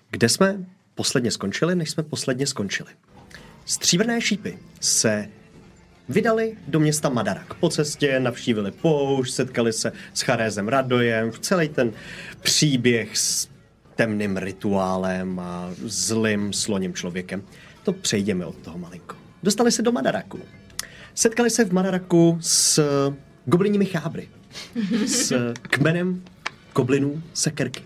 Kde jsme posledně skončili, než jsme posledně skončili? Stříbrné šípy se vydali do města Madarak. Po cestě navštívili poušť, setkali se s Charézem Radojem, v celý ten příběh s temným rituálem a zlým sloním člověkem. To přejdeme od toho malinko. Dostali se do Madaraku. Setkali se v Madaraku s goblinními chábry. S kmenem goblinů Sekerky.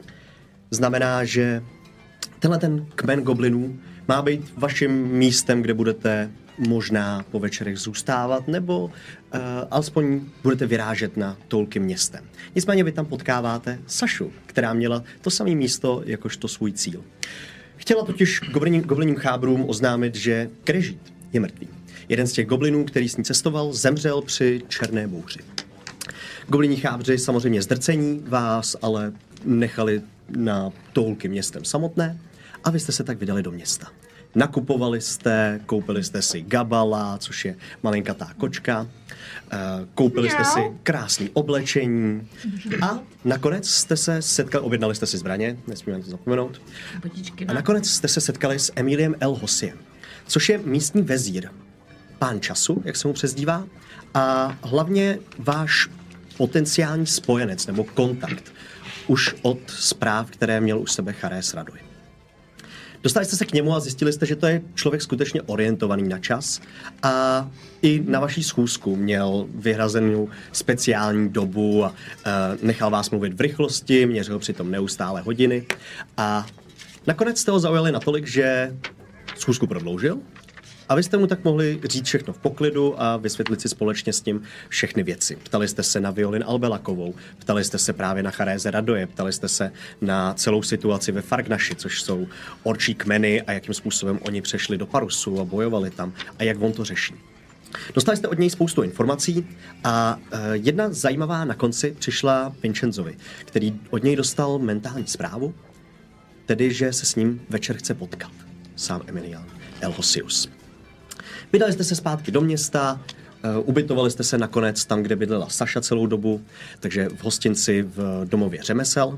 Znamená, že tenhle ten kmen goblinů má být vaším místem, kde budete možná po večerech zůstávat, nebo alespoň budete vyrážet na toulky městem. Nicméně vy tam potkáváte Sašu, která měla to samé místo jakožto svůj cíl. Chtěla totiž goblinním chábrům oznámit, že Krežít je mrtvý. Jeden z těch goblinů, který s ní cestoval, zemřel při černé bouři. Goblinní chábři samozřejmě zdrcení vás ale nechali na toulky městem samotné a vy jste se tak vydali do města. Nakupovali jste, koupili jste si gabala, což je malinkatá kočka, koupili jste si krásné oblečení a nakonec jste se setkali, objednali jste si zbraně, nesmíme to zapomenout, a nakonec jste se setkali s Emiliem El Hosiem, což je místní vezír, pán času, jak se mu přezdívá, a hlavně váš potenciální spojenec nebo kontakt už od zpráv, které měl u sebe Charéz Radoj. Dostali jste se k němu a zjistili jste, že to je člověk skutečně orientovaný na čas a i na vaší schůzku měl vyhrazenou speciální dobu a nechal vás mluvit v rychlosti, měřil přitom neustále hodiny a nakonec jste ho zaujali natolik, že schůzku prodloužil a vy jste mu tak mohli říct všechno v poklidu a vysvětlit si společně s ním všechny věci. Ptali jste se na Violin Albelakovou, ptali jste se právě na Charéze Radoje, ptali jste se na celou situaci ve Fargnaši, což jsou orčí kmeny a jakým způsobem oni přešli do Parusu a bojovali tam a jak on to řeší. Dostali jste od něj spoustu informací a jedna zajímavá na konci přišla Vincenzovi, který od něj dostal mentální zprávu, tedy že se s ním večer chce potkat. Sám Emilian El Hosius. Vydali jste se zpátky do města, ubytovali jste se nakonec tam, kde bydlela Saša celou dobu, takže v hostinci v domově řemesel.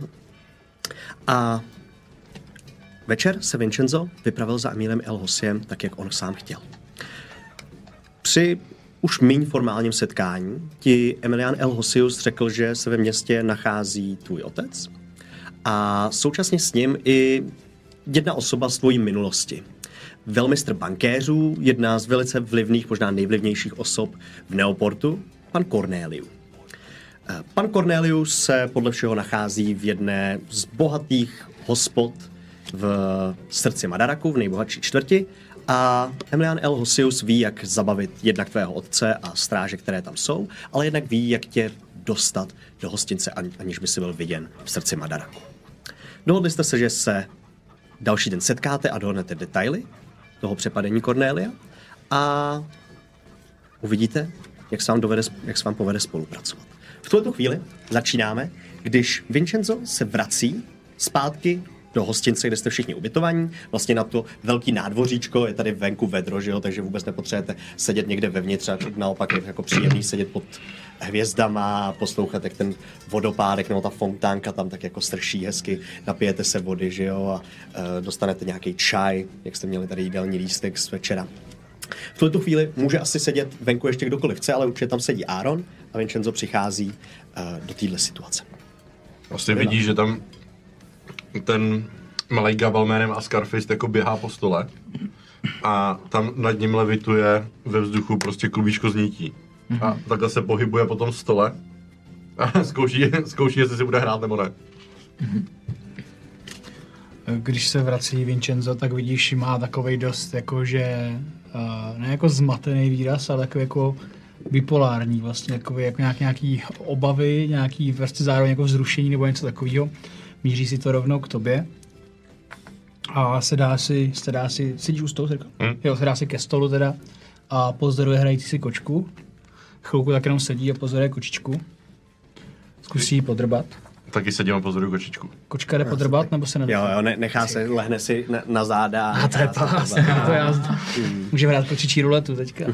A večer se Vincenzo vypravil za Emilem El Hosiem, tak jak on sám chtěl. Při už méně formálním setkání ti Emilian El Hosius řekl, že se ve městě nachází tvůj otec a současně s ním i jedna osoba z tvojí minulosti. Velmistr bankéřů, jedna z velice vlivných, možná nejvlivnějších osob v Neoportu, pan Cornelius. Pan Cornelius se podle všeho nachází v jedné z bohatých hospod v srdci Madaraku, v nejbohatší čtvrti, a Emilian El Hosius ví, jak zabavit jednak tvého otce a stráže, které tam jsou, ale jednak ví, jak tě dostat do hostince, aniž by si byl viděn v srdci Madaraku. Dohodli jste se, že se další den setkáte a dohodnete detaily toho přepadení Cornelia a uvidíte, jak se vám povede spolupracovat. V tuto chvíli začínáme, když Vincenzo se vrací zpátky do hostince, kde jste všichni ubytovaní, vlastně na to velký nádvoříčko, je tady venku vedro, že jo, takže vůbec nepotřebujete sedět někde vevnitř, a naopak je jako příjemný sedět pod hvězdama a poslouchat, jak ten vodopádek nebo ta fontánka tam tak jako strší hezky, napijete se vody, že jo, a dostanete nějaký čaj, jak jste měli tady jídelní lístek z večera. V tuto chvíli může asi sedět venku ještě kdokoliv chce, ale určitě tam sedí Aaron a Vincenzo přichází do téhle situace. Vlastně vidí, že tam ten malej Gabal jménem Ascarfist jako běhá po stole a tam nad ním levituje ve vzduchu prostě klubíčko z nití. A takhle se pohybuje po tom stole a zkouší, jestli si bude hrát nebo ne. Když se vrací Vincenzo, tak vidíš, že má takovej dost jakože, ne jako zmatený výraz, ale takový jako bipolární vlastně, jako nějaký obavy, nějaký vlastně zároveň jako vzrušení nebo něco takového. Míří si to rovnou k tobě a sedá si, sedíš u stolu, jo, sedá si ke stolu teda a pozoruje hrající si kočku. Chvilku tak jenom sedí a pozoruje kočičku. Zkusí podrbat. Taky sedím a pozoruju kočičku. Kočka jde podrbat, nebo se nedá? Jo, nechá se, lehne si na záda. A to je to vlastně, to jazda. Můžeme hrát kočičí ruletu teďka.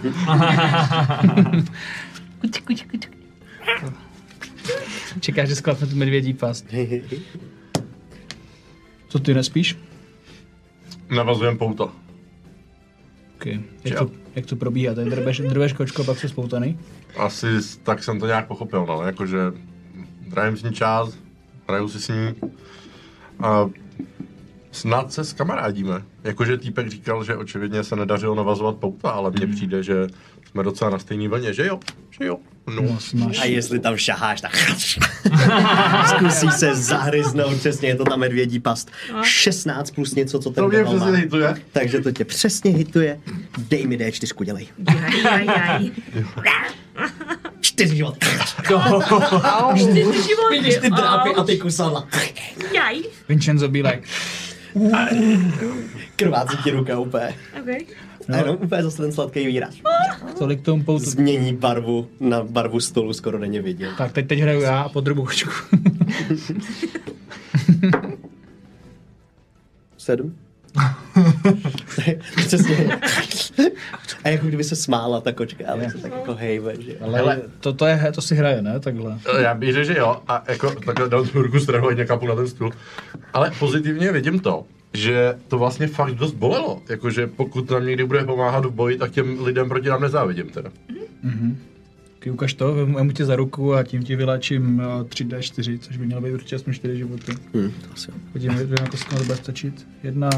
Kučku. Čekáš, že sklapne tu medvědí past. Co ty nespíš? Navazujem pouto. Okay. Jak to probíhá? Tady drbeš kočko, pak se spoutaný? Asi tak jsem to nějak pochopil, no, jakože hrajím s ní čas, hraju si s ní a snad se skamarádíme. Jakože týpek říkal, že očividně se nedařilo navazovat pouta, ale mně přijde, že jsme docela na stejný vlně, že jo? No. A jestli tam šaháš, tak zkusí se zahryznout, přesně je to ta medvědí past. 16 plus něco, co ten To mě Deval přesně má. hituje. Takže to tě přesně hituje. Dej mi D4, dělej. Jaj. 4 životy. 4 životy. Vidíš ty drápy a ty kusala. Jaj. Vincenzo Bílek. Krvácí ti ruka úplně. Okay. A jenom úplně zase ten sladký výraz. Tolik tomu poutu. Změní barvu na barvu stolu, skoro není vidět. Tak teď hraju já a podrbu kočku. 7? Přesně. A jako kdyby se smála ta kočka, ale se tak jako hejbe, že jo. Ale to si hraje, ne? Takhle. Já bych řekl, že jo, a jako takhle dal tu ruku strahu a někam na ten stůl. Ale pozitivně vidím to, že to vlastně fakt dost bolelo. Jakože pokud nám někdy bude pomáhat v boji, tak těm lidem proti nám nezávidím teda. Ukaž to, vemu tě za ruku a tím ti vyléčím 3D4, což by mělo být určitě aspoň 4 životy. Asi. Podívejme, jak to to bude stačit. 1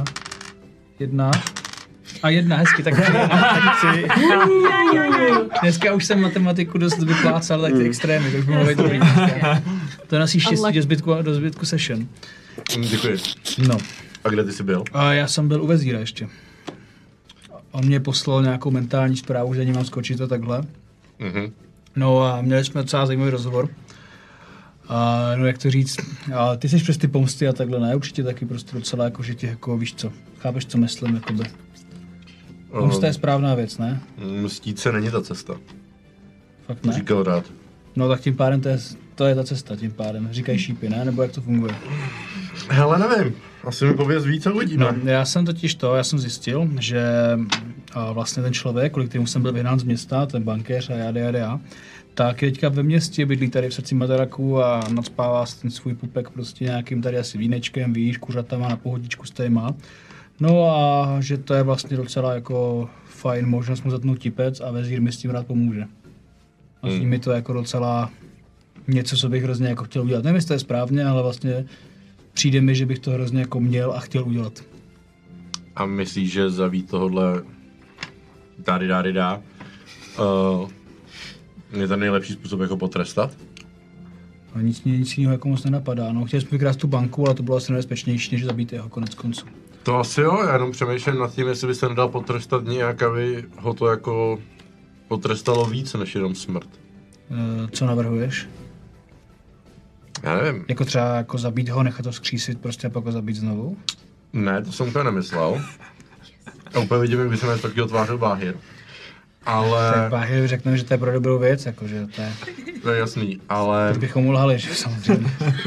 a 1, hezky, tak 3. Dneska už jsem matematiku dost vyplácal, tak ty extrémy, to už by mohlo být dobrý. To nosí štěstí do zbytku session. Děkuji. No. A kde ty jsi byl? A já jsem byl u vezíra ještě. On mě poslal nějakou mentální zprávu, že za ní mám skočit a takhle. No a měli jsme docela zajímavý rozhovor. A no jak to říct, a ty jsi přes ty pomsty a takhle, ne? Určitě taky prostě docela jako, že ti jako víš co, chápeš co myslím, jakoby. Pomsta je správná věc, ne? Mstít se není ta cesta. Fakt ne? Říkal rád. No tak tím pádem to je ta cesta, tím pádem. Říkají šípy, ne? Nebo jak to funguje? Hele, nevím. Asi mi pověz víc a uvidíme. No, já jsem zjistil, že vlastně ten člověk, kvůli kterému jsem byl vyhnán z města, ten bankéř a já, tak je teďka ve městě, bydlí tady v srdci Madaraku a nadspává ten svůj pupek prostě nějakým tady asi vínečkem, víš, kuřatama na pohodičku s téma. No a že to je vlastně docela jako fajn možnost mu zatnout tipec a vezír mi s tím rád pomůže. A s mi to jako docela něco, co bych hrozně jako chtěl udělat. Nevím, jestli to je správně, ale vlastně přijde mi, že bych to hrozně jako měl a chtěl udělat. A myslíš, že zabít tohodle dá, je ten nejlepší způsob, jak ho potrestat? A nic jiného jako moc nenapadá. No, chtěli jsme vykrást tu banku, ale to bylo asi nebezpečnější, než zabít jeho konec konců. To asi jo, já jenom přemýšlím nad tím, jestli by se nedal potrestat nějak, aby ho to jako potrestalo víc, než jenom smrt. Co navrhuješ? Já nevím. Jako třeba jako zabít ho, nechat ho skřísit prostě a pak ho zabít znovu? Ne, to jsem úplně nemyslel. A úplně vidím, jak by se mi taky otvářil Báhir. Ale... Tak Báhir řekneme, že to je pro dobrou věc, jakože to je... To je jasný, ale... Teď bychom mu lhali, že samozřejmě.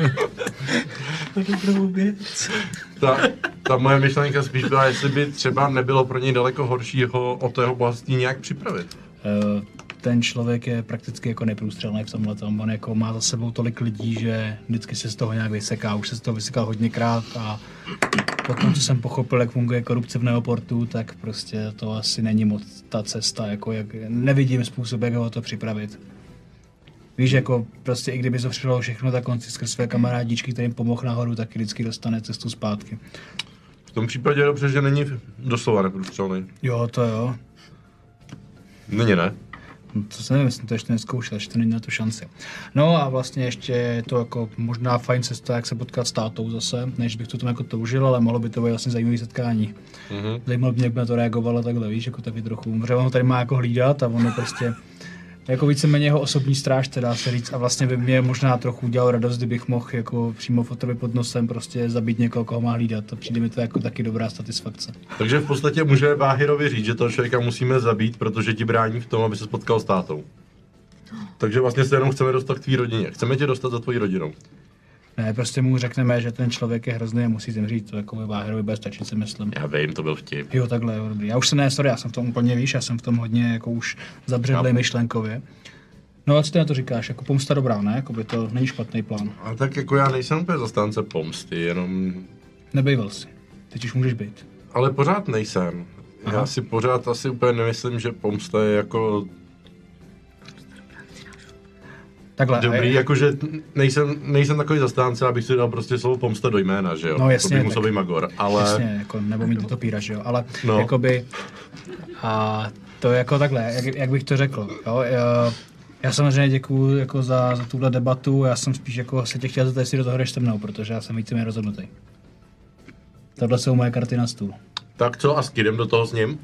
Dobrou věc. Ta moje myšlenka spíš byla, jestli by třeba nebylo pro něj daleko horší ho o to jeho bohatství nějak připravit. Ten člověk je prakticky jako neprůstřelný v tomhle tom. On jako má za sebou tolik lidí, že vždycky se z toho nějak vyseká. Už se z toho vysekal hodněkrát a potom, co jsem pochopil, jak funguje korupce v Neoportu, tak prostě to asi není moc ta cesta, jako jak nevidím způsob, jak ho to připravit. Víš, jako prostě i kdyby to přišlo všechno, tak on si skrz své kamarádičky, kterým pomohl nahoru, tak vždycky dostane cestu zpátky. V tom případě je dobře, že není doslova neprůstřelný. Jo, to jo. Není, ne? To se nevím, jsem to ještě nezkoušel, ještě to není na to šanci. No a vlastně ještě je to jako možná fajn cesta, jak se potkat s tátou zase, než bych to tam jako toužil, ale mohlo by to být vlastně zajímavé setkání. Zajímalo by mě, jak by na to reagovalo takhle, víš, jako taky trochu, protože on ho tady má jako hlídat a ono prostě jako víceméně jeho osobní strážce, dá se říct, a vlastně by mě možná trochu udělal radost, kdybych mohl jako přímo fotovi pod nosem prostě zabít někoho, koho má hlídat. A přijde mi to jako taky dobrá satisfakce. Takže v podstatě může Báhirovi říct, že toho člověka musíme zabít, protože ti brání v tom, aby se spotkal s tátou. Takže vlastně se jenom chceme dostat k tvý rodině. Chceme tě dostat za tvojí rodinou. Ne, prostě mu řekneme, že ten člověk je hrozný a musí zemřít, to jako Báhirovi bude stačit, si myslím. Já vím, to byl vtip. Jo, takhle, jo, dobrý. Já už já jsem v tom úplně, víš, já jsem v tom hodně jako už zabředlej myšlenkově. No a co ty na to říkáš, jako pomsta dobrá, ne? Jakoby to není špatný plán. A tak jako já nejsem úplně zastánce pomsty, jenom Nebejval jsi. Teď už můžeš být. Ale pořád nejsem. Aha. Já si pořád asi úplně nemyslím, že pomsta je jako Takhle. dobrý, jakože nejsem takový zastánce, abych si dal prostě slovo pomsta do jména, že jo? No jasně, to bych musel tak- být magor, ale Jasně, jako, nebo mít to píra, že jo, ale No. jakoby, a to je jako takhle, jak bych to řekl, jo, já samozřejmě děkuju jako za tuhle debatu, já jsem spíš jako se tě chtěl zeptat, jestli do toho jdeš se mnou, protože já jsem víceméně rozhodnutý. Tohle jsou moje karty na stůl. tak co a jdem do toho s ním?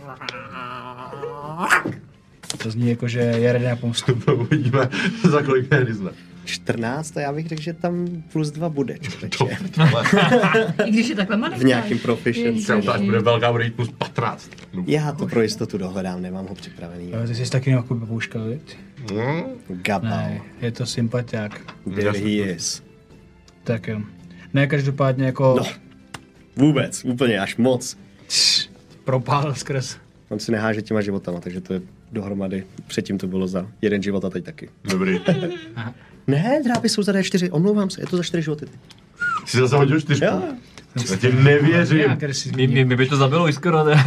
To zní jako, že je ready na pomstu. Uvidíme, za kolik hryzne. 14 a já bych řekl, že tam +2 bude, člověče. I když je takhle malinký. V nějakým proficiency. To až bude velká, bude jít plus 15. Já to pro jistotu dohledám, nemám ho připravený. Jo, ty jsi taky nějakou papouška, viď? Gabal. Ne, je to sympatiák. There he is. Tak jo. Ne, každopádně jako No. Vůbec, úplně až moc. propál skrz. On si neháže těma životama, takže to je dohromady. Předtím to bylo za 1 život a teď taky. Dobrý. Ne, drápy jsou za D4, omlouvám se, je to za 4 životy. Jsi zase hodil 4. Jo. Já ti nevěřím. Nějak, který si Mě by to zabilo i skoro, ne?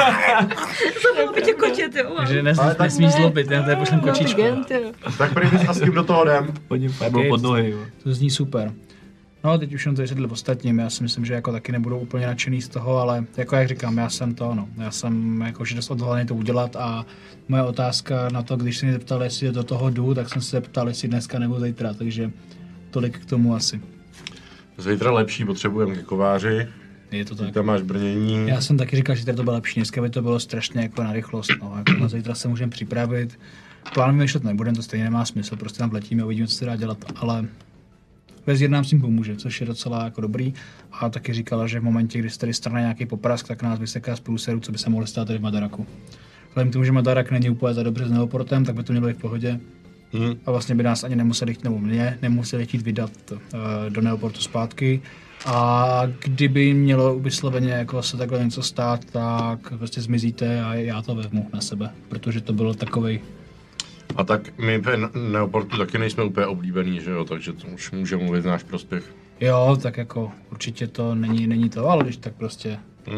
To bylo by tě kočet, jo. Takže Ale tak nesmí zlobit, já tady pošlem kočičku. Tak první a s kým do toho jdem? Hodím fajbou pod nohy, jo. To zní super. No, teď už jenom to vysvětlil ostatním, já si myslím, že jako taky nebudou úplně nadšený z toho, ale jako jak říkám, já jsem jakože dost odhodlaný to udělat a moje otázka na to, když se mě zeptal, jestli do toho jdu, tak jsem se zeptal, jestli dneska nebo zítra, takže tolik k tomu asi. Zítra lepší, potřebujeme ke kováři. Je to tak. Tam máš brnění. Já jsem taky říkal, že zítra to bylo lepší, dneska by to bylo strašně jako na rychlost, no, jako na zítra se můžeme připravit. Plán vymýšlet nebudeme, to stejně nemá smysl, prostě tam letíme a uvidíme, co se dá dělat, ale Vezír nám s tím pomůže, což je docela jako dobrý. A taky říkala, že v momentě, kdy se tady strane nějaký poprask, tak nás vyseká z průseru, co by se mohlo stát tady v Madaraku. Vzhledem k tomu, že Madarak není úplně za dobře s Neoportem, tak by to mělo být v pohodě. A vlastně by nás ani nemuseli, nebo mě, nemuseli chtít vydat do Neoportu zpátky. A kdyby mělo vysloveně jako se takhle něco stát, tak prostě zmizíte a já to vezmu na sebe, protože to bylo takovej. A tak my v Neoportu taky nejsme úplně oblíbený, že jo, takže to už může mluvit v náš prospěch. Jo, tak jako určitě to není to, ale když tak prostě.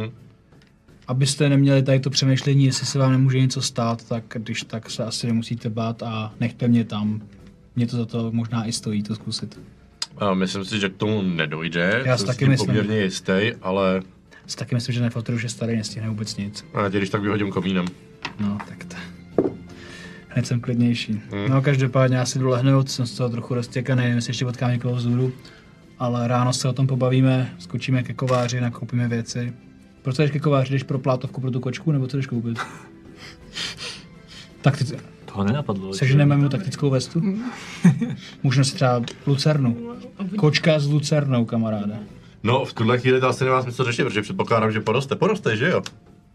Abyste neměli tady to přemýšlení, jestli se vám nemůže něco stát, tak když tak se asi nemusíte bát a nechte mě tam. Mě to za to možná i stojí to zkusit. A myslím si, že k tomu nedojde, Já si jsem taky s tím myslím. poměrně jistý, ale Taky myslím, že Nefeltr už je starý, nestihne vůbec nic. já tě když tak vyhodím komínem. No, tak to. Hned jsem klidnější. No, každopádně já si jdu lehnout, jsem z toho trochu roztěkaný, nevím, jestli ještě potkám někoho vzhůru, ale ráno se o tom pobavíme, skočíme ke kováři, nakoupíme věci. Proč jdeš ke kováři, jdeš pro plátovku pro tu kočku, nebo co jdeš koupit? Toho nenapadlo. Seženeme mu taktickou vestu? Možná si třeba lucernu. Kočka s lucernou, kamaráde. No, v tuhle chvíli to asi nemá smysl řešit, protože předpokládám, že poroste, že jo?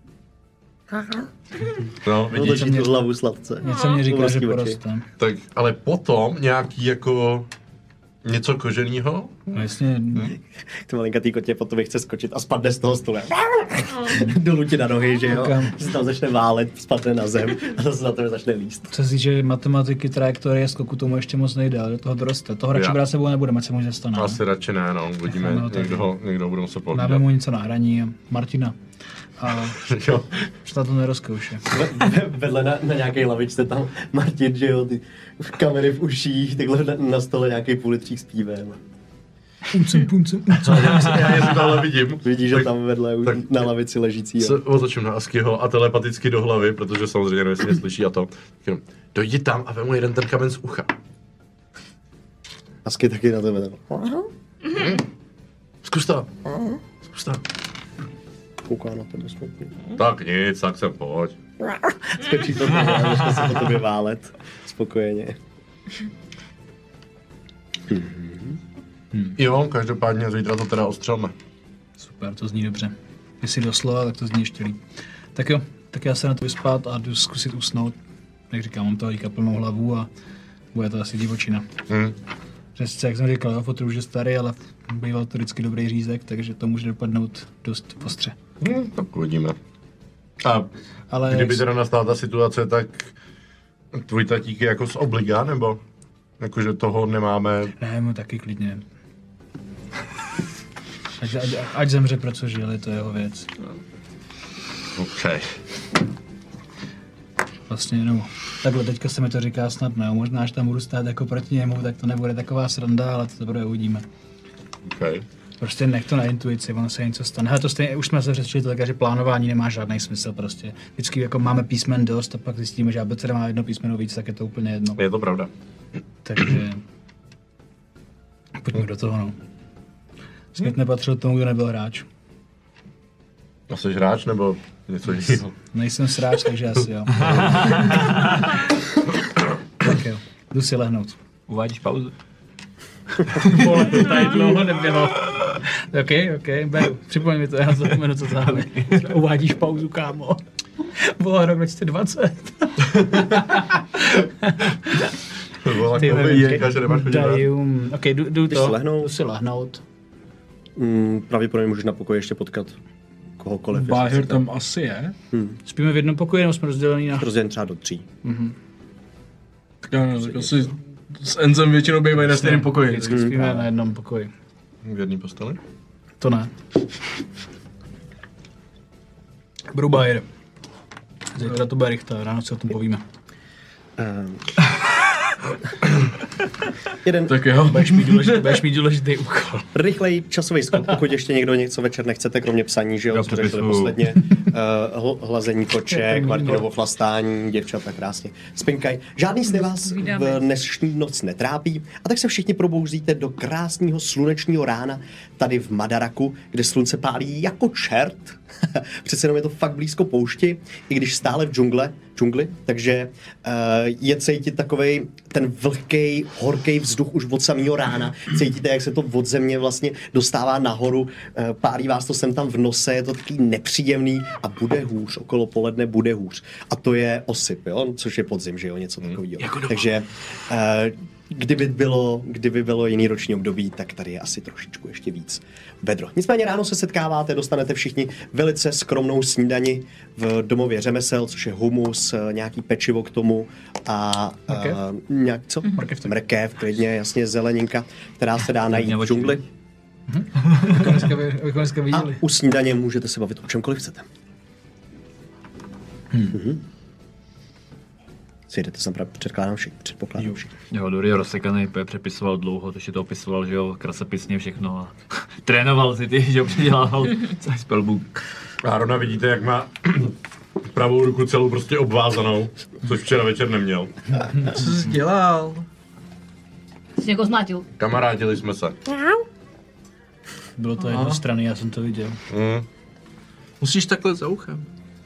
No, vidíš, Otočí tu hlavu sladce. Něco mě říká, že Obrovský oči. poroste. tak, ale potom nějaký jako něco koženýho? No jasně, Ty malinkatý kotě potom chce skočit a spadne z toho stole. Dolů ti na nohy, že jo? Kam? Se tam začne válet, spadne na zem a zase na tebe začne líst. co se týče matematiky, trajektorie, skoku, tomu ještě moc nejde, ale do toho doroste. Toho radši Já. brát sebou nebudeme, ať se mu nic nestane. Asi radši ne, no, uvidíme, No, tak- někdo bude muset Dáme pohlídat. mu něco na hraní a Martina. A Jo, snad to nerozkouše. Vedle na nějaké lavičce tam Martin, že jo, ty kamery v uších, takhle na stole nějaký půlitřík s pívem. Puncem. já je tohle vidím. Vidíš, že tam vedle tak- na lavici ležící. Se otočím na Askyho a telepaticky do hlavy, protože samozřejmě nevím, jestli mě slyší a to. Jenom, dojdi tam a vemu jeden ten kamen z ucha. Asky taky na tebe. Zkus to. Zkus to. Kouká na tebe smutný. Tak nic, tak sem pojď. Skočí to tam a začne se po tobě válet. Spokojeně. Jo, každopádně zítra to teda ostřelme. Super, to zní dobře. Jestli doslova, tak to zní ještě líp. Tak jo, tak já se na to vyspat a jdu zkusit usnout. Jak říkám, mám toho líka plnou hlavu a bude to asi divočina. Přesně, jak jsem říkal, jo, Fotr už je starý, ale býval to vždycky dobrý řízek, takže to může dopadnout dost ostře. Tak uvidíme. A Ale kdyby teda nastala ta situace, tak tvůj tatík je jako z obliga, nebo jakože toho nemáme... ne, mu taky klidně. Ať zemře, protože žil, je to jeho věc. OK. Vlastně no, takhle teďka se mi to říká snad ne, možná, až tam budu stát jako proti němu, tak to nebude taková sranda, ale to teprve uvidíme. OK. Prostě nech to na intuici, ono se něco stane. Hele, to stejně, už jsme se řešili tolik, že plánování nemá žádný smysl prostě. Vždycky jako máme písmen dost a pak zjistíme, že abeceda má jedno písmeno víc, tak je to úplně jedno. Je to pravda. Takže pojďme do toho, no. Svět nepatřil tomu, kdo nebyl hráč. A jsi hráč nebo něco jiného? Nejsem sráč, takže asi jo. Tak jo, jdu si lehnout. Uvádíš pauzu? Vole, to tady dlouho nebylo. OK, beru. Připomeň mi to, já zapomenu, co zále. Uvádíš pauzu, kámo. Bylo rok 2020. To byla Ty covidka, že nemáš chodit. OK, jdu si lehnout. Pravděpodobně můžeš na pokoji ještě potkat kohokoliv. Báhir tam asi je. Spíme v jednom pokoji, nebo jsme rozdělení na... Rozdělen třeba do 3. Tak asi s Enzem většinou bývají na stejném pokoji. Vždycky spíme na jednom pokoji. V jedné posteli? To ne. Beru Báhir. Zítra to bude rychle, ráno si o tom povíme. Jeden Tak jo. Budeš mít důležitý úkol. rychlej časový skok, pokud ještě někdo něco večer nechcete, kromě psaní, že jo, co řešili posledně. Hlazení koček, Martinovo chlastání, děvčata krásně spinkaj. Žádný sny vás v dnešní noc netrápí a tak se všichni probouzíte do krásného slunečního rána tady v Madaraku, kde slunce pálí jako čert. Přece jenom je to fakt blízko poušti, i když stále v džungli, takže je cítit takovej ten vlhkej, horký vzduch už od samého rána. Cítíte, jak se to od země vlastně dostává nahoru, pálí vás to sem tam v nose, je to takový nepříjemný a bude hůř, okolo poledne bude hůř. A to je osyp, jo? Což je podzim, že jo, něco takového. Takže kdyby bylo jiný roční období, tak tady je asi trošičku ještě víc vedro. Nicméně ráno se setkáváte, dostanete všichni velice skromnou snídani v domově řemesel, což je humus, nějaký pečivo k tomu a mrkev, klidně, jasně, zeleninka, která se dá najít v džungli. A u snídaně můžete se bavit o čemkoliv chcete. Sjedete sem, předpokládám všichni. Jo, Dury rozsekaný, přepisoval dlouho, takže to opisoval, že jo, krasopisně všechno a trénoval si ty, že jo, předělával celý spellbook. A Rona vidíte, jak má pravou ruku celou prostě obvázanou, což včera večer neměl. Co jsi dělal? Jsi někoho zmátil. Kamarádili jsme se. Bylo to jednostranný, já jsem to viděl. Musíš takhle za uchem.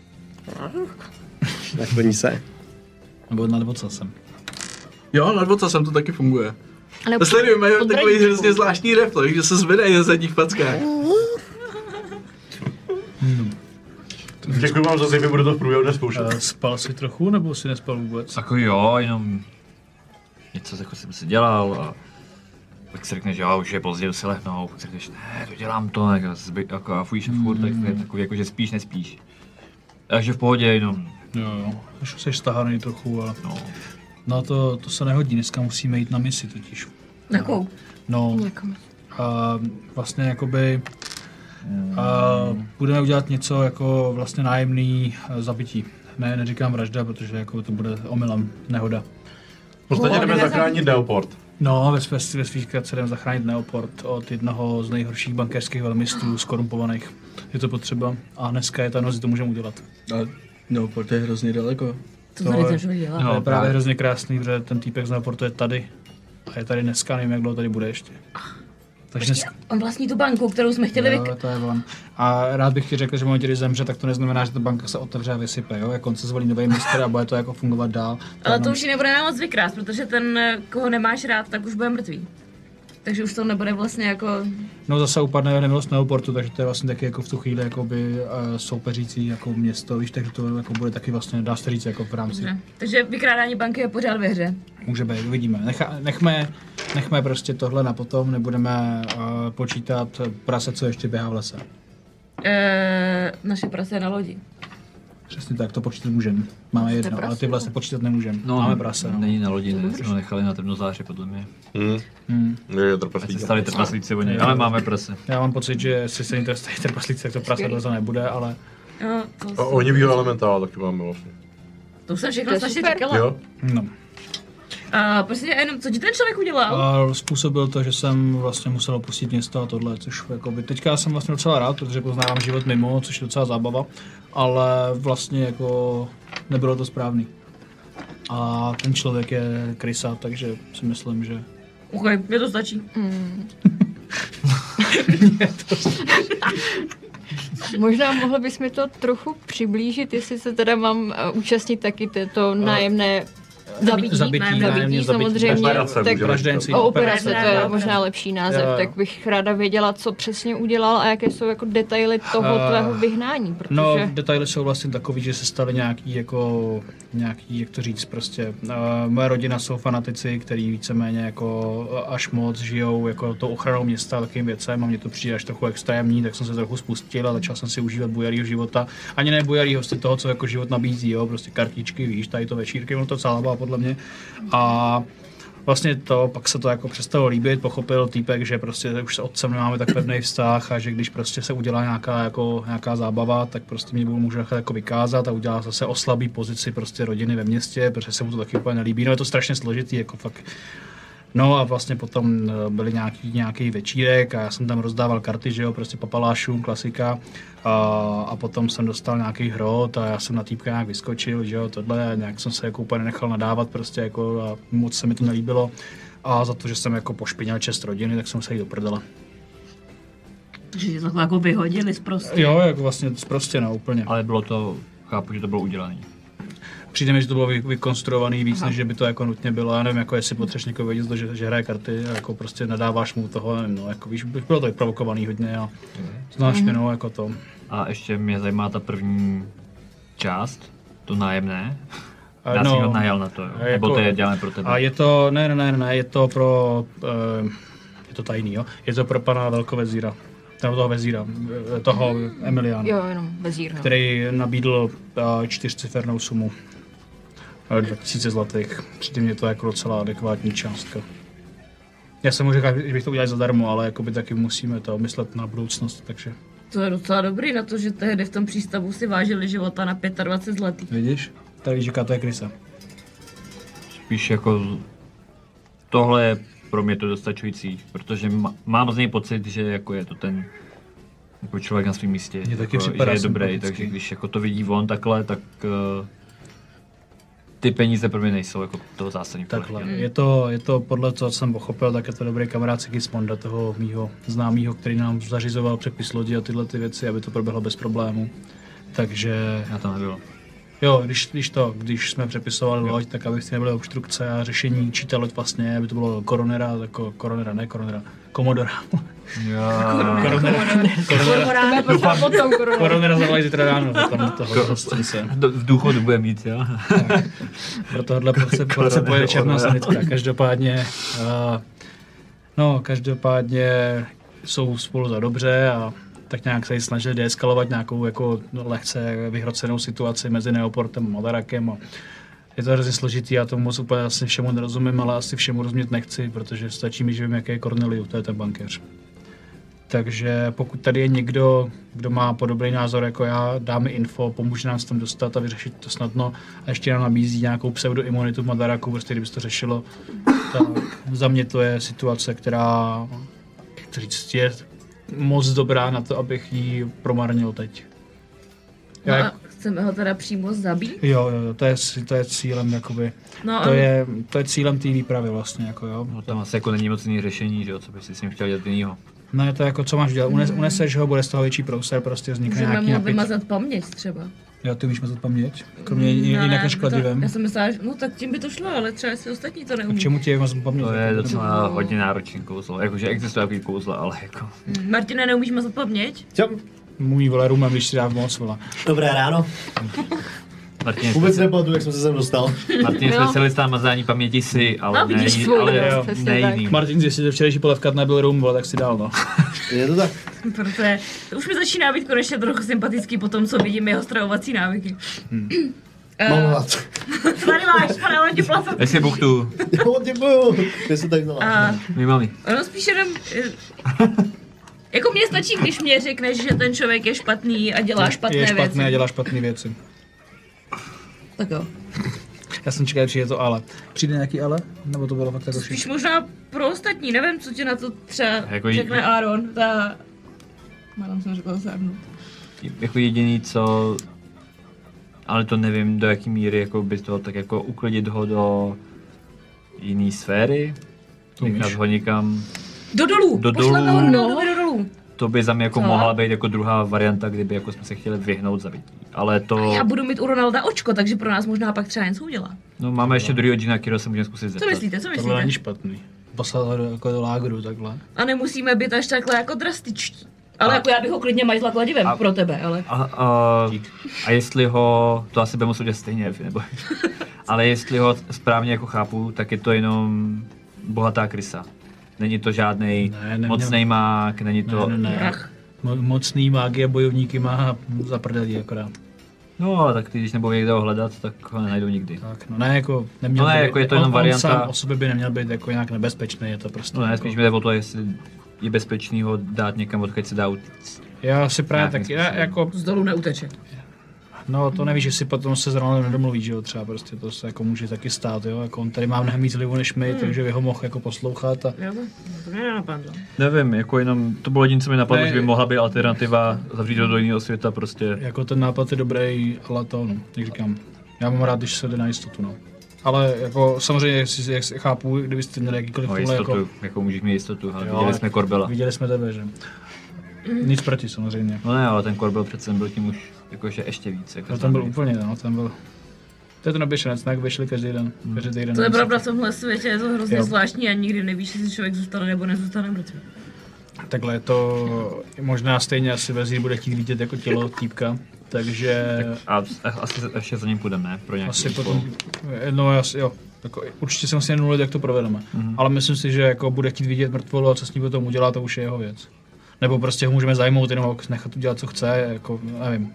Nakloní se. Nebo nadvocel jsem. Jo, nadvocel jsem, to taky funguje. Ale Sleduj, mají takový hrozně zvláštní reflex, že se zvedají na zadních packách. Děkuji vám za zjevy, budu to v průběhu dnes zkoušet. Spal jsi trochu, nebo jsi nespal vůbec? Jako jo, jenom něco jako jsem si dělal a pak si řekneš, že jo, už je pozdě, jdu si lehnou, pak si řekneš, ne, dodělám to, jako a fujíš furt, tak je takový jako, že spíš, nespíš. Takže v pohodě, jenom. Jo, až jsi stahaný trochu, ale no to se nehodí, dneska musíme jít na misi totiž. Jakou? No, vlastně jakoby budeme udělat něco jako vlastně nájemný zabití. Ne, neříkám vražda, protože jako to bude omylem nehoda. V podstatě jdeme zachránit Neoport. No, ve svých kratce jdeme zachránit Neoport od jednoho z nejhorších bankéřských velmistrů skorumpovaných. Je to potřeba a dneska je ta noc, to můžeme udělat. Ale Neoport je hrozně daleko. To tady to člověk dělá. No, je právě hrozně krásný, protože ten týpek z Neoportu je tady. A je tady dneska, nevím, jak dlouho tady bude ještě. Takže dneska... On vlastní tu banku, kterou jsme chtěli to je on. A rád bych ti řekl, že když zemře, tak to neznamená, že ta banka se otevře a vysype, jo? Jak on se zvolí nový mistr a bude to jako fungovat dál. Ale to už ji nebudeme moc vykrást, protože ten, koho nemáš rád, tak už bude mrtvý. Takže už to nebude vlastně jako... No zase upadne nemilost Neoportu, takže to je vlastně taky jako v tu chvíli jakoby soupeřící jako město, víš, takže to jako bude taky vlastně, dá se říct, jako v rámci. Dobře. Takže vykrádání banky je pořád ve hře. Může být, uvidíme. Nechme prostě tohle na potom, nebudeme počítat prase, co ještě běhá v lese. Naše prase je na lodi. Přesně tak, to počítat můžeme. Máme jedno, ale ty vlastně počítat nemůžeme. Máme prase. No. Není na lodi, ne, jsme ho nechali na temnozáře, podle mě. Je Ať trpaslík. se stali trpaslíci o něj, ale máme prase. Já mám pocit, že jestli se někdo stají trpaslíci, tak to prase doza nebude, ale... Jo, A ohnivýho elementála taky máme vlastně. to už jsem To všechno je strašně super. říkala. Jo? No. Prostě jenom, co ti ten člověk udělal? A způsobil to, že jsem vlastně musel opustit město a tohle, což jakoby, teďka jsem vlastně docela rád, protože poznávám život mimo, což je docela zábava, ale vlastně jako nebylo to správný. A ten člověk je krysa, takže si myslím, že... OK, mě to stačí. Možná mohli bys mi to trochu přiblížit, jestli se teda mám účastnit taky této nájemné zabití samozřejmě, Operace tak můžeme vraždenci. o operace, to je Operace. možná lepší název, Jo. tak bych ráda věděla, co přesně udělal a jaké jsou jako detaily toho tvého vyhnání, protože... No, detaily jsou vlastně takový, že se staly nějaký, jak to říct, prostě. Moje rodina jsou fanatici, který víceméně jako až moc žijou jako tou ochranou města a takovým věcem a mně to přijde až trochu extrémní, tak jsem se trochu spustil a začal jsem si užívat bujarýho života. Ani ne bujarýho, z toho, co jako život nabízí, jo, prostě kartičky, víš, tady to večírky, ono to celá podle mě. A vlastně to, pak se to jako přestalo líbit, pochopil týpek, že prostě už s otcem nemáme tak pevný vztah a že když prostě se udělá nějaká zábava, tak prostě mě může nechat jako vykázat a udělá zase oslabí pozici prostě rodiny ve městě, protože se mu to taky úplně nelíbí. No je to strašně složitý, jako fakt. No a vlastně potom byly nějaký večírek a já jsem tam rozdával karty, že jo, prostě papalášům, klasika. A potom jsem dostal nějaký hrot a já jsem na týpka nějak vyskočil, že jo, tohle a nějak jsem se jako úplně nechal nadávat prostě jako a moc se mi to nelíbilo. A za to, že jsem jako pošpinil čest rodiny, tak jsem se jí do prdele. Že tě to jako vyhodili zprostě. Jo, jako vlastně prostě no, úplně. Ale bylo to, chápu, že to bylo udělané. Přijde mi, že to bylo vykonstruovaný víc, než že by to jako nutně bylo. Já nevím, jako jestli potřebuješ někoho vědět, že hraje karty a jako prostě nadáváš mu toho, nevím, no, jako víš, bylo to i provokovaný hodně a znáš mě, no, jako to. A ještě mě zajímá ta první část, to nájemné. Já jsem ho najal na to, jo? Nebo to je dělané pro tebe? A je to, ne, je to pro, je to tajný, jo, je to pro pana velkovezíra. Toho vezíra, toho Emiliana. Jo, jenom vezír, no. Který nabídl 4cifernou sumu. 2000 zlatých. Přitom je to jako docela adekvátní částka. Já jsem mu řekl, že bych to udělal zadarmo, ale jakoby taky musíme to myslet na budoucnost, takže... To je docela dobrý na to, že tehdy v tom přístavu si vážili života na 25 zlatých. Vidíš? Tady říká, to je krysa. Spíš jako tohle je pro mě to dostačující, protože mám z něj pocit, že jako je to ten jako člověk na svém místě, Mně taky jako, připadá že je dobrý, sympatický. takže když jako to vidí on takhle, tak ty peníze pro mě nejsou jako toho zásadní. Takhle. Je to podle toho, co jsem pochopil, tak je to dobrý kamarád Sigismonda, toho mýho známýho, který nám zařizoval přepis lodi a tyhle ty věci, aby to proběhlo bez problémů. Takže... Já to nebylo. Jo, když jsme přepisovali loď, tak aby nebyly obstrukce a řešení čí ta loď vlastně, aby to bylo koronera, jako komodora. Koronera zavolají zítra ráno, tam do toho prostě se. V důchodu bude mít, jo? Pro tohle se pojede černá sanitka. Každopádně jsou spolu za dobře a tak nějak se snažili deeskalovat nějakou jako lehce vyhrocenou situaci mezi Neoportem a Madarakem. A je to hrozně složitý, já tomu moc úplně asi všemu nerozumím, ale asi všemu rozumět nechci, protože stačí mi, že vím, jaký je Cornelius, to je ten bankéř. Takže pokud tady je někdo, kdo má podobný názor jako já, dá mi info, pomůže nám s tím dostat a vyřešit to snadno a ještě nám nabízí nějakou pseudoimunitu v Madaraku, prostě kdyby se to řešilo, tak za mě to je situace, která je moc dobrá na to, abych ji promarnil teď. No a chceme ho teda přímo zabít? Jo, to je cílem, jakoby, No, to je cílem té výpravy vlastně, jako jo. No tam asi jako není moc jiný řešení, že jo, co bys si s ním chtěl dělat jinýho. No je to jako, co máš dělat, uneseš ho, bude z toho větší průser, prostě vznikne můžeme nějaký mu napětí. vymazat paměť třeba. Jo, ty umíš mazat paměť? Kromě jinak než kladivem. Já jsem myslela, že no tak tím by to šlo, ale třeba si ostatní to A neumí. k čemu ti je mazat paměť? To je docela hodně náročný kouzlo, jakože existuje takový kouzlo, ale jako... Martine, neumíš mazat paměť? Jo. Můj vole rumem, když si dá moc, vole. Dobré ráno. Martin Vůbec nepamatuju, jak jsem se sem dostal. Martin je specialista na mazání paměti si, ale No, ne, vidíš svůj, ale jo, přesně ne tak. jiný. Martin, jestli to včerejší polevka nebyl rum, tak si dál, no. Je to tak? Protože to už mi začíná být konečně trochu sympatický po tom, co vidím jeho stravovací návyky. Mám rád. Tady máš, pane, ale ti plasu. Jestli buchtu, Jo, děkuju. Ty se tady znala. my mami. Ono spíš jenom... Jako mně stačí, když mě řekneš, že ten člověk je špatný a dělá špatné Je špatné věci. a dělá špatné věci. Tak jo. Já jsem čekal, že je to ale. Přijde nějaký ale? Nebo to bylo fakt jako Spíš možná pro ostatní, nevím, co ti na to třeba Jako řekne Aaron. Mám jsem řekla zárnu. Jako jediný, co... Ale to nevím, do jaký míry jako by to tak jako uklidit ho do jiný sféry. Nechat ho někam... Do dolů! Do Pošleme dolů. ho do dolů! To by za mě jako Co? mohla být jako druhá varianta, kdyby jako jsme se chtěli vyhnout zabití. Ale to... Já budu mít u Ronalda očko, takže pro nás možná pak třeba něco udělá. No máme ještě druhýho džina, kterého se můžeme zkusit Co zeptat. myslíte, co Tohle není myslíte? špatný. Poslat ho jako do lágru takhle. A nemusíme být až takhle jako drastičtí. Ale jako já bych ho klidně majzla kladivem pro tebe, ale... A jestli ho, to asi by musel dělat stejně, nebo... Ale jestli ho správně jako chápu, tak je to jenom bohatá krysa. Není to žádnej mocnej mák, není to... Ne. Mocný mágie bojovníky má za prdelí akorát. No, ale tak ty, když nebudou někde ho hledat, tak ho nenajdou nikdy. Tak, no ne, jako neměl No ne, být, jako je to jenom on varianta. sám o sobě by neměl být jako nějak nebezpečný, je to prostě No ne, jako, spíš mi jde o to, jestli je bezpečný ho dát někam, odkud se dá utíct. já si právě Nějakým taky, já, způsobem. jako, Z dolů neuteče. no to nevíš, jestli potom se s Ronaldem nedomluví, že jo, třeba prostě to se jako může taky stát, jo, jako on tady má mnohem víc livu než my, takže by ho mohl jako poslouchat a Jo, to mě nenapadlo. Nevím, jako jenom, to bylo jediné, co mi napadlo, Ne. že by mohla být alternativa zavřít ho do jiného světa prostě. jako ten nápad je dobrý, ale to, no, jak říkám, já mám rád, když se jde na jistotu, no. Ale jako samozřejmě, jak si chápu, kdybyste měli jakýkoliv No tohle, jistotu, jako můžeš mít jistotu, ale Jo, viděli jsme Korbela. Viděli jsme tebe, že? Nic proti samozřejmě. No ne, ale ten Korbel přece byl tím už jakože ještě víc. Jako No, ten byl úplně, no, ten byl... To je to neběženec, ne, jak vyšli každý den, každý týden. To je pravda, v tomhle světě je to hrozně Jo. zvláštní a nikdy nevíš, jestli člověk zůstane nebo nezůstane mrtvý. Takhle je to možná stejně asi Vezír bude chtít vidět jako tělo týpka, takže A asi ještě za ním půjdeme, ne? Pro nějaký asi úkol. potom, no asi jo, jako, určitě se vlastně nulit, jak to provedeme, ale myslím si, že jako bude chtít vidět mrtvolu a co s ní potom udělá, to už je jeho věc. Nebo prostě ho můžeme zajmout, jenom nechat udělat, co chce, jako nevím.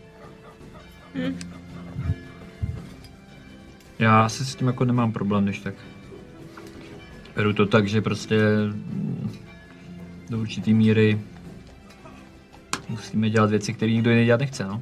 Já asi s tím jako nemám problém, když tak. Beru to tak, že prostě do určitý míry musíme dělat věci, které nikdo jiný dělat nechce, no.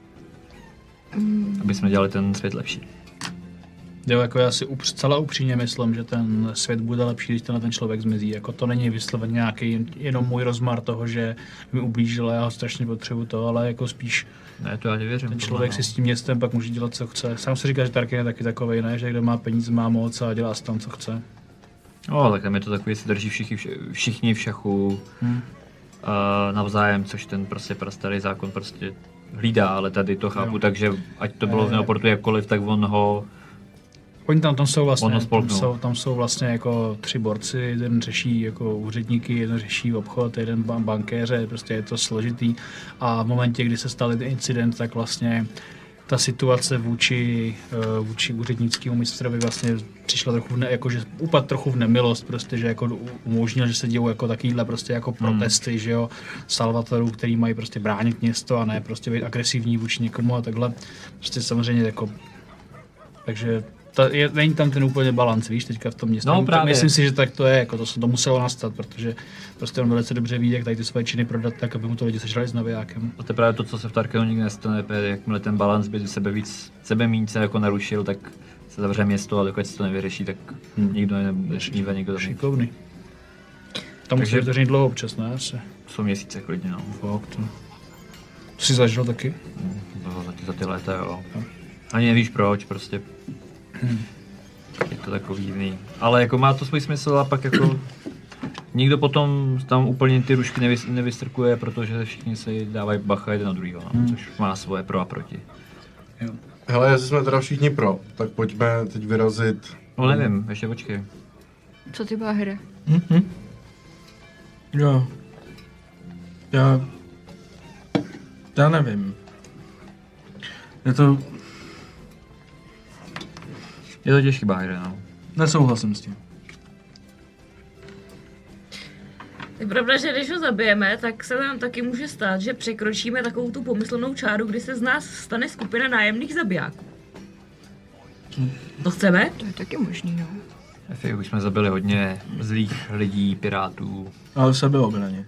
Aby jsme dělali ten svět lepší. Jo, jako já si zcela upřímně myslím, že ten svět bude lepší, když ten člověk zmizí. Jako to není vysloveně nějaký jenom můj rozmar toho, že mi ublížil a já ho strašně potřebuji to, ale jako spíš Ne, to já nevěřím. ten člověk si s tím městem pak může dělat, co chce. Sám se říká, že Tarkin je taky takovej, ne? Že kdo má peníze, má moc a dělá si tam, co chce. No, tak tam je to takový, že se drží všichni v šachu navzájem, což ten prostě prastarý zákon prostě hlídá, ale tady to chápu, takže ať to bylo v Neoportu jakkoliv, tak on ho... Oni tam jsou vlastně, Ono spolknou. tam jsou vlastně jako 3 borci, jeden řeší jako úředníky, jeden řeší obchod, jeden bankéře, prostě je to složitý a v momentě, kdy se stal ten incident, tak vlastně ta situace vůči úřednickému mistrovi vlastně přišla trochu jakože upad trochu v nemilost, prostě, že jako umožnil, že se dějou jako takovýhle prostě jako protesty, že jo, Salvatorů, který mají prostě bránit město a ne prostě být agresivní vůči někomu a takhle. Prostě samozřejmě jako, takže není tam ten úplně balans, víš, teďka v tom městě. No, právě. Myslím si, že tak to je, jako to muselo nastat, protože prostě on velice dobře ví, jak tady ty své činy prodat tak, aby mu to lidi sežrali s navijákem. A to je právě to, co se v Tarkinu nikdy nestane, jakmile ten balans by sebemíň jako narušil, tak se zavře město a dokud se to nevyřeší, tak nikdo nebude šnívat, nikdo nebude. Šikovný. Tam musí Takže- to říct dlouho občas, ne? Asi. Jsou měsíce klidně, no. Fakt, no. To jsi zažil taky? No, za ty léta, jo. Ani nevíš proč, prostě. Je to takový divný. Ale jako má to svůj smysl a pak jako nikdo potom tam úplně ty rušky nevystrkuje, protože všichni si dávají bacha jeden na druhýho, no, což má svoje pro a proti. Jo. Hele, jestli jsme teda všichni pro, tak pojďme teď vyrazit. No nevím, ještě počkej. Co ty Báhre? Jo. Já nevím. Je to... Je to těžký báhře, no. Nesouhlasím s tím. Je pravda, že když ho zabijeme, tak se nám taky může stát, že překročíme takovou tu pomyslnou čáru, kdy se z nás stane skupina nájemných zabijáků. To chceme? To je taky možný, no. Už jsme zabili hodně zlých lidí, pirátů. Ale v sebeobraně.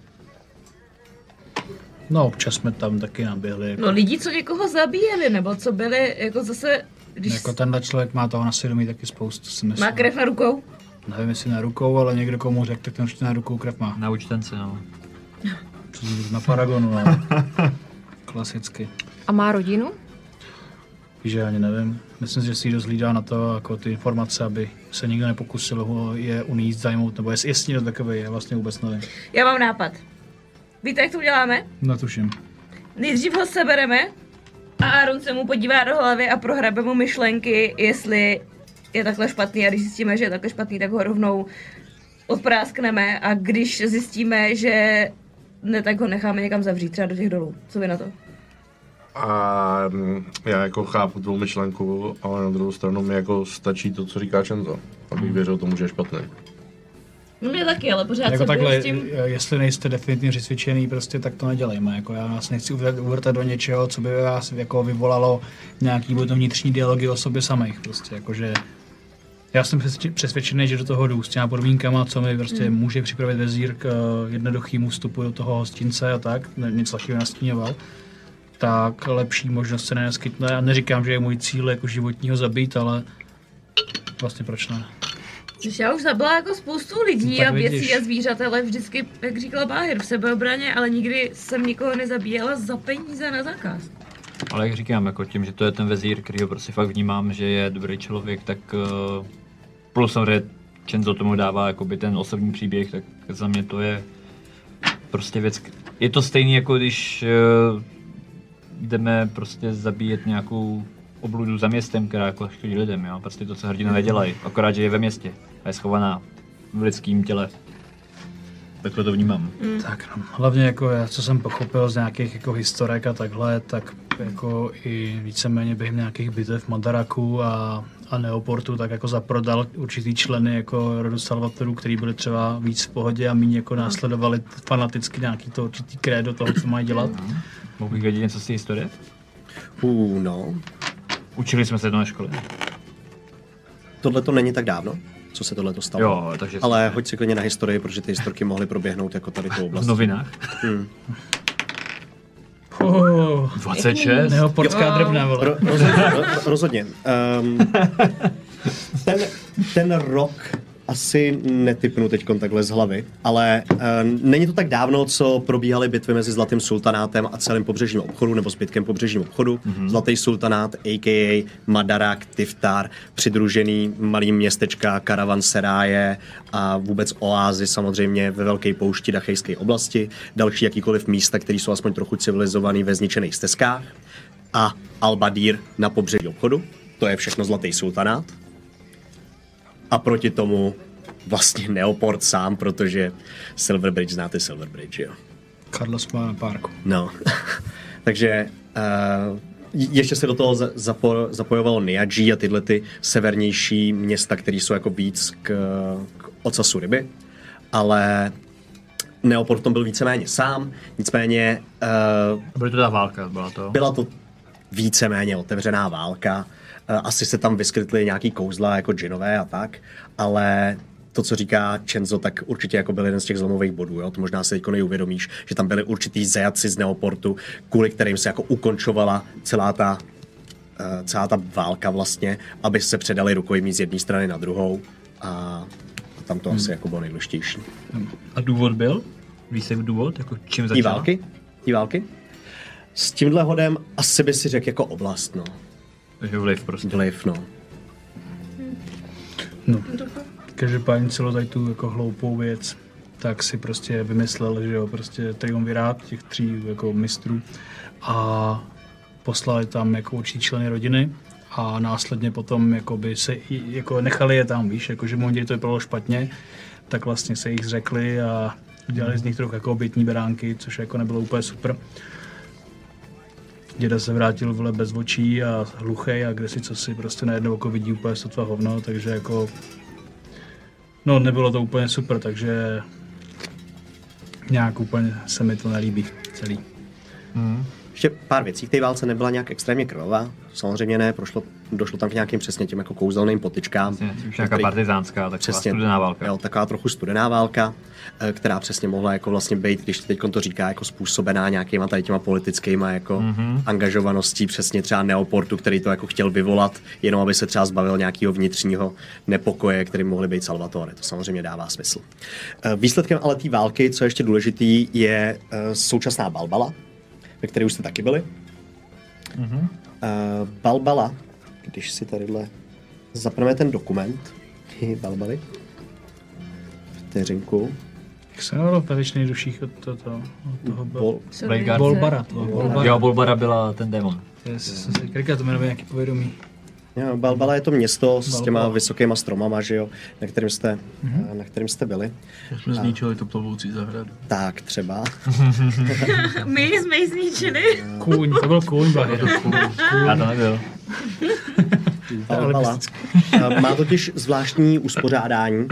No, občas jsme tam taky naběhli. Jako, No lidi, co někoho zabíjeli, nebo co byli, jako zase, když jako tenhle člověk má toho na svědomí taky spoustu, si myslím. má krev na rukou. Nevím, jestli na rukou, ale někdo komu řekl, tak ten určitě na rukou krev má. Na účtence, no. Na Paragonu, no. Klasicky. A má rodinu? Víš, že ani nevím. Myslím si, že si ji dozhlídá na to, jako ty informace, aby se nikdo nepokusil ho je uníst, zajmout, nebo jestli to takový, já vlastně vůbec nevím. Já mám nápad. Víte, jak to uděláme? Netuším. Nejdřív ho sebereme a Aaron se mu podívá do hlavy a prohrabe mu myšlenky, jestli je takhle špatný, a když zjistíme, že je takhle špatný, tak ho rovnou odpráskneme, a když zjistíme, že ne, tak ho necháme někam zavřít, třeba do těch dolů. Co vy na to? A já jako chápu tvou myšlenku, ale na druhou stranu mi jako stačí to, co říká Čenzo, abych věřil tomu, že je špatný. No mě taky, ale pořád Jako se takhle, s tím... jestli nejste definitivně přesvědčený, prostě tak to nedělejme. Jako já vás nechci uvrtat do něčeho, co by vás jako vyvolalo nějaký vnitřní dialogy o sobě samých. Prostě jakože já jsem přesvědčený, že do toho jdu s těma podmínkama, co mi prostě může připravit vezír k jednoduchému vstupu do toho hostince a tak, nic takového nastíňoval, tak lepší možnost se nenaskytne. A neříkám, že je můj cíl jako životního zabít, ale vlastně proč ne? Což já už zabila jako spoustu lidí No, a věcí vidíš. a zvířat, ale vždycky, jak říkala Báhir, v sebeobraně, ale nikdy jsem nikoho nezabíjela za peníze na zákaz. Ale jak říkám, jako tím, že to je ten vezír, kterýho prostě fakt vnímám, že je dobrý člověk, tak plus samozřejmě Čenzo tomu dává jakoby ten osobní příběh, tak za mě to je prostě věc. Je to stejný, jako když jdeme prostě zabíjet nějakou obludu za městem, která jako škodí lidem, jo? Prostě to, co hrdinové dělají, akorát, že je ve městě a je schovaná v lidském těle. Takhle to vnímám. Tak no, hlavně jako já, co jsem pochopil z nějakých jako historek a takhle, tak jako i víceméně během nějakých bitev Madaraku a Neoportu, tak jako zaprodal určitý členy jako rodu Salvatorů, který byli třeba víc v pohodě a méně jako následovali fanaticky nějaký to určitý krédo toho, co mají dělat. Mohu bych vědět něco z té historie? No. Učili jsme se to na škole. Tohle to není tak dávno, co se tohle stalo. Jo, takže... Ale hoď si klidně na historii, protože ty historky mohly proběhnout jako tady tu oblast. V novinách? 26? Neoportská drbná, vole. Rozhodně. Ten rok asi netypnu teďkon takhle z hlavy, ale není to tak dávno, co probíhaly bitvy mezi Zlatým sultanátem a celým pobřežním obchodu, nebo zbytkem pobřežním obchodu. Zlatý sultanát, a.k.a. Madarak, Tiftar, přidružený malým městečka Karavanseráje a vůbec oázy samozřejmě ve velké poušti Dachejské oblasti, další jakýkoliv místa, které jsou aspoň trochu civilizovaný ve zničených stezkách, a Al-Badír na pobřeží obchodu. To je všechno Zlatý sultanát. A proti tomu vlastně Neoport sám, protože Silverbridge, znáte Silverbridge, jo? Carlos má na párku. No, takže ještě se do toho zapojovalo Niaji a tyhle ty severnější města, které jsou jako víc k ocasu ryby, ale Neoport v tom byl víceméně sám, nicméně... Byla to ta válka, byla to? Byla to víceméně otevřená válka. Asi se tam vyskytly nějaký kouzla jako džinové a tak, ale to, co říká Čenzo, tak určitě jako byl jeden z těch zlomových bodů. Jo? To možná si teďko neuvědomíš, že tam byli určitý zajatci z Neoportu, kvůli kterým se jako ukončovala celá ta válka vlastně, aby se předali rukojmí z jedné strany na druhou, a tam to asi jako bylo nejdůležitější. A důvod byl? Víš se důvod? Jako čím začala? Tí války? S tímhle hodem asi by si řekl jako oblast, no. Takže vliv prostě. Vliv, no. No. Každopádně celou tady tu jako hloupou věc, tak si prostě vymyslel, že jo, prostě triumvirát těch 3 jako mistrů a poslali tam jako určitý členy rodiny a následně potom jakoby se jako nechali je tam, víš, jakože mu to vypadalo špatně, tak vlastně se jich zřekli a udělali z nich trochu jako obětní beránky, což jako nebylo úplně super. děda se vrátil vole bez očí a hluchej a kde si co si prostě najednou oko vidí úplně sotva hovno, takže jako no nebylo to úplně super, takže nějak úplně se mi to nelíbí celý. Ještě pár věcí, v té válce nebyla nějak extrémně krvavá, samozřejmě ne, došlo tam k nějakým přesně těm jako kouzelným potyčkám. Už nějaká partizánská, taková přesně, studená válka. Jo, taková trochu studená válka, která přesně mohla jako vlastně být, když teď to říká, jako způsobená nějakýma tady těma politickýma jako angažovaností, přesně třeba Neoportu, který to jako chtěl vyvolat, jenom aby se třeba zbavil nějakého vnitřního nepokoje, který mohly být Salvatore. To samozřejmě dává smysl. Výsledkem ale té války, co je ještě důležitý, je současná Balbala, ve které už jste taky byli. Balbala, když si tadyhle zapneme ten dokument, Balbaly, vteřinku. Jak se jmenovalo ve věčných duších od toho Bolbara. Jo, Bolbara byla ten démon. Krika to jmenuje nějaký povědomí. Jo, Balbala je to město s těma vysokýma stromama, že jo, na kterým jste byli. Jsme zničili to plovoucí zahradu. Tak třeba. My jsme ji zničili. Kůň, to byl kůň, Já to nebyl. Balbala má totiž zvláštní uspořádání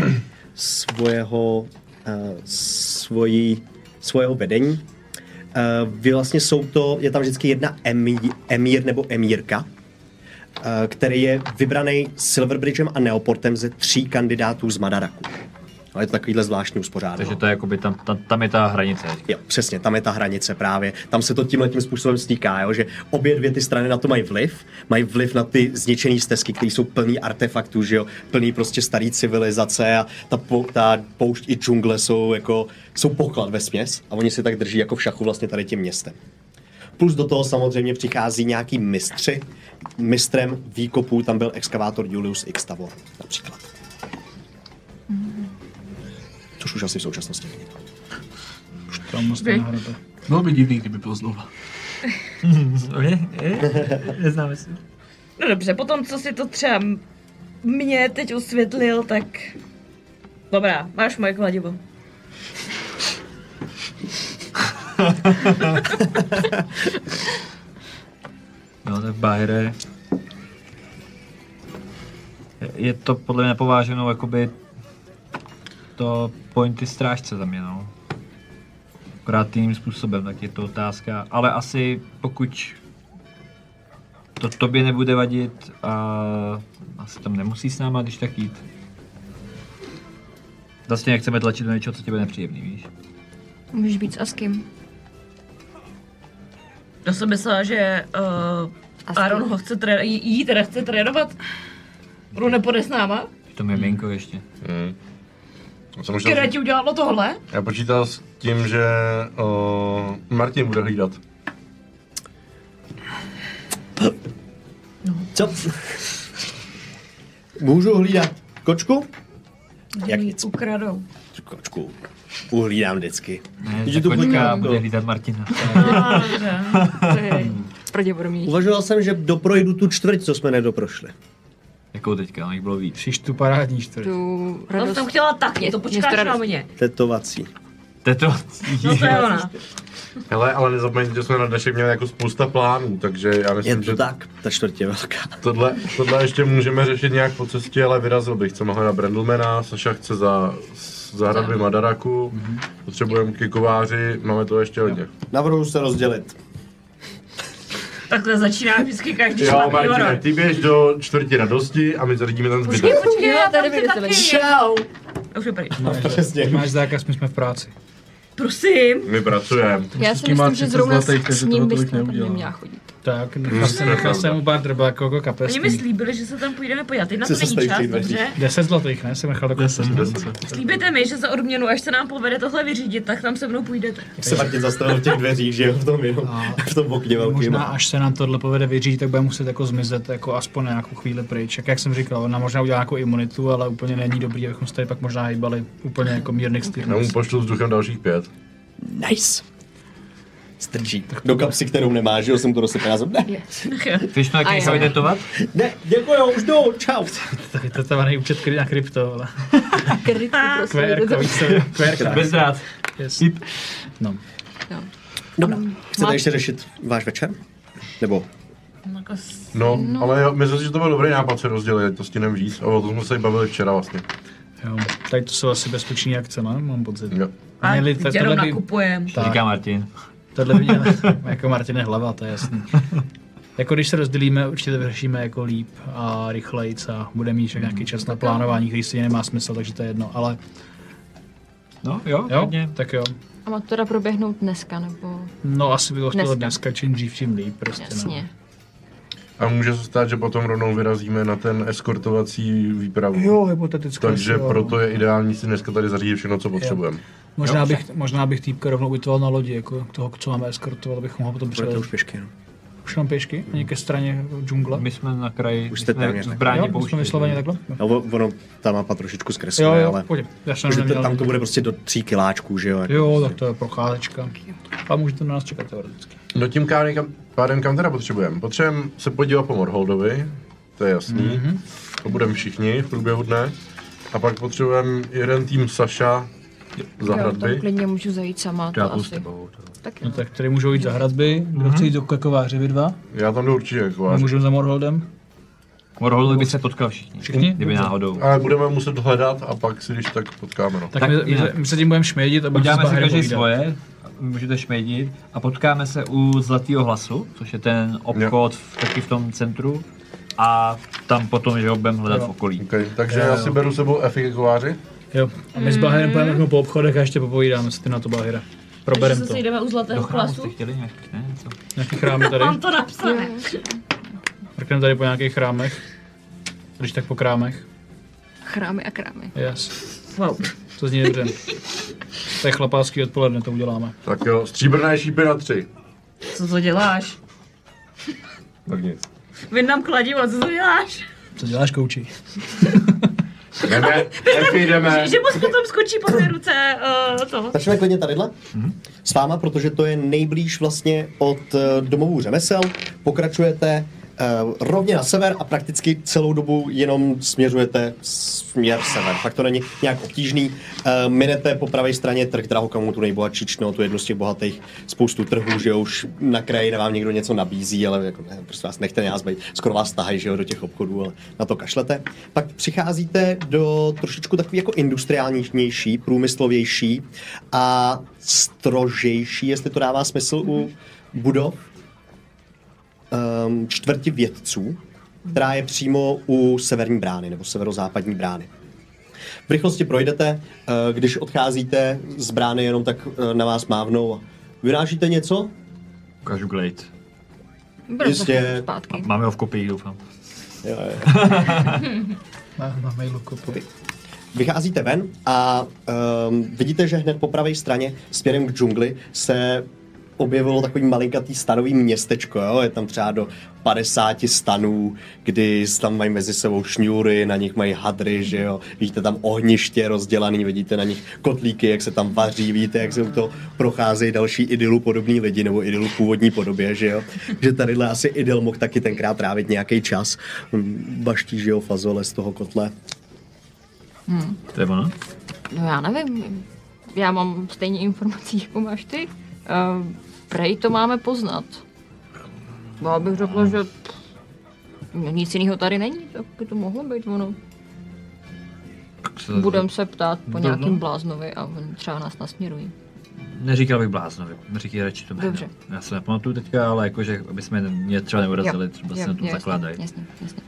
svojeho vedení. Vy vlastně je tam vždycky jedna emír nebo emírka, který je vybraný Silverbridgem a Neoportem ze 3 kandidátů z Madaraku. Ale je to takovýhle zvláštní uspořádání. Takže to je jakoby tam je ta hranice. Jo, přesně, tam je ta hranice právě. Tam se to tímhletím způsobem stýká, jo, že obě dvě ty strany na to mají vliv na ty zničené stezky, které jsou plný artefaktů, že jo, plný prostě starý civilizace a ta poušť i džungle jsou poklad vesměs a oni si tak drží jako v šachu vlastně tady tím městem. Plus do toho samozřejmě přichází nějaký mistři. Mistrem výkopů tam byl exkavátor Julius X. Tavor, například. Což už asi v současnosti není. Už tam moc nahrade. Bylo by divný, kdyby byl znova. Neznáme si. No dobře, potom co si to třeba mě teď osvětlil, tak... Dobrá, máš moje kladivo. No tak Bahire je to podle mě pováženou jakoby to pointy strážce za mě, no. Akorát jiným způsobem, tak je to otázka, ale asi pokud to tobě nebude vadit a asi tam nemusí s náma, když tak jít. Vlastně nechceme tlačit do něčeho, co tě bude nepříjemný, víš? Můžeš být s Askim. Já jsem myslela, že Aaron ho chce chce trénovat. Budu nepůjde s náma. To miminko ještě. Které ti udělalo tohle? Já počítal s tím, že Martin bude hlídat. Co? Můžu hlídat kočku? Jak nic? Ukradou. Kočku uhlídám vždycky. Ne, že to bude hlídat Martina. Dobře. To je pravděpodobnější. Uvažoval jsem, že doprojdu tu čtvrť, co jsme nedoprošli. Jakou teďka, jich bylo víc. Příš tu parádní čtvrť. Tu No to jsem chtěla taky, to počkáš na mě. Tetovací. No to je ona. Hele, ale nezapomeňte, že jsme na dnešek měli jako spousta plánů, takže já myslím, je to že tak, ta čtvrť je velká. tohle ještě můžeme řešit nějak po cestě, ale vyrazil bych, co mohli na Brandlemana, Saša chce za hradby Madaraku, potřebujeme kikováři, máme to ještě hodně. Navrhuji se rozdělit. Takhle začíná vždycky každý Jo, špatný Martine, horor. ty běž do čtvrti radosti a my zařídíme ten zbytek. Počkej, Jo, já tady tam chci vidíte taky. Čau! Už je pryč. Přesně. Máš zákaz, my jsme v práci. Prosím. My pracujeme. Já S si tím má myslím, že 30 zrovna zlatých, takže s ním toho bys tolik tam neudělal. neměla chodit. Tak, nechal jsem mu pár drbáků jako kapesný. Oni mi slíbili, že se tam půjdeme podívat. Teď na to Co se není stojí v čas, těch dveřích? dobře? 10 zlatých, ne? Jsem nechal takový. 10. Slíbíte mi, že za odměnu, až se nám povede tohle vyřídit, tak tam se mnou půjdete. Se Martin zastavil v těch dveřích, že jo, v tom okně velkým. Možná až se nám tohle povede vyřídit, tak bude muset jako zmizet jako aspoň nějakou chvíli pryč. Jak jsem říkal, ona možná udělá nějakou imunitu, ale úplně není dobrý, abychom se tady pak možná hýbali úplně jako mírných Já mu stylů. pošlu vzduchem dalších 5. Nice. Strčí. Do kapsy, kterou nemá, že jo, jsem to dosypal. Já jsem, ne, Chceš to taky nechal identitovat? ne, děkuju, už jdu, čau. Tady to tetovaný účet na krypto, ale Krytku, prosím. QR, víš co, QR. Bez rád. Yes. No. Dobrá, chcete Má- ještě řešit váš večer? Nebo No, ale já myslím si, že to byl dobrý nápad se rozdělit, to stihnem víc. A o tom jsme se bavili včera vlastně. Jo, tady to jsou asi bezpečný akce, ne? Mám pocit. Jo. A děro nakupujem. Říká Martin. Tohle by měl, jako Martin je hlava, to je jasný. Jako když se rozdělíme, určitě to vyřešíme jako líp a rychlejc a bude mít nějaký čas na plánování, který si nemá smysl, takže to je jedno, ale... No jo, tak jo. A má to teda proběhnout dneska, nebo... No asi by to chtělo dneska, čím dřív, čím líp, prostě. Jasně. No. A může se stát, že potom rovnou vyrazíme na ten eskortovací výpravu. Jo, hypoteticky. Takže proto je ideální si dneska tady zařídit všechno, co potřebujeme. Možná bych týpka rovnou ubytoval na lodi, jako toho, co máme eskortovat, abychom ho potom přijeli. Už pěšky, no. Už mám pěšky? Ani ke straně džungle? My jsme na kraji, už jste téměř v bráně pouště. Jsme vysloveně takhle? No, ono ta mapa trošičku zkresluje, ale tam to bude prostě do 3 kiláčků, že jo? Jo, tak to je procházečka. A můžete na nás čekat teoreticky. No tím pádem kam teda potřebujeme? Potřebujeme se podívat po Morholdovi, to je jasný. To budeme všichni v průběhu dne. A pak potřebujeme jeden tým Saša za hradby. Jo, tam klidně můžu zajít sama, to asi. Tak, no tak tady můžou jít za hradby, kdo chce jít do Kakováře, vy dva? Já tam jdu určitě Kakováře. Můžu za Morholdem? Morholdovi by se potkal všichni? Kdyby náhodou. Ale budeme muset hledat a pak si když tak potkáme. No. Tak my se tím budeme šmědit a budeme si každý svoje, můžete šmědit a potkáme se u Zlatého hlasu, což je ten obchod taky v tom centru a tam potom, že ho budeme hledat v okolí. Okay. Takže já si beru sebou Efi Kakováři. Jo, a my s Bahirem půjdeme po obchodech a ještě popovídáme se na to Bahira. Proberem to. Takže se jdeme u Zlatého hlasu. Jste chtěli nějaký chrámy tady? Mám to napsané. Mrkneme tady po nějakých chrámech. Když tak po krámech. Chrámy a krámy. Yes. Wow. To zní dobře. To je chlapácký odpoledne, to uděláme. Tak jo, stříbrné šípy na 3. Co to děláš? Tak nic. Vyndám kladivo, co to děláš? Co děláš, kouči? Jdeme, jdeme. Že mu potom skočí po té ruce to. Začneme klidně tadyhle s váma, protože to je nejblíž vlastně od domovů řemesel. Pokračujete rovně na sever a prakticky celou dobu jenom směřujete směr sever. Tak to není nějak obtížný. Minete po pravé straně trh Drahokamu, tu nejbohatší čtno, tu jednu z těch bohatých, spoustu trhů, že už na kraji vám někdo něco nabízí, ale jako ne, prostě vás nechte nás být, skoro vás tahají, že jo, do těch obchodů, ale na to kašlete. Pak přicházíte do trošičku takový jako industriálnější, průmyslovější a strožejší, jestli to dává smysl u budov, čtvrti vědců, která je přímo u severní brány nebo severozápadní brány. V rychlosti projdete, když odcházíte z brány, jenom tak na vás mávnou. Vynášíte něco? Ukážu Glade. Jistě. Máme ho v kopii, doufám. Jo. Na mailu kopii. Vycházíte ven a vidíte, že hned po pravé straně směrem k džungli se objevilo takový malinkatý stanový městečko, jo? Je tam třeba do 50 stanů, kdy tam mají mezi sebou šňůry, na nich mají hadry, že jo? Vidíte tam ohniště rozdělaný, vidíte na nich kotlíky, jak se tam vaří, vidíte, jak se u toho procházejí další idylu podobní lidi, nebo idylu v původní podobě, že jo? Že tadyhle asi idyl mohl taky tenkrát trávit nějaký čas. Baští, že jo, fazole z toho kotle. To je ono? No já nevím. Já mám stejně informací, jako máš ty. Prej to máme poznat. Já bych řekla, že nic jiného tady není, tak by to mohlo být ono. Budeme se ptát po nějakým bláznovi a třeba nás nasměrují. Neříkal bych bláznovi, říkej radši to jméno. Dobře. Já se nepamatuju teďka, ale jakože, aby jsme mě třeba neurazili, třeba se na tom zakládají. Jasně.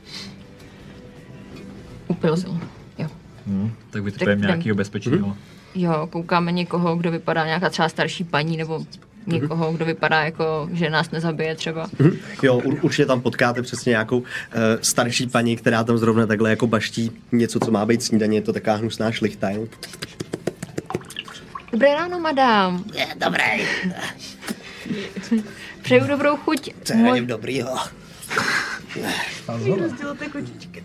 Upilzil, jo. Tak vytipujeme nějakýho bezpečného. Jo, koukáme někoho, kdo vypadá nějaká třeba starší paní, nebo někoho, kdo vypadá jako, že nás nezabije třeba. Jo, určitě tam potkáte přesně nějakou starší paní, která tam zrovna takhle jako baští něco, co má být snídaně, je to taková hnusná šlichta. Jo. Dobré ráno, madám. Je, dobrý. Přeju dobrou chuť. Co je dobrýho? Rozdělte kočičky.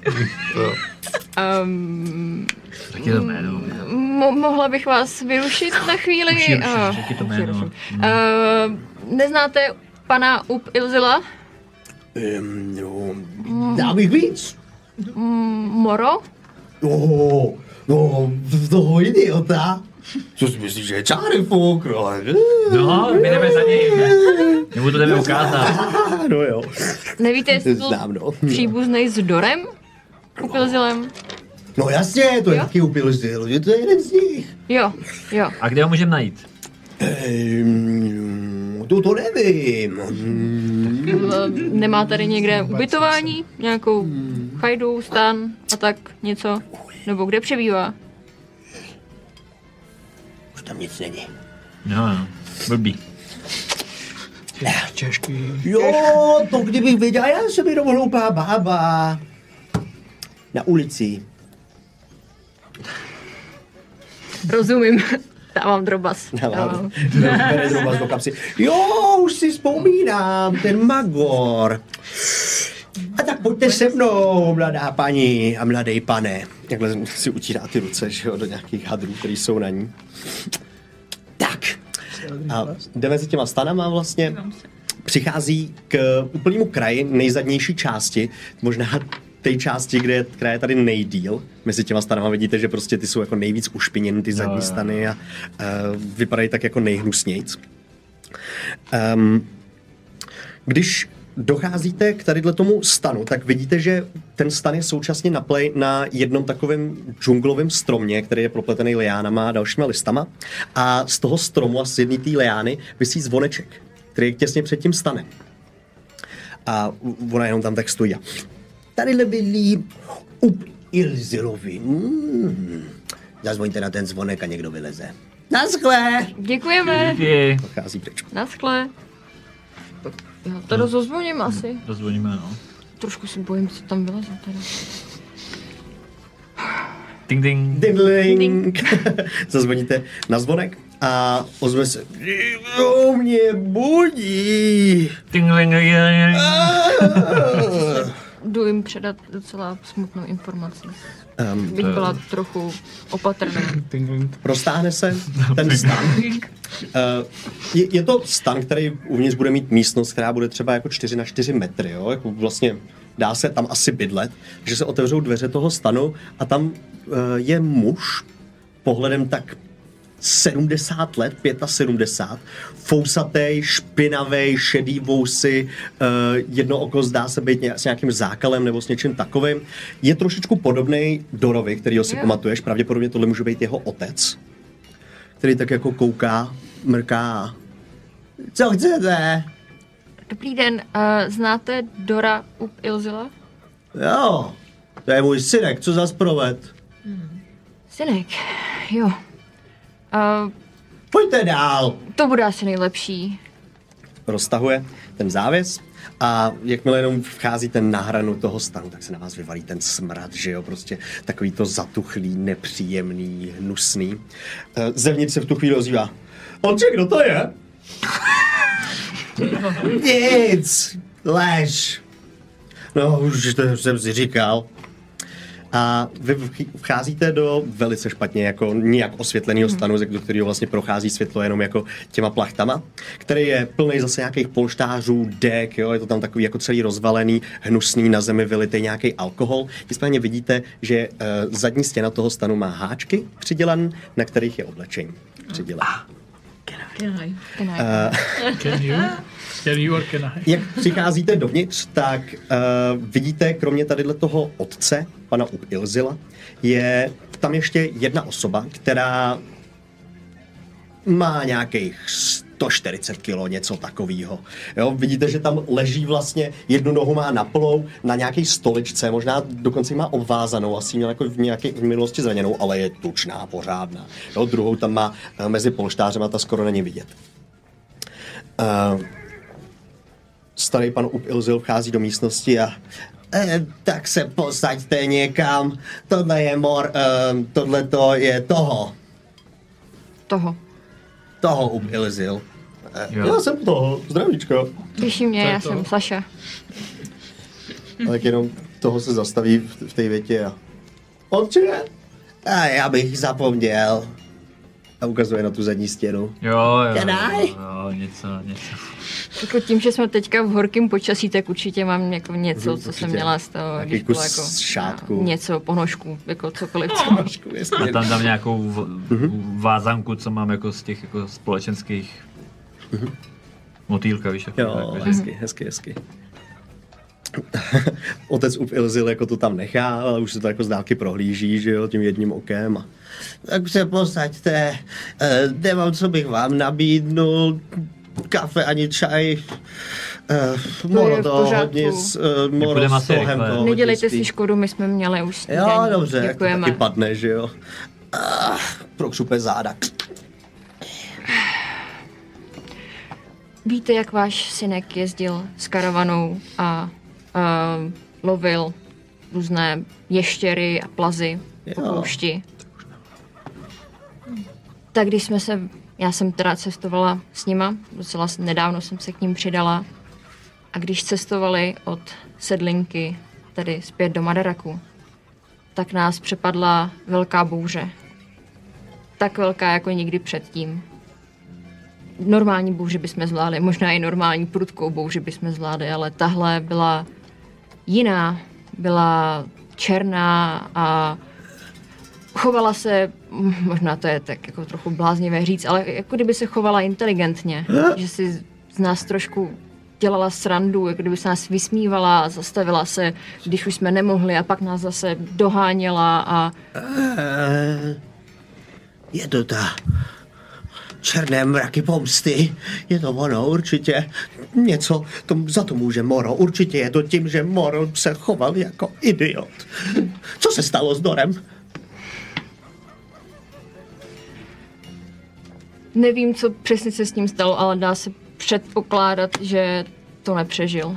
Řekni to jméno. Mohla bych vás vyrušit na chvíli? Řekni to jméno. Neznáte pana Ilzila? No, dá bych víc. Moro? No, toho idiota. Co si myslíš, že je čáry fuk, ale... No, my jdeme za ním. Nebo to jdeme ukázat. No jo. Nevíte, jestli to Znám, no. příbuznej s Dorem? Upilzilem? No jasně, to je Jo? taky Upilzil, že to je jeden z nich. Jo. A kde ho můžeme najít? To nevím. Nemá tady někde ubytování? Nějakou chajdu, stan a tak něco? Nebo kde přebývá? Už tam nic není. No, blbý. Těžký. Jo, to kdybych věděl, já jsem jenom hloupá bába. Na ulici. Rozumím. Dávám drobas. Dávám. Bere drobas do kapsy. Jo, už si vzpomínám, ten Magor. A tak pojďte se mnou, mladá paní a mladý pane. Takhle si utírá ty ruce, že jo, do nějakých hadrů, které jsou na ní. Tak. A jde mezi těma stanama vlastně. Přichází k úplnému kraji, nejzadnější části, možná té části, která je tady nejdýl. Mezi těma stanama vidíte, že prostě ty jsou jako nejvíc ušpiněny, ty zadní stany a vypadají tak jako nejhnusnějc. Když docházíte k tadyhle tomu stanu, tak vidíte, že ten stan je současně na jednom takovém džunglovém stromě, který je propletený liánama a dalšíma listama. A z toho stromu a z jedné té liány visí zvoneček, který je těsně před tím stanem. A ona jenom tam tak stojí. Tadyhle bydlí Ilzilovi. Zazvoňte na ten zvonek a někdo vyleze. Naschle! Děkujeme. Díky. Dochází pryč. Naschle. Já to rozozvoním asi. Dozvoníme, no. Trošku se bojím, co tam vyleze teda. Ding, ding. Ding. Zazvoníte na zvonek a ozve se. Kdo mě budí? Ding, ding, ding, ding. Jdu jim předat docela smutnou informaci. Bych byla trochu opatrná. Roztáhne se ten stan. Je to stan, který uvnitř bude mít místnost, která bude třeba jako 4x4 metry. Jo? Jako vlastně dá se tam asi bydlet. Takže se otevřou dveře toho stanu a tam je muž pohledem tak 70 let, 75, fousatej, špinavej, šedý vousy, jedno oko zdá se být s nějakým zákalem nebo s něčím takovým. Je trošičku podobnej Dorovi, kterýho si pamatuješ, pravděpodobně tohle může být jeho otec, který tak jako kouká, mrká. Co chcete? Dobrý den, znáte Dora Ilzila? Jo, to je můj synek, co zas proved? Synek, jo. Pojďte dál. To bude asi nejlepší. Roztahuje ten závěs a jakmile jenom vcházíte na hranu toho stanu, tak se na vás vyvalí ten smrad, že jo, prostě takový to zatuchlý, nepříjemný, hnusný. Zevnitř se v tu chvíli ozývá. Olče, kdo to je? Nic, lež. No, už to jsem si říkal. A vy vcházíte do velice špatně jako nijak osvětleného stanu, do kterého vlastně prochází světlo jenom jako těma plachtama, který je plný zase nějakých polštářů, dek, jo, je to tam takový jako celý rozvalený, hnusný, na zemi vylitý nějaký alkohol. Nicméně vidíte, že zadní stěna toho stanu má háčky přidělan, na kterých je oblečení přidělan. Jak přicházíte dovnitř, tak vidíte, kromě tadyhle toho otce, pana Ilzila, je tam ještě jedna osoba, která má nějakých 140 kilo, něco takového. Jo, vidíte, že tam leží vlastně, jednu nohu má na polou, na nějaké stoličce, možná dokonce ji má obvázanou, asi měl jako v minulosti zraněnou, ale je tučná, pořádná. Jo, druhou tam má mezi polštářem a ta skoro není vidět. Starý pan Ilzil vchází do místnosti a tak se posaďte někam. Tohle je tohle to je toho. Toho Ilzil. Já jsem toho, zdravíčko. Těší mě, já jsem Saša. Tak jenom toho se zastaví v té větě a... Otče? A já bych zapomněl. A ukazuje na tu zadní stěnu. Jo, Jedi. něco. Jako tím, že jsme teďka v horkém počasí, tak určitě mám jako něco, co jsem měla z toho, Taky když kus bylo jako šátku. něco, ponožku, jako cokoliv. A tam dám nějakou vázanku, co mám jako z těch jako společenských motýlka, víš? Jo, hezky. Otec Ilzil jako to tam nechá, ale už se to jako z dálky prohlíží, že jo, tím jedním okem. A... Tak se posaďte, nemám, co bych vám nabídnul, kafe ani čaj, moro to hodně, moro s tohem to. Nedělejte si škodu, my jsme měli už snídaní. Jo, dobře, jak to děkujeme. taky padne, že jo. Prokřupe záda. Víte, jak váš synek jezdil s karavanou a lovil různé ještěry a plazy po poušti? Tak když já jsem teda cestovala s nima, docela nedávno jsem se k ním přidala, a když cestovali od Sedlinky, tedy zpět do Madaraku, tak nás přepadla velká bouře. Tak velká jako nikdy předtím. Normální bouři bychom zvládli, možná i normální prudkou bouři bychom zvládli, ale tahle byla jiná, byla černá a chovala se, možná to je tak jako trochu bláznivé říct, ale jako kdyby se chovala inteligentně, že si z nás trošku dělala srandu, jako kdyby se nás vysmívala a zastavila se, když už jsme nemohli, a pak nás zase doháněla a... Je to ta černé mraky pomsty. Je to ono, určitě. Něco za to může Moro. Určitě je to tím, že Moro se choval jako idiot. Co se stalo s Dorem? Nevím, co přesně se s ním stalo, ale dá se předpokládat, že to nepřežil.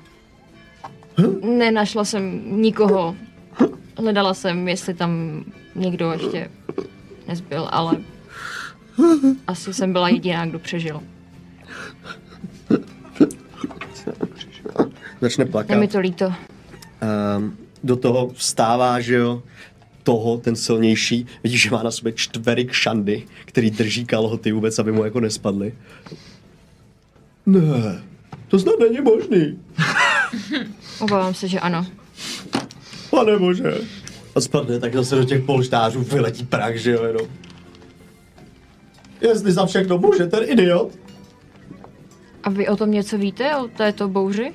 Nenašla jsem nikoho. Hledala jsem, jestli tam někdo ještě nezbyl, ale asi jsem byla jediná, kdo přežil. Začne plakat. Je mi to líto. Do toho vstává, že jo, ten silnější. Vidíš, že má na sobě čtverik šandy, který drží kalhoty vůbec, aby mu jako nespadly. Ne, to snad není možný. Obávám se, že ano. Pane bože. A spadne, tak zase do těch polštářů vyletí prach, že jo, jenom. Jestli za všechno může ten idiot. A vy o tom něco víte, o této bouři?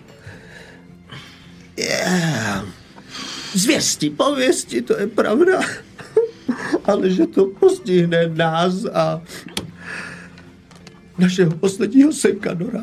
Zvěsti, pověsti, to je pravda. Ale že to postihne nás a našeho posledního synka Dora.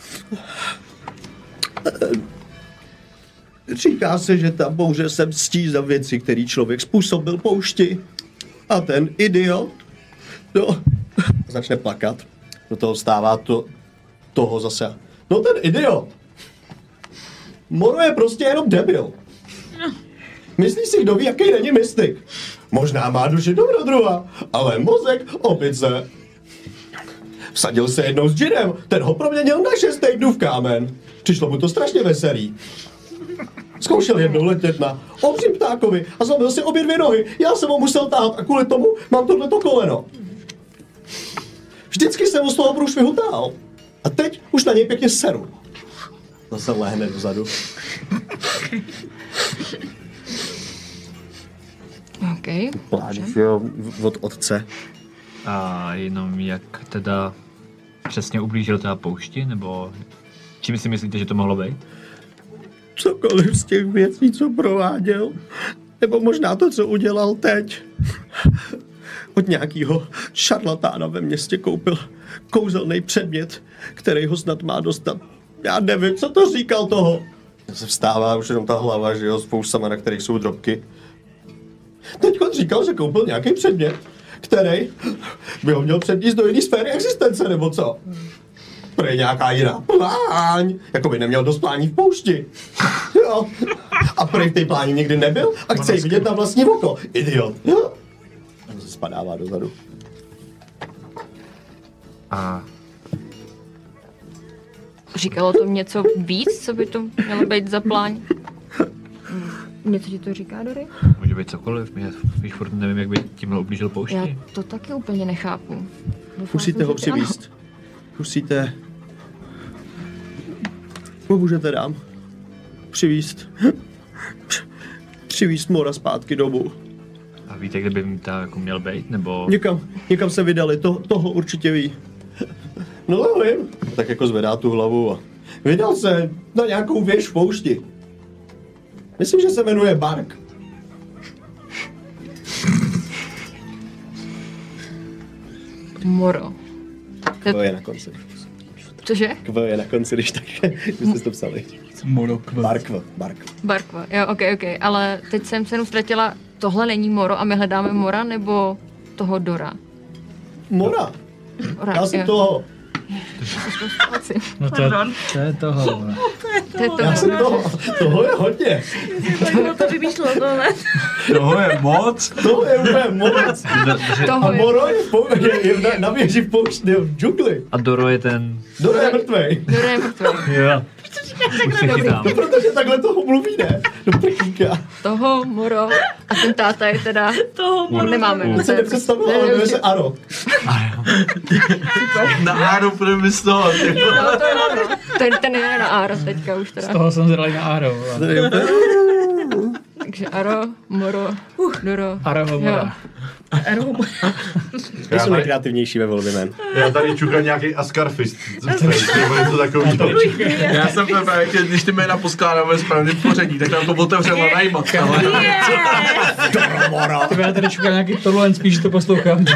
Říká se, že ta bouře se mstí za věci, které člověk způsobil poušti. A ten idiot, začne plakat. Do toho stává toho zase. No ten idiot. Moro je prostě jenom debil. Myslí si, kdo ví, jaký není mystik. Možná má duši dobrodruha, ale mozek opice. Vsadil se jednou s džinem, ten ho proměnil na 6 týdnů v kámen. Přišlo mu to strašně veselý. Zkoušel jednou letět na obřím ptákovi a zlobil si obě 2 nohy. Já jsem ho musel táhat a kvůli tomu mám tohleto koleno. Vždycky jsem ho z toho průšvihu táhl. A teď už na něj pěkně seru. Zase lehne dozadu. OK. Pláč, jo, od otce. A jenom jak teda přesně ublížil teda poušti, nebo čím si myslíte, že to mohlo být? Cokoliv z těch věcí, co prováděl. Nebo možná to, co udělal teď. Od nějakého šarlatána ve městě koupil kouzelný předmět, který ho snad má dostat. Já nevím, co to říkal toho. Se vstává už jenom ta hlava, že jo, s fousama, na kterých jsou drobky. Teď on říkal, že koupil nějaký předmět, který by ho měl předníst do jiné sféry existence, nebo co? Prej nějaká jiná pláň, jako by neměl dost plání v poušti. Jo. A prej v té pláni nikdy nebyl a chce ji vidět na vlastní oko. Idiot. Jo. On se spadává dozadu. A Říkalo to něco víc, co by to mělo být za pláň? Něco ti to říká, Dory? Může být cokoliv, já spíš furt nevím, jak by tímhle ublížil poušti. Já to taky úplně nechápu. Doufala Musíte jsem, ho že ty ano. přivízt. Musíte... Můžete dám. Přivízt. Přivízt Mora zpátky domů. A víte, kde by ta jako měl být, nebo... Někam se vydali, toho určitě ví. No nevím. Tak jako zvedá tu hlavu a vydal se na nějakou věž v poušti. Myslím, že se jmenuje Bark. Moro. Kvo je na konci. Cože? Kvo je na konci, když tak byste to psali. Morokve. Bark. Barkva, jo, ok, ale teď jsem se jenom ztratila, tohle není Moro a my hledáme Mora nebo toho Dora? Mora. Ora, Já jsem jo. toho. No to je toho. To je to. Já jsem toho. Toho je hodně. Tak to vymýšlelo tohle. Toho je moc. Toho je úplně moc. A Toho je. Moro je na věži v poušti, v džungli. A Doro je ten... Dora je mrtvej. Dora je mrtvý. Jo. Už se chytám. No protože takhle toho mluví, ne? Do prkínka. Toho Moro a ten táta je teda... Toho On nemáme. To se nepředstavilo, ale jmenuje se Aro. Na Áro půjdeme z toho. ty vole. No, to je ono. Ten je na Aro teďka už teda. Z toho jsem zralý na Aro. To je úplně... Takže Aro, Moro, Doro. Aro Mora. My jsou nejkreativnější ve volbě jmen. Já tady čukám nějaký Ascarfist. Nebo něco takového. Já jsem právě chtěl, když ty jména poskládáme ve správném pořadí, tak nám to otevřela najmat. Ale... Mora. Ty já tady čukám nějaký tohle, spíš to poslouchám.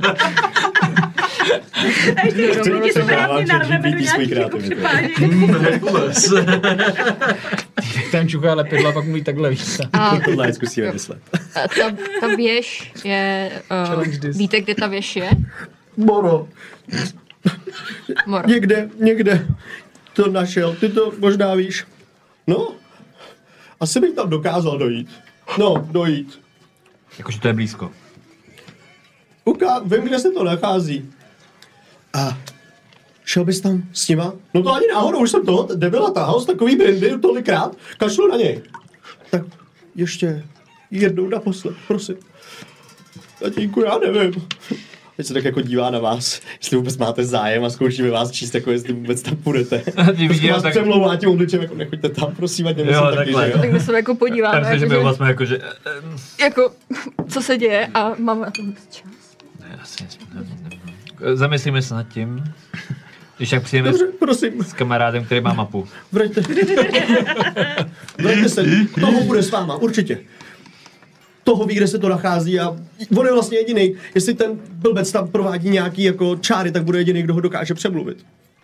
A ještě když Doro, ti Moro, správně Doro, narveme do GPT svůj nějakých jako kreativitu. přepážek. Herkules. Tam čuká lepidla, pak mluví takhle víc. A Tohle zkusíme myslet. ta věž je... Challenge this. Víte, kde ta věž je? Moro. Moro. Někde to našel. Ty to možná víš. No, asi bych tam dokázal dojít. No, dojít. Jakože to je blízko. Vím, kde se to nachází. A šel bys tam s nima? No to ani náhodou, už jsem toho debila tahal z takový brandy tolikrát. Kašlu na něj. Tak ještě jednou naposled, prosím. Tatínku, já nevím. Teď se tak jako dívá na vás, jestli vůbec máte zájem a zkoušíme vás číst, jako jestli vůbec tam půjdete. Prostě vás tak- přemlouvá tím obličem, jako nechoďte tam, prosím, ať Jo, nemyslím taky, takhle. že jo. Tak my se jako podíváme, Takže my jakože, oba jsme jakože... jako, co se děje a máme na to vůbec čas. Ne, asi zamyslíme se nad tím. Když tak přijdeme Dobře, prosím, s kamarádem, který má mapu. vraťte. Vraťte se, toho bude s váma, určitě. Toho ví, kde se to nachází a on je vlastně jediný. Jestli ten blbec tam provádí nějaký jako čáry, tak bude jediný, kdo ho dokáže přemluvit.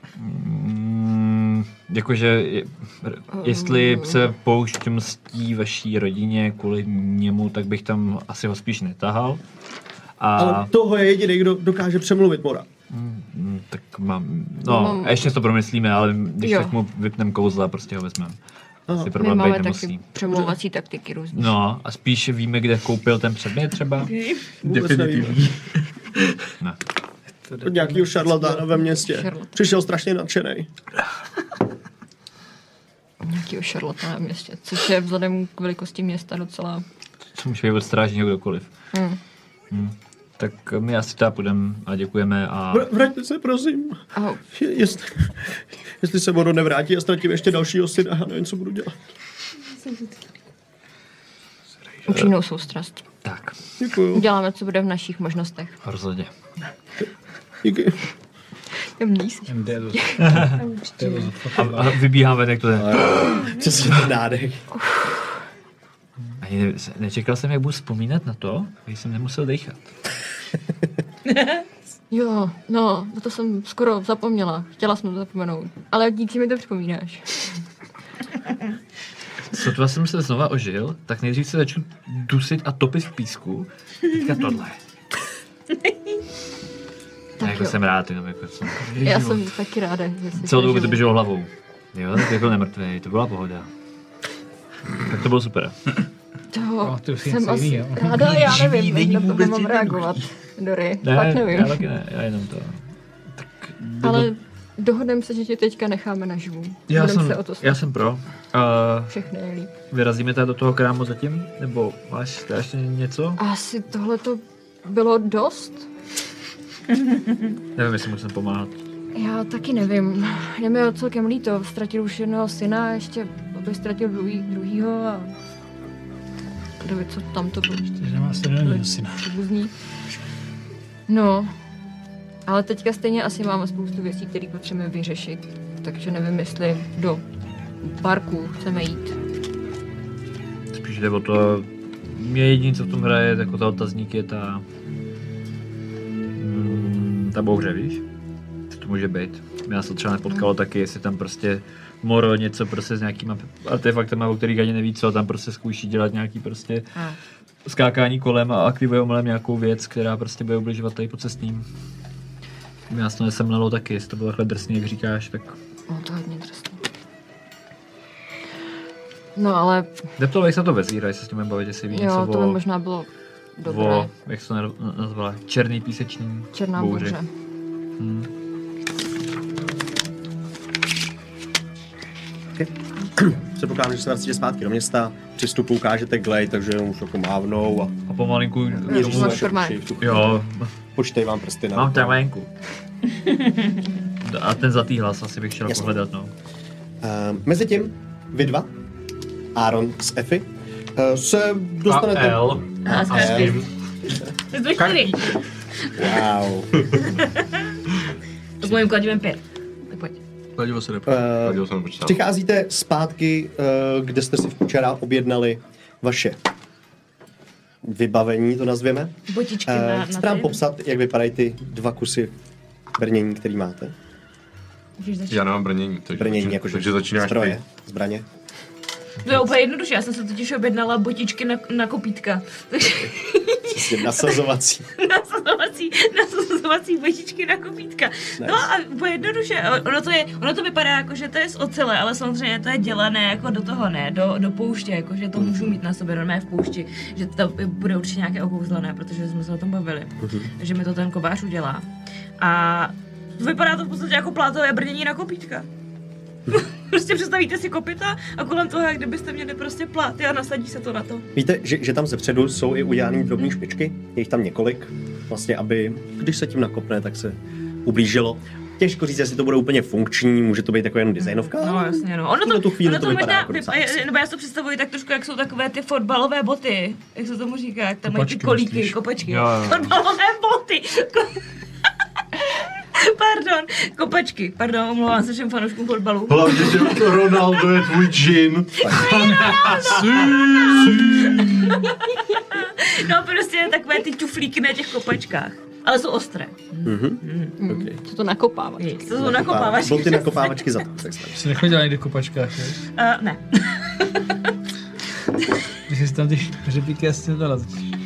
Jakože, jestli se poušť mstí vaší rodině kvůli němu, tak bych tam asi ho spíš netahal. Ale toho je jediný, kdo dokáže přemluvit Mora. Tak mám, no, ještě to promyslíme, ale když Jo. tak mu vypnem kouzla a prostě ho vezmeme. Asi My problém být máme nemusí. taky přemlouvací taktiky různý. No, a spíš víme, kde koupil ten předmět třeba? Vůbec nevím. Ne. Od nějakýho šarlatána ve městě. Šarlatán. Přišel strašně nadšenej. Nějakýho šarlatána v městě, což je vzhledem k velikosti města docela... Co může být od strážního kdokoliv. Tak my asi teda půjdeme a děkujeme a... Vraťte se, prosím. Ahoj. Jestli se Moro nevrátí a ztratím ještě dalšího syna, já nevím, co budu dělat. Upřímnou soustrast. Tak, Děkuju. Uděláme, co bude v našich možnostech. rozhodně. Díky. Měj se. A vybíháme, jak to je. Přesně ten nádech. Ani nečekal jsem, jak budu vzpomínat na to, když jsem nemusel dechat. Jo, no, na to jsem skoro zapomněla. Chtěla jsem to zapomenout. Ale díky mi to připomínáš. Sotva jsem se znova ožil, tak nejdřív se začnu dusit a topit v písku. Teďka tohle. Tak jako jo. jsem rád, jenom jako jsem... Já jsem taky ráda, že jsi Celou dobu mi to přežil. běželo hlavou. Jo, tak jako nemrtvej, to byla pohoda. Tak to bylo super. Toho ty jsi jsem něco asi jiný, jo? ráda, já nevím, není na to vůbec mám jednoduchý. reagovat. Dory, Ne, fakt nevím. já taky ne, já jenom to. Ale dohodneme se, že tě teďka necháme naživu. Já Budem se o to jsem, já jsem pro. všechny nejlíp. Vyrazíme tady do toho krámu zatím? Nebo máš ještě něco? Asi tohle to bylo dost? Nevím, jestli musím pomáhat. Já taky nevím. Je mi celkem líto. Ztratil už jednoho syna, ještě aby ztratil druhýho a... Kdo ví, co tam to bylo. Takže nemá stejného syna. Příbuzní. No, ale teďka stejně asi máme spoustu věcí, které potřebujeme vyřešit. Takže nevím, jestli do parku chceme jít. Spíš jde o to, mě jediné, co v tom hraje, jako ta otazník je ta bouře, víš? Co to může být? Mě se to třeba nepotkalo taky, jestli tam prostě Moro něco prostě s nějakýma artefaktama, o kterých ani neví co, tam prostě zkouší dělat nějaký prostě skákání kolem a aktivuje omylem nějakou věc, která prostě bude ubližovat tady po cestním. Mě to nesemlelo taky, jestli to bylo takhle drsný, jak říkáš, tak... No to hodně drsný. No ale... Deptoval se na to vezíra, jestli s tím budeme bavit, jestli ví něco Jo, to by možná bylo dobré. Jak se to nazvala? Černý písečný Černá bouře. Předpokládám, že se vracíte zpátky do města, při vstupu ukážete Glej, takže už jako mávnou a pomalinku... měříš vaše uši. Jo. Počtej vám prsty na... Mám travenku. A ten zlatý hlas asi bych šel pohledat, no. Mezitím, vy dva, Aaron s Effy, se dostanete... A Scarfy. To 4. Wow. S mojím kladivem 5. Tak pojď. Kladivo se nepočítá. Přicházíte zpátky, kde jste si včera objednali vaše vybavení, to nazvěme. Botičky na Chci vám popsat, jak vypadají ty 2 kusy brnění, který máte. Já nemám brnění, takže začínáš stroje, zbraně. To je úplně jednoduše, já jsem se totiž objednala botičky na kopítka. Přesně, nasazovací botičky na kopítka. Nice. No a úplně jednoduše, ono to vypadá jako, že to je z ocele, ale samozřejmě to je dělané jako do toho, ne, do pouště, jako že to můžu mít na sobě normálně v poušti, že to bude určitě nějaké okouzlené, protože jsme se o tom bavili, že mi to ten kovář udělá. A vypadá to v podstatě jako plátové brnění na kopítka. Prostě představíte si kopyta a kolem toho, jak kdybyste měli prostě pláty a nasadí se to na to. Víte, že tam zepředu jsou i udělané drobné špičky, je jich tam několik, vlastně aby, když se tím nakopne, tak se ublížilo. Těžko říct, jestli to bude úplně funkční, může to být taková jenom designovka. No jasně, no. Ono to vypadá jako nebo já si to představuji tak trošku, jak jsou takové ty fotbalové boty, jak se tomu říká, jak tam mají ty kolíky, kopačky. Jo. Fotbalové boty. Pardon, omlouvám se všem fanouškům fotbalu. Hlavně, že Ronaldo je tvůj džin. No prostě takové ty čuflíky na těch kopačkách. Ale jsou ostré. Okay. Co to nakopávačky? To jsou nakopávačky. Boty nakopávačky za to. Jsi nechodila někdy v kopačkách, ne? Ne. Když jsi tam ty hřebíky asi nedala.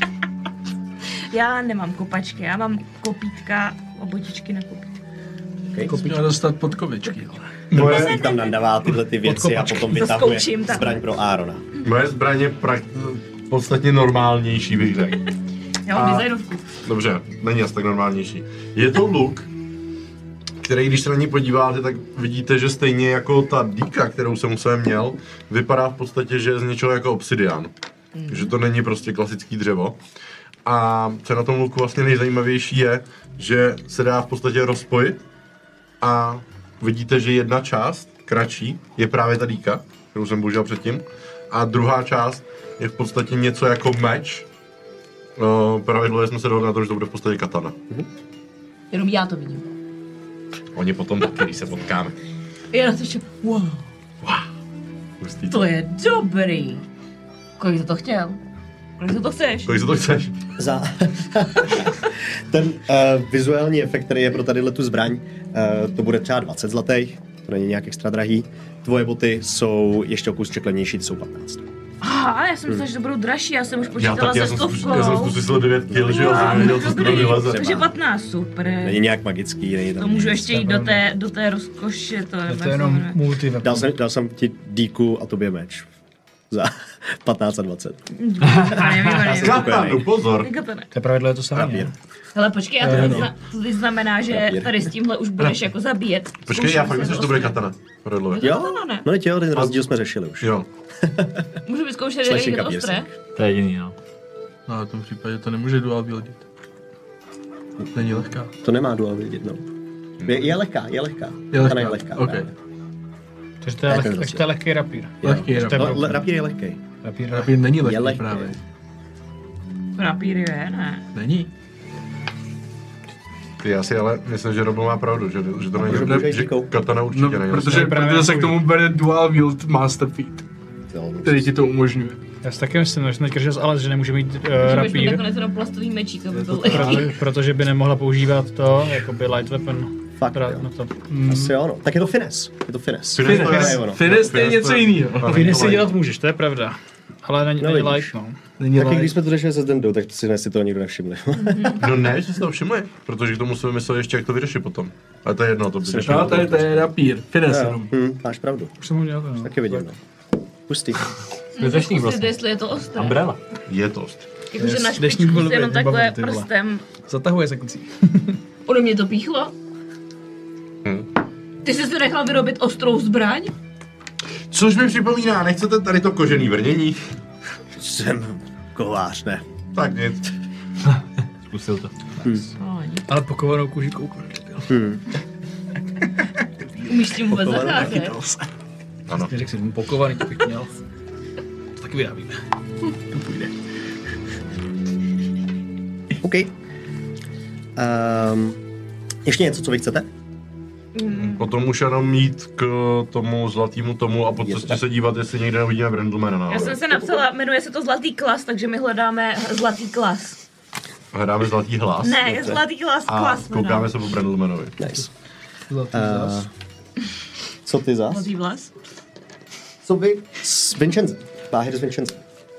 Já nemám kopačky, já mám kopítka a botičky na kopítku. Okay. Měla dostat podkovičky, ale... Moje tam nadává tyhle ty věci a potom vytahuje zbraň pro Aarona. Moje zbraň je podstatně normálnější, bych řekl. Já mám designovku. Dobře, není asi tak normálnější. Je to luk, který, když se na ní podíváte, tak vidíte, že stejně jako ta dýka, kterou jsem u sebe měl, vypadá v podstatě, že je z něčeho jako obsidian. Že to není prostě klasický dřevo. A co na tom luku vlastně nejzajímavější je, že se dá v podstatě rozpojit a vidíte, že jedna část, kratší, je právě ta dýka, kterou jsem použil předtím, a druhá část je v podstatě něco jako meč. Pravidlo jsme se dohodli na to, že to bude v podstatě katana. Jenom já to vidím. Oni potom taky, když se potkáme. Já na to ještě, wow. To je dobrý. Kolik jsi to chtěl? Kolik to chceš? Kolik to chceš? Za ten vizuální efekt, který je pro tadyhle tu zbraň, to bude třeba 20 zlatých, to není nějak extra drahý. Tvoje boty jsou ještě o kus čeklenější, ty jsou 15. Aha, já jsem myslela, že to budou dražší, já jsem už počítala se 100. Já jsem zkusil 9 kg, že jo, jsem nevěděl, co z toho vyleze. Takže 15, super. Není nějak magický, není tam. To můžu ještě jít do té rozkoše, to je to jenom multi. Dal jsem ti díku a tobě meč. za 15 a 20. Katanu, pozor. To je pravidlo, je to samé. Rapír. Hele, počkej, a to teď znamená, že tady s tímhle už budeš jako zabíjet. Počkej, já fakt myslím, že to bude katana. Rodlově. Jo? Katana ne. No teď jo, ten rozdíl jsme řešili už. Jo. Můžu vyzkoušet Slashing jejich a ostré? To je jediný, no. No, v tom případě to nemůže dual wieldit. Není lehká. To nemá dual vidět, no. Je lehká. Katana je lehká. OK. právě. Takže to je lehký rapír. Lehký No, rapír. rapír je lehký. Rapír není Je lehký lehký. právě. Rapír je, ne. Není. Já si ale myslím, že Robo má pravdu, že to není, může že říkou. katana určitě No, není. protože se k tomu bere dual wield master feat, Jo, který ti to umožňuje. Já si taky myslím, že teďka říct ale, že nemůže mít Že budeš mít rapír, nakonec jenom plastový mečík, aby byl lehký. protože by nemohla používat to, jako by light weapon. Fakt, jo. na to. Asi jo, no. Tak je to finesse. Je to finesse. Finesse to je ono. Finesse je něco jiného. Ty si dělat můžeš, to je pravda. Ale není No, vidíš. light, no. Není Taky light. když jsme to řešili se Zdendou, tak si to nikdo nevšimli. No ne, že jste to všimli, protože k tomu jsme mysleli ještě, jak to vyřešit potom. Ale to je jedno, to by No, tady to je rapír. Finesse jenom. Máš pravdu. Už jsem ho dělal, no. Taky vidím, no. Pustý. Dešník vlastně. Jestli je to ostré. Umbrella. Je tost. Jakože na dnešní špičku volby, jenom takhle vybavím, ty vole. prstem. Zatahuje se kucí. Ode mě to píchlo. Hm. Ty jsi si nechal vyrobit ostrou zbraň? Což mi připomíná, nechcete tady to kožený vrnění? Jsem kovář, ne. Tak nic. Zkusil to. Ale pokovanou kůži kouknu. Umíš s tím vůbec zacházet? Ano. Řekl jsem, pokovaný, to bych měl. To taky vyrábíme. To půjde. OK. Ještě něco, co vy chcete? Potom už jenom jít k tomu zlatému tomu a po Je to cestě tak. se dívat, jestli někde neuvidíme Brandlemana Já náhodou. jsem se napsala, jmenuje se to Zlatý klas, takže my hledáme Zlatý klas. Hledáme zlatý hlas Ne, Zlatý klas, a klas koukáme se po Brandlemanovi. Nice. Zlatý zas. Co ty zas? Zlatý vlas. Co vy s Vincenzem? Báhyr s Vincenzem.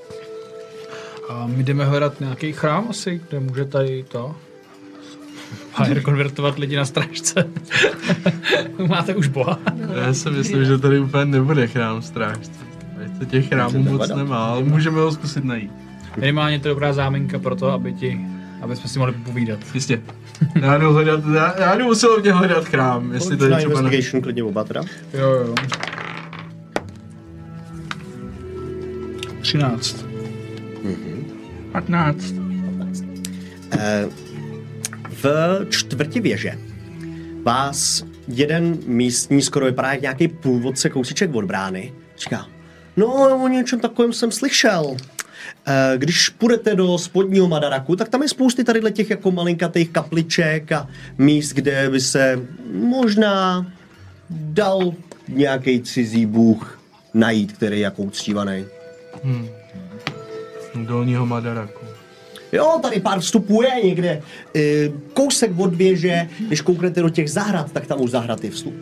A my jdeme hledat nějaký chrám asi, kde může tady to... Báhyr konvertovat lidi na strážce. Máte už boha. Já si myslím, že tady úplně nebude chrám strážce. To těch chrámů moc nemá, ale můžeme ho zkusit najít. Minimálně to je dobrá záminka pro to, aby jsme si mohli povídat. Jistě. Já jdu usilovně hledat chrám, jestli to je Na třeba... investigation klidně oba teda. Jo. 13. 15. V čtvrti věže vás jeden místní, skoro vypadá jak nějaký průvodce kousíček od brány, říká, no o něčem takovém jsem slyšel. Když půjdete do spodního Madaraku, tak tam je spousty tady těch jako malinkatých kapliček a míst, kde by se možná dal nějaký cizí bůh najít, který je jako uctívaný. Dolního Madaraku. Jo, tady pár vstupů je někde. Kousek od věže, když kouknete do těch zahrad, tak tam už zahrad je vstup.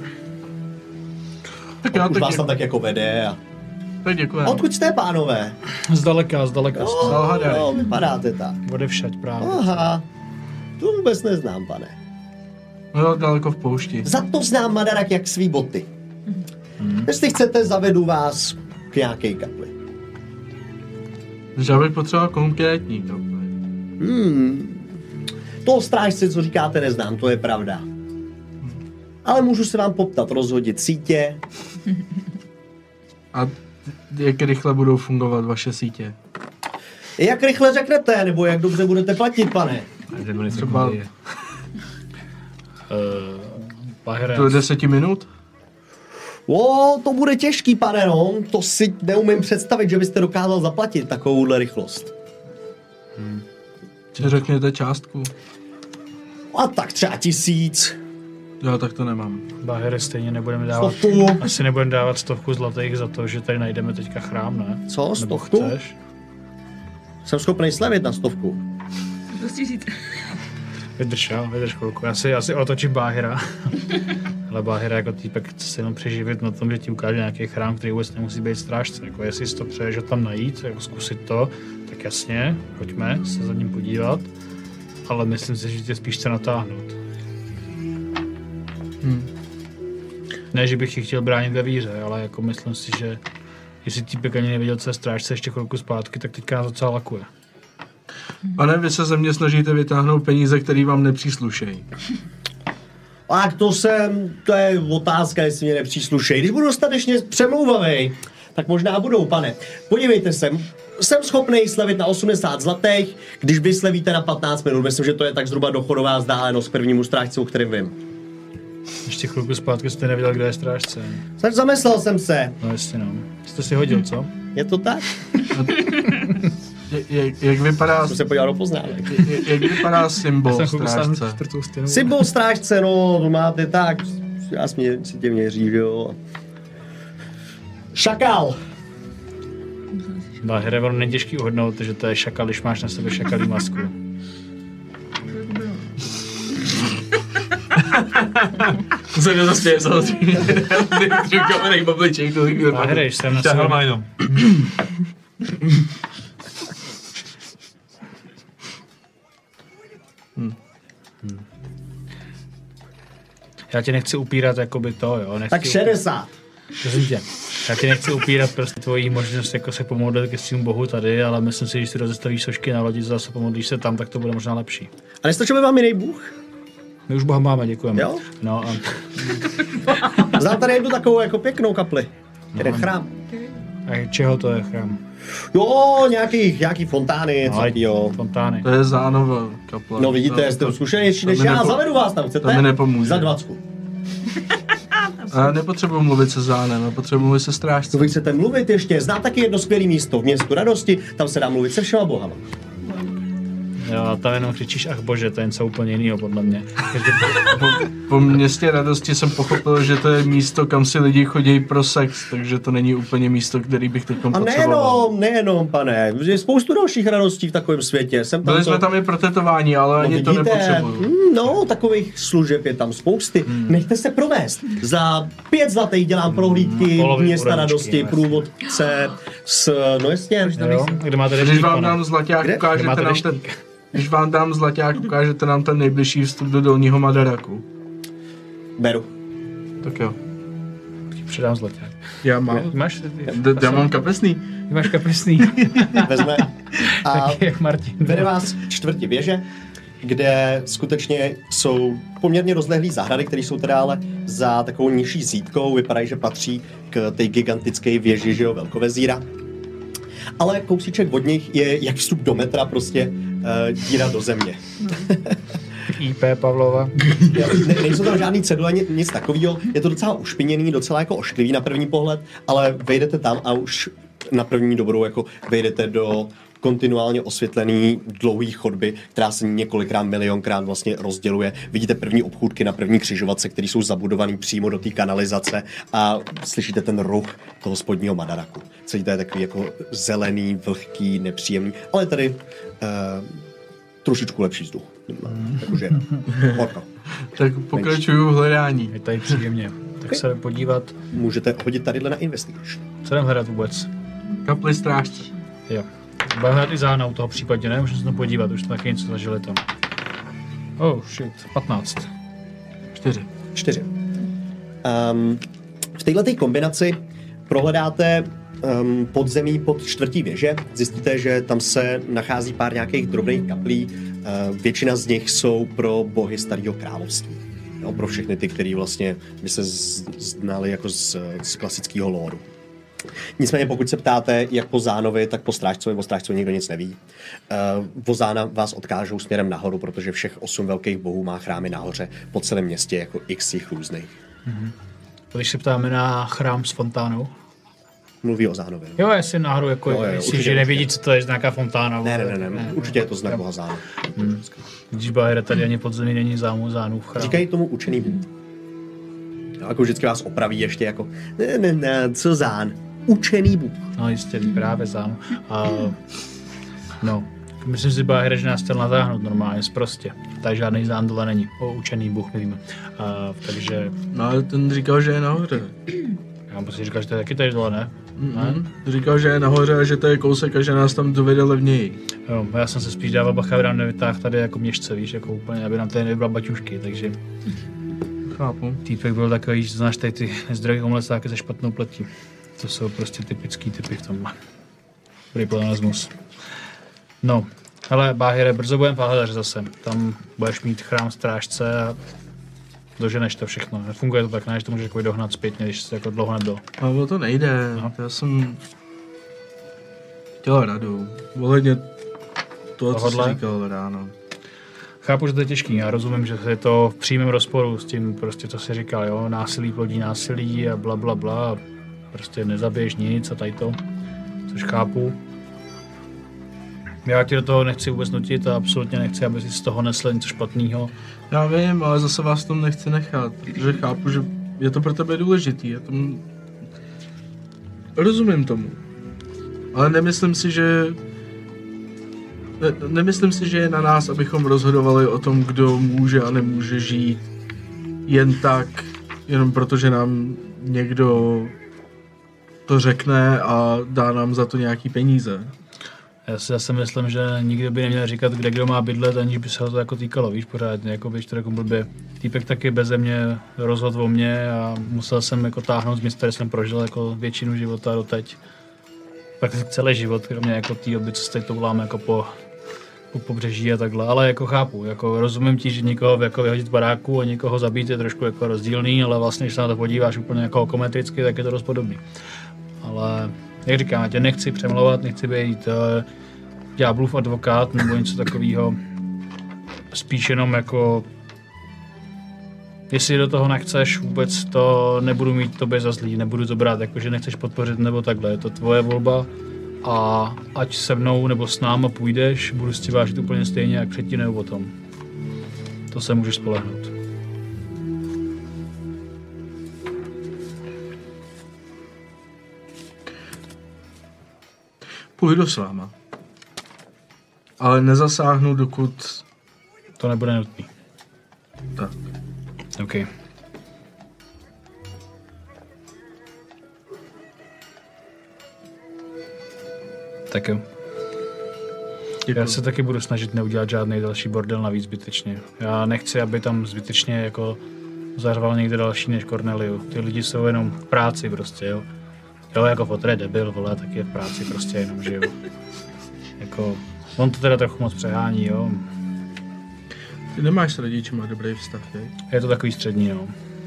Tak já Už tak vás tam tak jako vede. A děkuji. odkud jste, pánové? Zdaleka. Jo, vypadáte tak. Odevšať právě. Aha, to vůbec neznám, pane. No, daleko v poušti. Za to znám Madarak jak svý boty. Jestli chcete, zavedu vás k nějaké kapli. Já bych potřeboval konkrétní kapli. Toho strážce, co říkáte, neznám, to je pravda. Ale můžu se vám poptat, rozhodit sítě. A jak rychle budou fungovat vaše sítě? Jak rychle řeknete, nebo jak dobře budete platit, pane? Třeba Báhyr, do 10 minut? To bude těžký, pane, no. To si neumím představit, že byste dokázal zaplatit takovouhle rychlost. Řekněte částku. A tak třeba 1000. Jo, tak to nemám. Báhyr, stejně nebudeme dávat... Stovku. Asi nebudeme dávat 100 zlatých za to, že tady najdeme teďka chrám, ne? Co, Nebo 100? chceš? Jsem schopný slevit na 100. Prostě říct. Vydrž chvilku. Já si otočím Báhyra. Ale Báhyra jako týpek chce se jenom přeživit na tom, že ti ukáže nějaký chrám, který vůbec nemusí být strážce. Jako jestli si to přeješ ho tam najít, jako zkusit to, tak jasně, pojďme se za ním podívat. Ale myslím si, že tě spíš chce natáhnout. Ne, že bych ti chtěl bránit ve víře, ale jako myslím si, že jestli týpek ani nevěděl, co je strážce ještě chvilku zpátky, tak teďka nás docela lakuje. Pane, vy se ze mě snažíte vytáhnout peníze, které vám nepříslušejí. Tak to je otázka, jestli mě nepřísluší. Když budu dostatečně přemlouvavej, tak možná budou, pane. Podívejte se, jsem schopný slevit na 80 zlatých, když vy slevíte na 15 minut. Myslím, že to je tak zhruba dochodová vzdálenost k prvnímu strážci, o kterém vím. Ještě chvilku zpátky jste nevěděl, kdo je strážce. Zamyslel jsem se. No jasně no. Jste si hodil, co? Je to tak? Jak vypadá... Jsem se podíval do poznámek. Jak vypadá symbol strážce? Symbol strážce, no, to máte tak. Já si tě měří, že jo. Šakal. No, hry není těžký uhodnout, že to je šakal, když máš na sebe šakalí masku. To se nezasměje samozřejmě. Kamenej babliček. A hraješ, jsem na sebe. jenom. Já tě nechci upírat jakoby to, jo. Nechci Tak 60. Prosím tě. Já ti nechci upírat prostě tvojí možnost jako se pomodlit ke svým bohu tady, ale myslím si, že když si rozestavíš sošky na lodi, zase pomodlíš se tam, tak to bude možná lepší. A nestačil vám jiný bůh? My už boha máme, děkujeme. Jo? No a... Znám tady jednu takovou jako pěknou kapli. Jeden chrám. A čeho to je chrám? Jo, nějaký fontány, No, jo. fontány. To je Zánova kapla. No vidíte, jste zkušenější než já, zavedu vás tam, chcete? To mi nepomůže. Za 20. Já nepotřebuji mluvit se Zánem, já potřebuji mluvit se strážcem. Co vy chcete mluvit ještě? Znám taky jedno skvělé místo v městu radosti, tam se dá mluvit se všema bohama. Jo, a tam jenom křičíš, ach bože, to je něco úplně jiného podle mě. Po městě radosti jsem pochopil, že to je místo, kam si lidi chodí pro sex, takže to není úplně místo, který bych teď A potřeboval. nejenom, pane, je spoustu dalších radostí v takovém světě. Byli jsme tam i pro tetování, ale ani to nepotřebuju. No, takových služeb je tam spousty. Nechte se provést. Za 5 zlatých dělám prohlídky města radosti, průvodce no jasně. Jo, kde máte Když vám dám zlaťák, ukážete nám ten... Když vám dám zlaťák, ukážete nám ten nejbližší vstup do Dolního Madaraku. Beru. Tak jo. Předám zlaťák. Já mám. Máš? Já mám kapesný. Ty máš kapesný. Vezme. A tak jak Martin. vede vás čtvrtě věže, kde skutečně jsou poměrně rozlehlý zahrady, které jsou teda ale za takovou nižší zítkou, vypadají, že patří k té gigantické věži, že jo, Velkovezíra. Ale kousíček od nich je jak vstup do metra, prostě díra do země. IP Pavlova. Nejsou tam žádný cedule, nic takového. Je to docela ušpiněný, docela jako ošklivý na první pohled, ale vejdete tam a už na první dobrou jako vejdete do kontinuálně osvětlený dlouhý chodby, která se několikrát, milionkrát vlastně rozděluje. Vidíte první obchůdky na první křižovatce, které jsou zabudované přímo do té kanalizace a slyšíte ten ruch toho spodního Madaraku. Celý to je takový jako zelený, vlhký, nepříjemný, ale tady trošičku lepší vzduch. Takže horko. Tak pokračuju v hledání. Je tady příjemně. Tak se podívat. Můžete hodit tadyhle na investigation. Co jdem hledat vůbec? Kapli strážce. Jo. Budeme hledat i Zána u toho případě, ne? Můžeme se tam podívat, už to taky něco zažili tam. Oh shit, 15. 4. V této kombinaci prohledáte podzemí pod čtvrtí věže. Zjistíte, že tam se nachází pár nějakých drobných kaplí. Většina z nich jsou pro bohy Starého království. Jo, pro všechny ty, který vlastně by se znali jako z klasického lóru. Nicméně pokud se ptáte jak po Zánovi, tak po Strážcovi, o Strážcovi nikdo nic neví. O Zána vás odkážou směrem nahoru, protože všech 8 velkých bohů má chrámy nahoře po celém městě, jako x jich různých. Když se ptáme na chrám s fontánou. Mluví o Zánovi. Jo, jestli náhodou, jako, že nevědí, co to je, nějaká fontána. Ne, určitě je to znak boha Zána. Když Bajera tady ani podzemí není Zánův chrám. Říkají tomu učený bůh. Jako vždycky vás opraví ještě jako, ne, co Zán? Učený bůh. No jistě, právě Zán. No, myslím si, Bajera, že nás chtěl natáhnout normálně, prostě. Tady žádný Zán dole není. Učený bůh, nevíme. Takže... No ale ten říkal, že je nahoře. Já mám prostě říkal, že to je taky tady dole, ne? Říkal, že je nahoře a že to je kousek a že nás tam dovede levněji. Jo, já jsem se spíš dával bacha, aby nám nevytáhl tady jako měšce, víš, jako úplně, aby nám tady nevybral baťušky, takže... Chápu. Týpek byl takový, že znáš tady ty nezdravý omlecáky se špatnou pletí. To jsou prostě typický typy v tomhle. Dobrý pleonasmus. No, ale Báhyre, brzo budeme v Alhedaři zase. Tam budeš mít chrám strážce a doženeš to všechno. Nefunguje to tak, ne, že to můžeš jako dohnat zpětně, když se jako dlouho nebyl. Ale to nejde. Aha. Já jsem chtěl radu. Ohledně toho, co jsi říkal ráno. Chápu, že to je těžký. Já rozumím, že je to v přímém rozporu s tím, prostě, co jsi říkal, jo, násilí plodí násilí a bla, bla, bla. Prostě nezabiješ nic a tady to, což chápu. Já ti do toho nechci vůbec nutit a absolutně nechci, aby si z toho nesl něco špatného. Já vím, ale zase vás tom nechci nechat, protože chápu, že je to pro tebe důležitý. Já tomu rozumím tomu. Ale nemyslím si, že je na nás, abychom rozhodovali o tom, kdo může a nemůže žít jen tak, jenom protože nám někdo to řekne a dá nám za to nějaký peníze. Já si zase myslím, že nikdo by neměl říkat, kde kdo má bydlet, aniž by se ho to jako týkalo, víš, pořádně, jako bych to jako blbě. Týpek taky beze mě rozhodl o mě a musel jsem jako táhnout z města, kde jsem prožil jako většinu života doteď. Prakticky celý život, kromě jako té doby, co se teď touláme jako po pobřeží a takhle, ale jako chápu, jako rozumím ti, že někoho jako vyhodit z baráku a někoho zabít je trošku jako rozdílný, ale vlastně, když se na to podíváš úplně jako okometricky, tak je to dost podobný. Ale jak říkám, já tě nechci přemlouvat, nechci být ďáblův advokát nebo něco takového. Spíš jenom jako, jestli do toho nechceš, vůbec to nebudu mít tobě za zlý, nebudu to brát, jakože nechceš podpořit nebo takhle, je to tvoje volba a ať se mnou nebo s náma půjdeš, budu si tě vážit úplně stejně jak předtím nebo potom. To se můžeš spolehnout. Půjdu s váma. Ale nezasáhnu, dokud to nebude nutný. Tak. OK. Tak jo. Děkuji. Já se taky budu snažit neudělat žádný další bordel navíc zbytečně. Já nechci, aby tam zbytečně jako zařval někde další než Corneliu. Ty lidi jsou jenom v práci prostě, jo. Jo, jako Fotre debil, vole, tak je v práci prostě jenom, že jo. Jako, on to teda trochu moc přehání, jo. Ty nemáš s rodičima dobrý vztah, ne? Je to takový střední, no.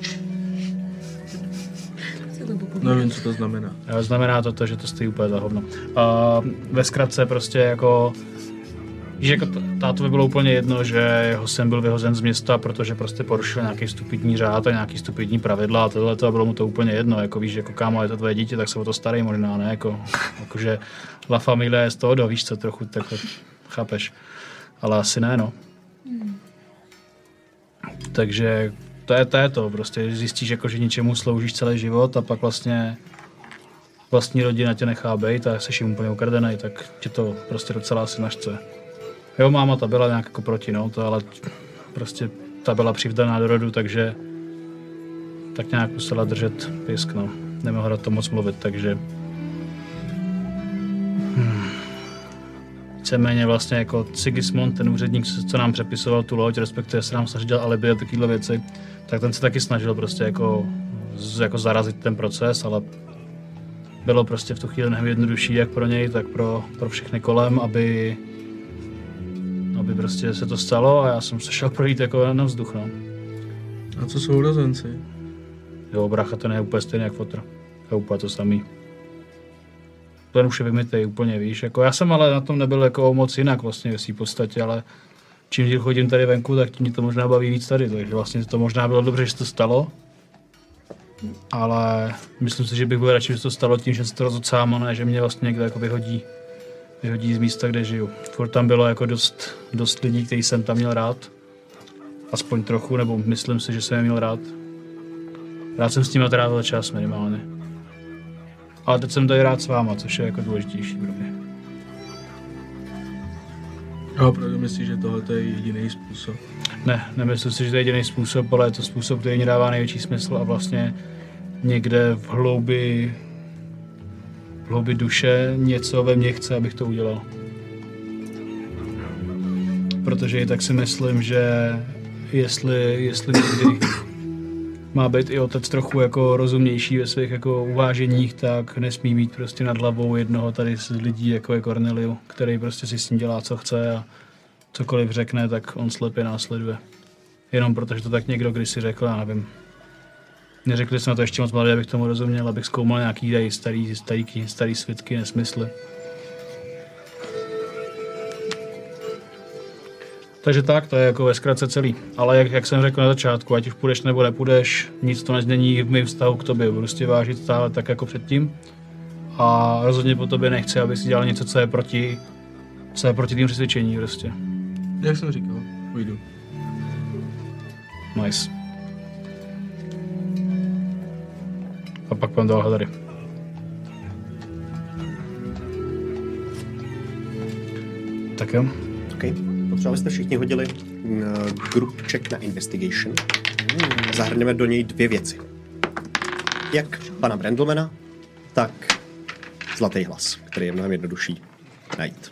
Nevím, co to znamená. Znamená to, že to stojí úplně za hovno. Ve zkratce prostě jako, že jako táto by bylo úplně jedno, že jeho syn byl vyhozen z města, protože prostě porušil nějaký stupidní řád a nějaký stupidní pravidla a tohleto a bylo mu to úplně jedno, jako víš, jako kámo, je to tvoje dítě, tak se o to starej možná, ne, jakože la familia je z toho, víš co, trochu takhle, chápeš, ale asi ne, no. Takže to je to, prostě zjistíš, jako, že ničemu sloužíš celý život a pak vlastně vlastní rodina tě nechá bejt a jsi jim úplně ukradenej, tak tě to prostě docela asi naštve. Jo, máma ta byla nějak jako proti, no, to, ale prostě ta byla přivdaná do rodu, takže tak nějak musela držet pisk, no. Nemohla na to moc mluvit, takže víceméně vlastně jako Sigismund, ten úředník, co nám přepisoval tu loď, respektive se nám snažil dělat alibi a takovéhle věci, tak ten se taky snažil prostě jako zarazit ten proces, ale bylo prostě v tu chvíli mnohem jednodušší jak pro něj, tak pro všechny kolem, aby prostě se to stalo a já jsem se šel projít jako na vzduch, no. A co jsou rozenci? Jo, brácha, ten je úplně stejný jak Fotr. To je úplně to samý. Ten už je vymytej úplně, víš, jako já jsem ale na tom nebyl jako moc jinak vlastně ve svý podstatě, ale čím díl chodím tady venku, tak tím mě to možná baví víc tady, takže vlastně to možná bylo dobře, že se to stalo, ale myslím si, že bych byl radši, že se to stalo tím, že se to rozhodl sám, ne, že mě vlastně někdo jako vyhodí z místa, kde žiju. Furt tam bylo jako dost lidí, kteří jsem tam měl rád, aspoň trochu, nebo myslím si, že jsem je měl rád. Rád jsem s nimi trávil čas minimálně. Ale teď jsem tady rád s váma, což je jako důležitější pro mě. A opravdu myslíš, že tohle je jediný způsob? Ne, nemyslím si, že to je jediný způsob, ale je to způsob, který mi dává největší smysl a vlastně někde v hloubi duše něco ve mně chce, abych to udělal. Protože i tak si myslím, že jestli někdy má být i otec trochu jako rozumnější ve svých jako uváženích, tak nesmí mít prostě nad hlavou jednoho tady z lidí jako je Corneliu, který prostě si s ním dělá, co chce a cokoliv řekne, tak on slepě následuje. Jenom protože to tak někdo kdysi řekl, já nevím. Neřekli jsme to ještě moc mladý, abych tomu rozuměl, abych zkoumal nějaký tady starý svitky, nesmysly. Takže tak, to je jako ve zkratce celý. Ale jak jsem řekl na začátku, ať už půjdeš nebo nepůjdeš, nic to nezmění v mém vztahu k tobě. Budu si vážit stále tak jako předtím. A rozhodně po tobě nechci, aby si dělal něco, co je proti tým přesvědčení prostě. Jak jsem říkal, půjdu. Nice. A pak půjdem dál tady. Tak jo. Okay. Potřeba, abyste všichni hodili group check na investigation. Zahrneme do něj 2 věci. Jak pana Brandlemana, tak Zlatý hlas, který je mnohem jednodušší najít.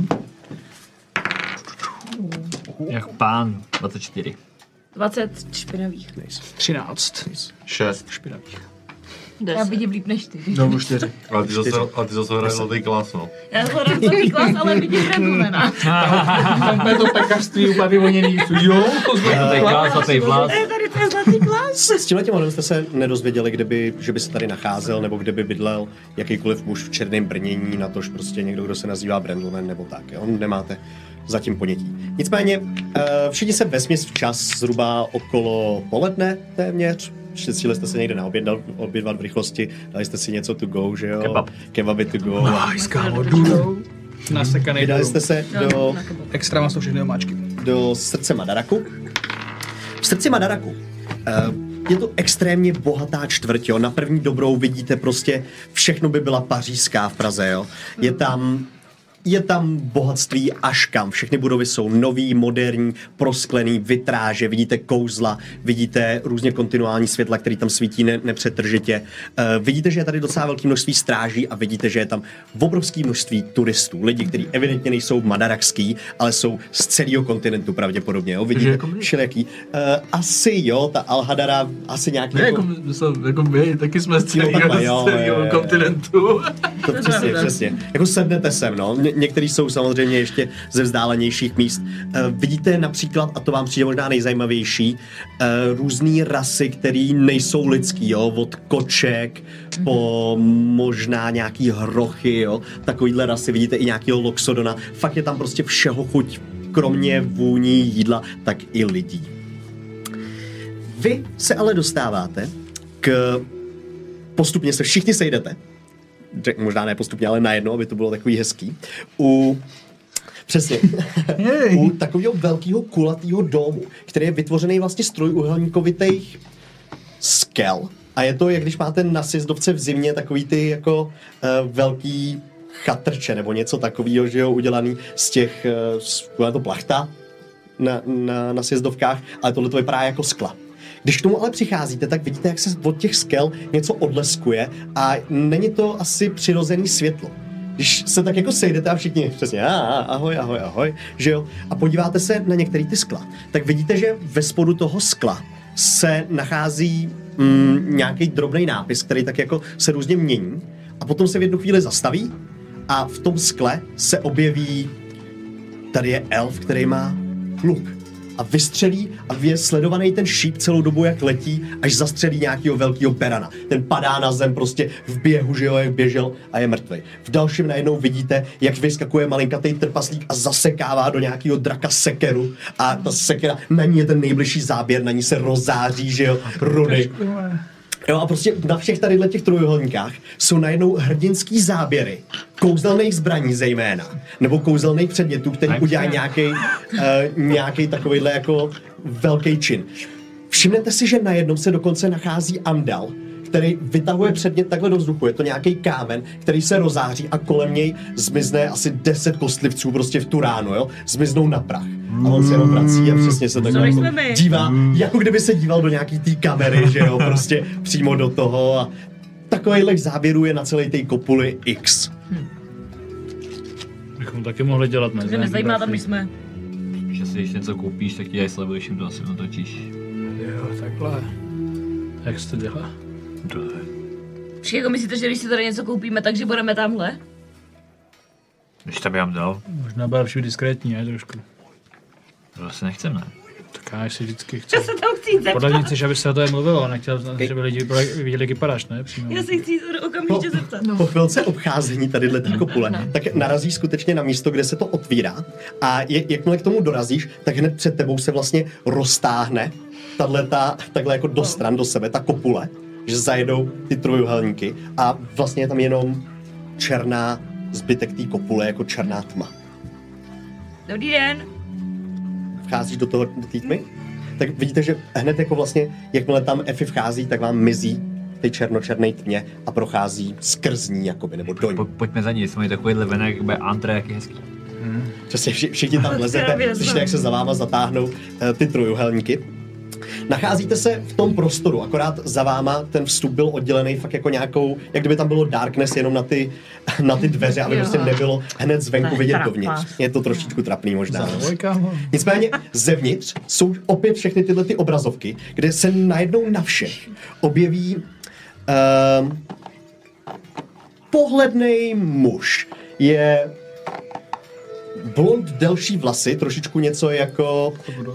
Jak pán, 24. 20 špinavých. Nice. 13. 6. Špinavých. Já vidím líp než ty. Znovu 4. Ale ty zase hraješ zlatý klas, no. Já hledám zlatý klas, ale vidím Brandlemana. Tam je to pekařství úplně voněný. Jo, Zlatý klas, zlatý vlas. Tady to je zlatý klas. S tímhletím ohledem jste se nedozvěděli, že by se tady nacházel, nebo kde by bydlel jakýkoliv muž v černém brnění, natož prostě někdo, kdo se nazývá Brandleman, nebo tak. Jo? Nemáte zatím ponětí. Nicméně, všichni se vesměs včas, zhruba okolo poledne téměř, štěstili jste se někde obědvat v rychlosti, dali jste si něco to go, že jo? Kebab. Kebaby to go. Nice, kámo, nasekanej. Vydali jste se do... Extra má jsou všechny omáčky. Do srdce Madaraku. V srdci Madaraku je to extrémně bohatá čtvrť, jo. Na první dobrou vidíte prostě, všechno by byla pařížská v Praze, jo. Je tam bohatství až kam. Všechny budovy jsou nový, moderní, prosklený, vitráže, vidíte kouzla, vidíte různě kontinuální světla, který tam svítí nepřetržitě. Vidíte, že je tady docela velké množství stráží a vidíte, že je tam obrovské množství turistů. Lidi, kteří evidentně nejsou madarakský, ale jsou z celého kontinentu pravděpodobně. Jo? Vidíte všelijaký. Asi jo, ta Alhadara, asi nějaký... Ne, jako my, taky jsme z celého kontinentu. To přesně. Jako sednete sem, no. Některý jsou samozřejmě ještě ze vzdálenějších míst. Vidíte například, a to vám přijde možná nejzajímavější, různý rasy, které nejsou lidský, jo, od koček po možná nějaký hrochy, jo. Takovýhle rasy, vidíte i nějakého loxodona. Fakt je tam prostě všeho chuť, kromě vůní, jídla, tak i lidí. Vy se ale dostáváte postupně se všichni sejdete, možná ne postupně, ale najednou, aby to bylo takový hezký, u takového velkého kulatého domu, který je vytvořený vlastně z trojuhelníkovitých skel. A je to, jak když máte na sjezdovce v zimě takový ty jako velký chatrče nebo něco takového, že jo, udělaný z těch, to plachta na sjezdovkách, ale tohle to vypadá jako skla. Když k tomu ale přicházíte, tak vidíte, jak se od těch skel něco odleskuje a není to asi přirozený světlo. Když se tak jako sejdete a všichni přesně ahoj, že jo, a podíváte se na některé ty skla, tak vidíte, že ve spodu toho skla se nachází nějaký drobný nápis, který tak jako se různě mění a potom se v jednu chvíli zastaví a v tom skle se objeví, tady je elf, který má luk. A vystřelí a je sledovaný ten šíp celou dobu, jak letí, až zastřelí nějakého velkého berana. Ten padá na zem prostě v běhu, že jo, jak běžel a je mrtvej. V dalším najednou vidíte, jak vyskakuje malinkatý trpaslík a zasekává do nějakého draka sekeru a ta sekera, na ní je ten nejbližší záběr, na ní se rozáří, že jo, runy. Jo, a prostě na všech tady těch trojuhelníkách jsou najednou hrdinský záběry kouzelných zbraní zejména, nebo kouzelných předmětů, který udělá nějaký takovýhle jako velký čin. Všimnete si, že najednou se dokonce nachází Andal, který vytahuje předmět takhle do vzduchu. Je to nějaký kámen, který se rozáří a kolem něj zmizne asi 10 kostlivců prostě v tu ránu, jo? Zmiznou na prach. A on se jenom vrací a přesně se takhle jako dívá, jako kdyby se díval do nějaký té kamery, že jo, prostě přímo do toho a takovýhle záběrů je na celé té kopuli X. Bychom taky mohli dělat, ne? To nezajímá tam, když jsme. Že si když něco koupíš, tak ti aj sleduješ, jim to asi natočíš. Jo, takhle. Jak se to dělá? Všichni jako myslíte, že když si tady něco koupíme, takže budeme tamhle? Když tam vám dal, Možná byla lepší diskrétní, ne, trošku. to asi nechcem, ne? Tak já si vždycky chci. Já se tam chci zeptat. Podle mě chceš, aby se o to mluvilo, nechtěl, že by lidi viděli, jak vypadáš, ne? Přímo. Já se chci okamžitě zeptat. Po chvilce obcházení tady té kopule, tak narazíš skutečně na místo, kde se to otvírá a jakmile k tomu dorazíš, tak hned před tebou se vlastně roztáhne takhle jako do stran do sebe, ta kopule, že zajedou ty trojúhelníky a vlastně je tam jenom černá zbytek té kopule, jako černá tma. Dobrý den. Vcházíš do té tmy, tak vidíte, že hned jako vlastně, jakmile tam Effie vchází, tak vám mizí ty černočerné tmě a prochází skrz ní, jakoby, nebo do ní. Pojďme za ní, jsme takovýhle venek, jak bude antre, jak je hezký. Přesně všichni tam lezete, slyšíte, jak se za váma zatáhnou ty trojúhelníky. Nacházíte se v tom prostoru, akorát za váma ten vstup byl oddělený fakt jako nějakou, jak kdyby tam bylo darkness jenom na ty dveře, aby prostě nebylo hned zvenku vidět dovnitř. Je to trošičku trapný možná. Nicméně zevnitř jsou opět všechny tyhle ty obrazovky, kde se najednou na všech objeví pohlednej muž. Je blond, delší vlasy, trošičku něco jako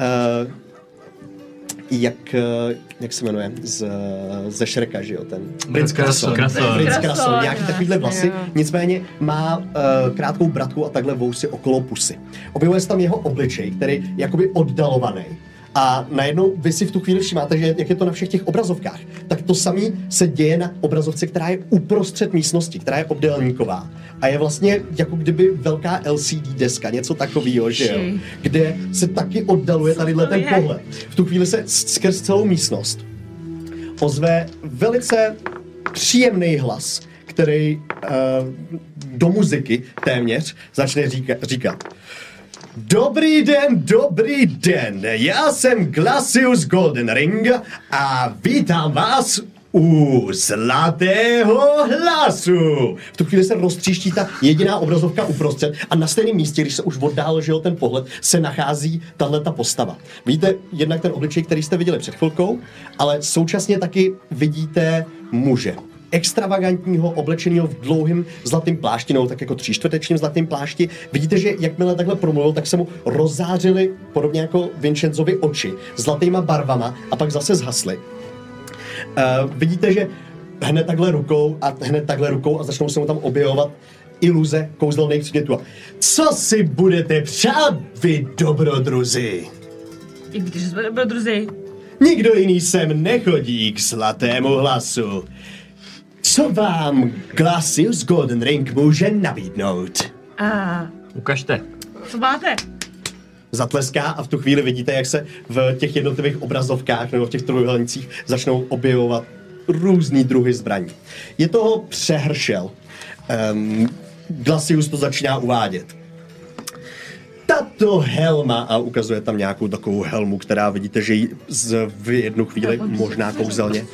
jak se jmenuje, ze Shreka, že jo, ten Princ Krason, nějaký takovýhle vlasy, nicméně má krátkou bratku a takhle vousy okolo pusy. Objevuje se tam jeho obličej, který je jakoby oddalovaný. A najednou vy si v tu chvíli všimáte, že jak je to na všech těch obrazovkách, tak to samé se děje na obrazovce, která je uprostřed místnosti, která je obdélníková. A je vlastně jako kdyby velká LCD deska, něco takového, že jo, kde se taky oddaluje tadyhle ten pohled. V tu chvíli se skrz celou místnost ozve velice příjemný hlas, který do muziky téměř začne říkat. Dobrý den, já jsem Glacius Golden Ring a vítám vás u Zlatého hlasu. V tu chvíli se roztříští ta jediná obrazovka uprostřed a na stejném místě, když se už oddál, že jo, ten pohled, se nachází tahleta postava. Vidíte jednak ten obličej, který jste viděli před chvilkou, ale současně taky vidíte muže. Extravagantního, oblečeného v dlouhým zlatým pláštinou, tak jako 3/4 zlatým plášti. Vidíte, že jakmile takhle promluvil, tak se mu rozzářily, podobně jako Vincenzovi, oči zlatýma barvama a pak zase zhasly. Vidíte, že hned takhle rukou a začnou se mu tam objevovat iluze kouzelných předmětů. Co si budete přát, vy dobrodruzi? Jak víte, že jsme dobrodruzi? Nikdo jiný sem nechodí k Zlatému hlasu. Co vám Glacius Golden Ring může nabídnout? Ukažte. Co máte? Zatleská a v tu chvíli vidíte, jak se v těch jednotlivých obrazovkách nebo v těch trojúhelnících začnou objevovat různý druhy zbraní. Je toho přehršel. Glacius to začíná uvádět. Tato helma, a ukazuje tam nějakou takovou helmu, která vidíte, že ji v jednu chvíli, možná kouzelně,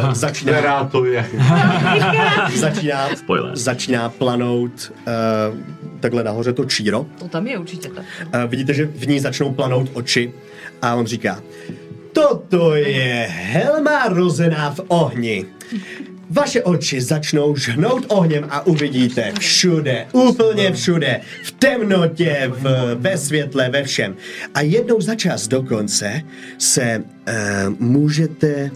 začíná planout takhle nahoře to číro. To tam je určitě tak. Vidíte, že v ní začnou planout oči a on říká, toto je helma rozená v ohni. Vaše oči začnou žhnout ohněm a uvidíte všude, úplně všude, v temnotě, ve světle, ve všem. A jednou za čas dokonce se můžete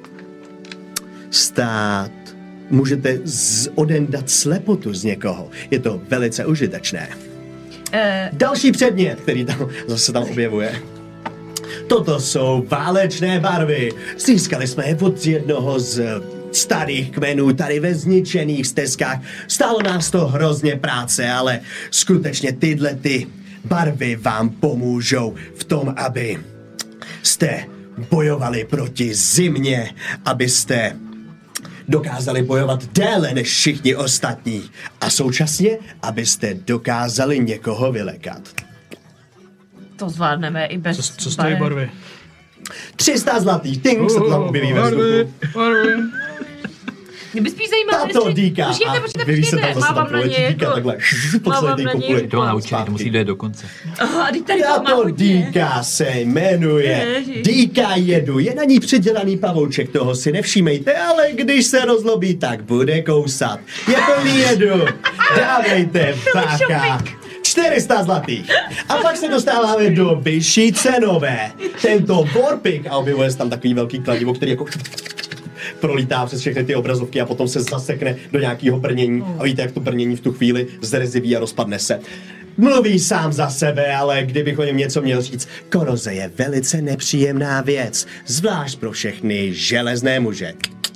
odendat slepotu z někoho. Je to velice užitečné. Další předmět, který tam zase objevuje. Toto jsou válečné barvy. Získali jsme je od jednoho z starých kmenů tady ve zničených stezkách. Stálo nás to hrozně práce, ale skutečně tyhle ty barvy vám pomůžou v tom, aby jste bojovali proti zimě, abyste dokázali bojovat déle než všichni ostatní a současně, abyste dokázali někoho vylékat. To zvládneme i bez Co stojí barvy? 300 zlatých, ting se tam objeví ve vzduchu. Mě by spíš zajímalo, Tato dýka. Počkejte, mávám na ně jako... takhle. Po celé mávám té na ně kopuli. To má naučený, to musí dojet do konce. Aha, a teď tady toho má Tato hodně. dýka se jmenuje Ježiš. Dýka jedu. Je na ní přidělaný pavouček, toho si nevšímejte, ale když se rozlobí, tak bude kousat. Je plný jedu. Dávejte, páka. 400 zlatých. A pak se dostáváme do vyšší cenové. Tento Warpig, a objevuje se tam takový velký kladivo, který jako prolítá přes všechny ty obrazovky a potom se zasekne do nějakého brnění. A víte, jak to brnění v tu chvíli zreziví a rozpadne se. Mluví sám za sebe, ale kdybych o něm něco měl říct, koroze je velice nepříjemná věc, zvlášť pro všechny železné muže.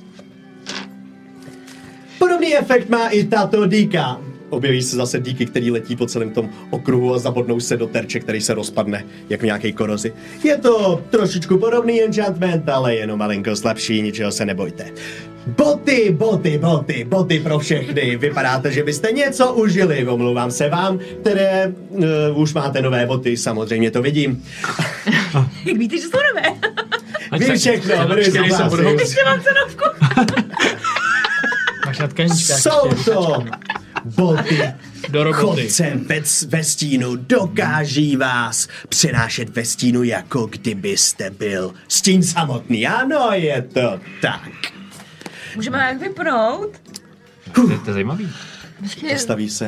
Podobný efekt má i tato dýka. Objeví se zase díky, který letí po celém tom okruhu a zabodnou se do terče, který se rozpadne jako v nějaké korozi. Je to trošičku podobný enchantment, ale jenom malinko slabší, ničeho se nebojte. Boty pro všechny. Vypadáte, že byste něco užili. Omlouvám se vám, které už máte nové boty, samozřejmě to vidím. Jak víte, že jsou nové? Vím všechno, Ještě mám cenovku. Máš na tkaničkách. jsou to boty. Do roboty. Chodcem ve stínu dokáží vás přenášet ve stínu, jako kdybyste byl stín samotný. Ano, je to tak. Můžeme jak vypnout? To je zajímavý. Postaví se.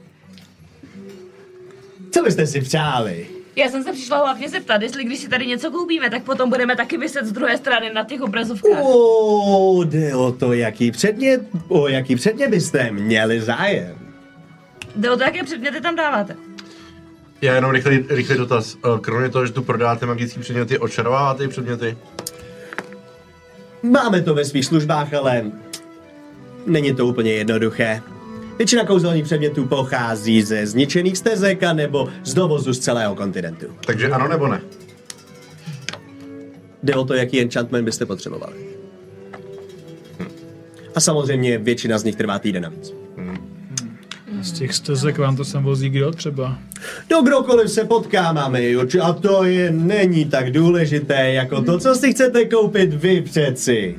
Co byste si přáli? Já jsem se přišla hlavně zeptat, jestli když si tady něco koupíme, tak potom budeme taky vyset z druhé strany na těch obrazovkách. Jde o to, o jaký předmět byste měli zájem. Jde o to, jaké předměty tam dáváte. Já jenom rychlý dotaz. Kromě toho, že tu prodáte magické předměty, očarováváte ty předměty? Máme to ve svých službách, ale není to úplně jednoduché. Většina kouzelných předmětů pochází ze zničených stezek nebo z dovozu z celého kontinentu. Takže ano nebo ne? Jde o to, jaký enchantment byste potřebovali. A samozřejmě většina z nich trvá týden navíc. Z těch stezek vám to sem vozí kdo třeba? No kdokoliv se potká, máme Jurči, a to není tak důležité, jako to, co si chcete koupit vy přeci.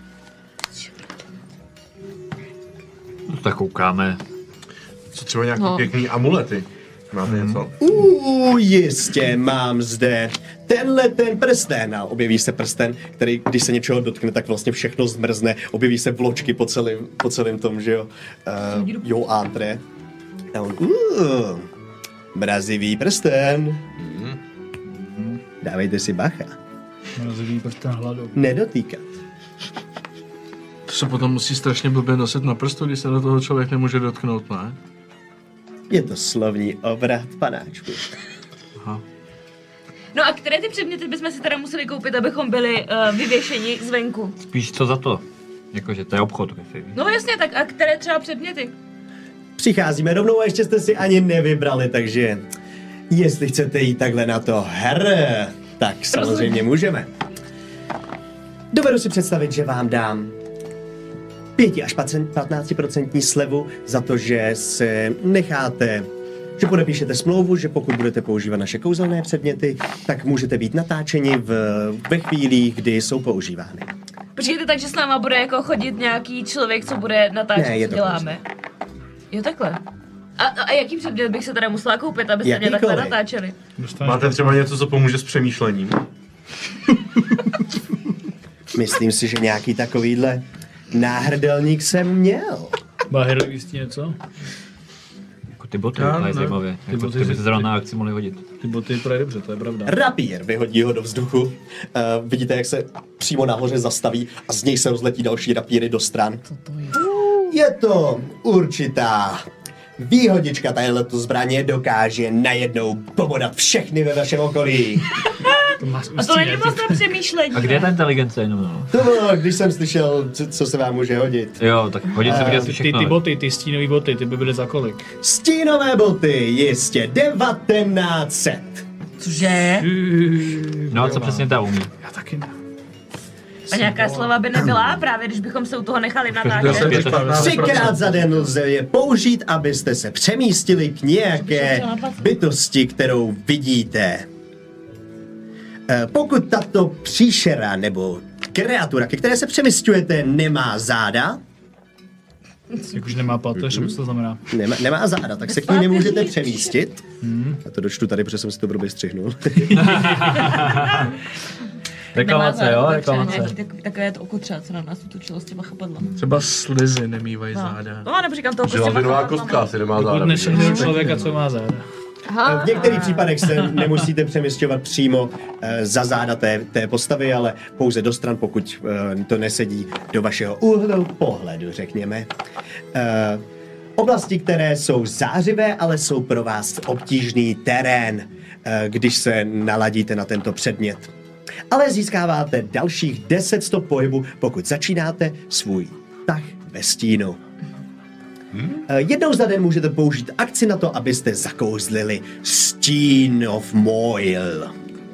No, tak koukáme. Co třeba nějaký pěkný amulety? Máte něco? Jistě, mám zde ten prsten. A objeví se prsten, který, když se něčeho dotkne, tak vlastně všechno zmrzne. Objeví se vločky po celém tom, že jo, jo, antré. A on, mrazivý prsten. Dávejte si bacha. Mrazivý prsten hladu. Nedotýkat. To se potom musí strašně blbě nosit na prstu, když se do toho člověk nemůže dotknout, ne? Je to slovní obrat, panáčku. Aha. No a které ty předměty bychom si teda museli koupit, abychom byli vyvěšeni zvenku? Spíš co za to. Jakože to je obchod. No jasně, tak a které třeba předměty? Přicházíme rovnou a ještě jste si ani nevybrali, takže jestli chcete jít takhle na to tak samozřejmě můžeme. Dovedu si představit, že vám dám 5 až 15% slevu za to, že se necháte, že podepíšete smlouvu, že pokud budete používat naše kouzelné předměty, tak můžete být natáčeni ve chvílích, kdy jsou používány. Počkejte, takže s náma bude jako chodit nějaký člověk, co bude natáčet, Ne, je co to děláme. Jo, takhle. A jaký předmět bych se teda musela koupit, abyste mě takhle Jakýkoliv. natáčeli? Máte třeba něco, co pomůže s přemýšlením? Myslím si, že nějaký takovýhle náhrdelník jsem měl. Bahir, víš ti něco? Jako ty boty, Já to je ne. zajímavé. Ty Jako boty ty by si- se zrovna na akci mohli hodit. Ty boty vypadají dobře, to je pravda. Rapír vyhodí ho do vzduchu. Vidíte, jak se přímo nahoře zastaví a z něj se rozletí další rapíry do stran. Je to určitá výhodička. Tato zbraně dokáže najednou pobodat všechny ve vašem okolí. To má A to není moc na přemýšlení. A kde je ta inteligence jenom, no? To bylo, když jsem slyšel, co se vám může hodit. Jo, tak hodit se vidět si Ty všechno. boty, ty stínový boty, ty by byly za kolik? Stínové boty, jistě 1900. Cože? No a co přesně ta umí? Já taky ne. A nějaká slova by nebyla, právě když bychom se u toho nechali natáčet. 3krát za den lze je použít, abyste se přemístili k nějaké bytosti, kterou vidíte. Pokud tato příšera nebo kreatura, ke které se přemysťujete, nemá záda, Jakože nemá pateř, co to znamená? Nemá záda, tak se k ní nemůžete přemístit. Já to dočtu tady, protože jsem si to blbě střihnul. Reklamace, jo? Reklamace. Takové to oko třeba, co na nás utočilo s těma chapadlama. Třeba slizy nemývají záda. No, nebo říkám to oko s těma Želadinová chapadlama. kostka asi nemá záda. Dnešního člověka, co má záda. V některých případech se nemusíte přeměstňovat přímo za záda té postavy, ale pouze do stran, pokud to nesedí do vašeho úhlu pohledu, řekněme. Oblasti, které jsou zářivé, ale jsou pro vás obtížný terén, když se naladíte na tento předmět. Ale získáváte dalších 10 stop pohybu, pokud začínáte svůj tah ve stínu. Jednou za den můžete použít akci na to, abyste zakouzlili Stín of Moil.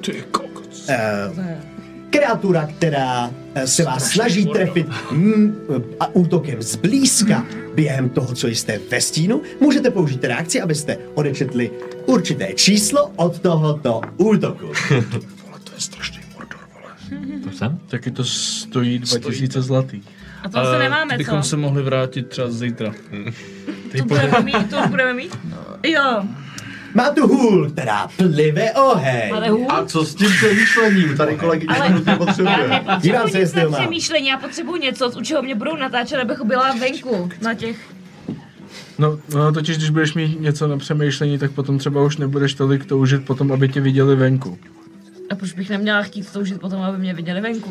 Kreatura, která se vás snaží trefit útokem zblízka během toho, co jste ve stínu, můžete použít reakci, abyste odečetli určité číslo od tohoto útoku. To je strašný Mordor, vole. To jsem? Taky to stojí 2000 zlatých. A to se nemáme, Bychom co? se mohli vrátit třeba zítra. To budeme mít? Jo. Má tu hůl, která plive oheň. Ale hůl? A co s tím přemýšlením? Tady kolegyně Ale nutně potřebuje. Dívám se, jestli ho má. Přemýšlení, já potřebuji něco, u čeho mě budou natáčet, abych byla venku na těch... No, totiž když budeš mít něco na přemýšlení, tak potom třeba už nebudeš tolik toužit potom, aby tě viděli venku. A proč bych neměla chtít toužit potom, aby mě viděli venku?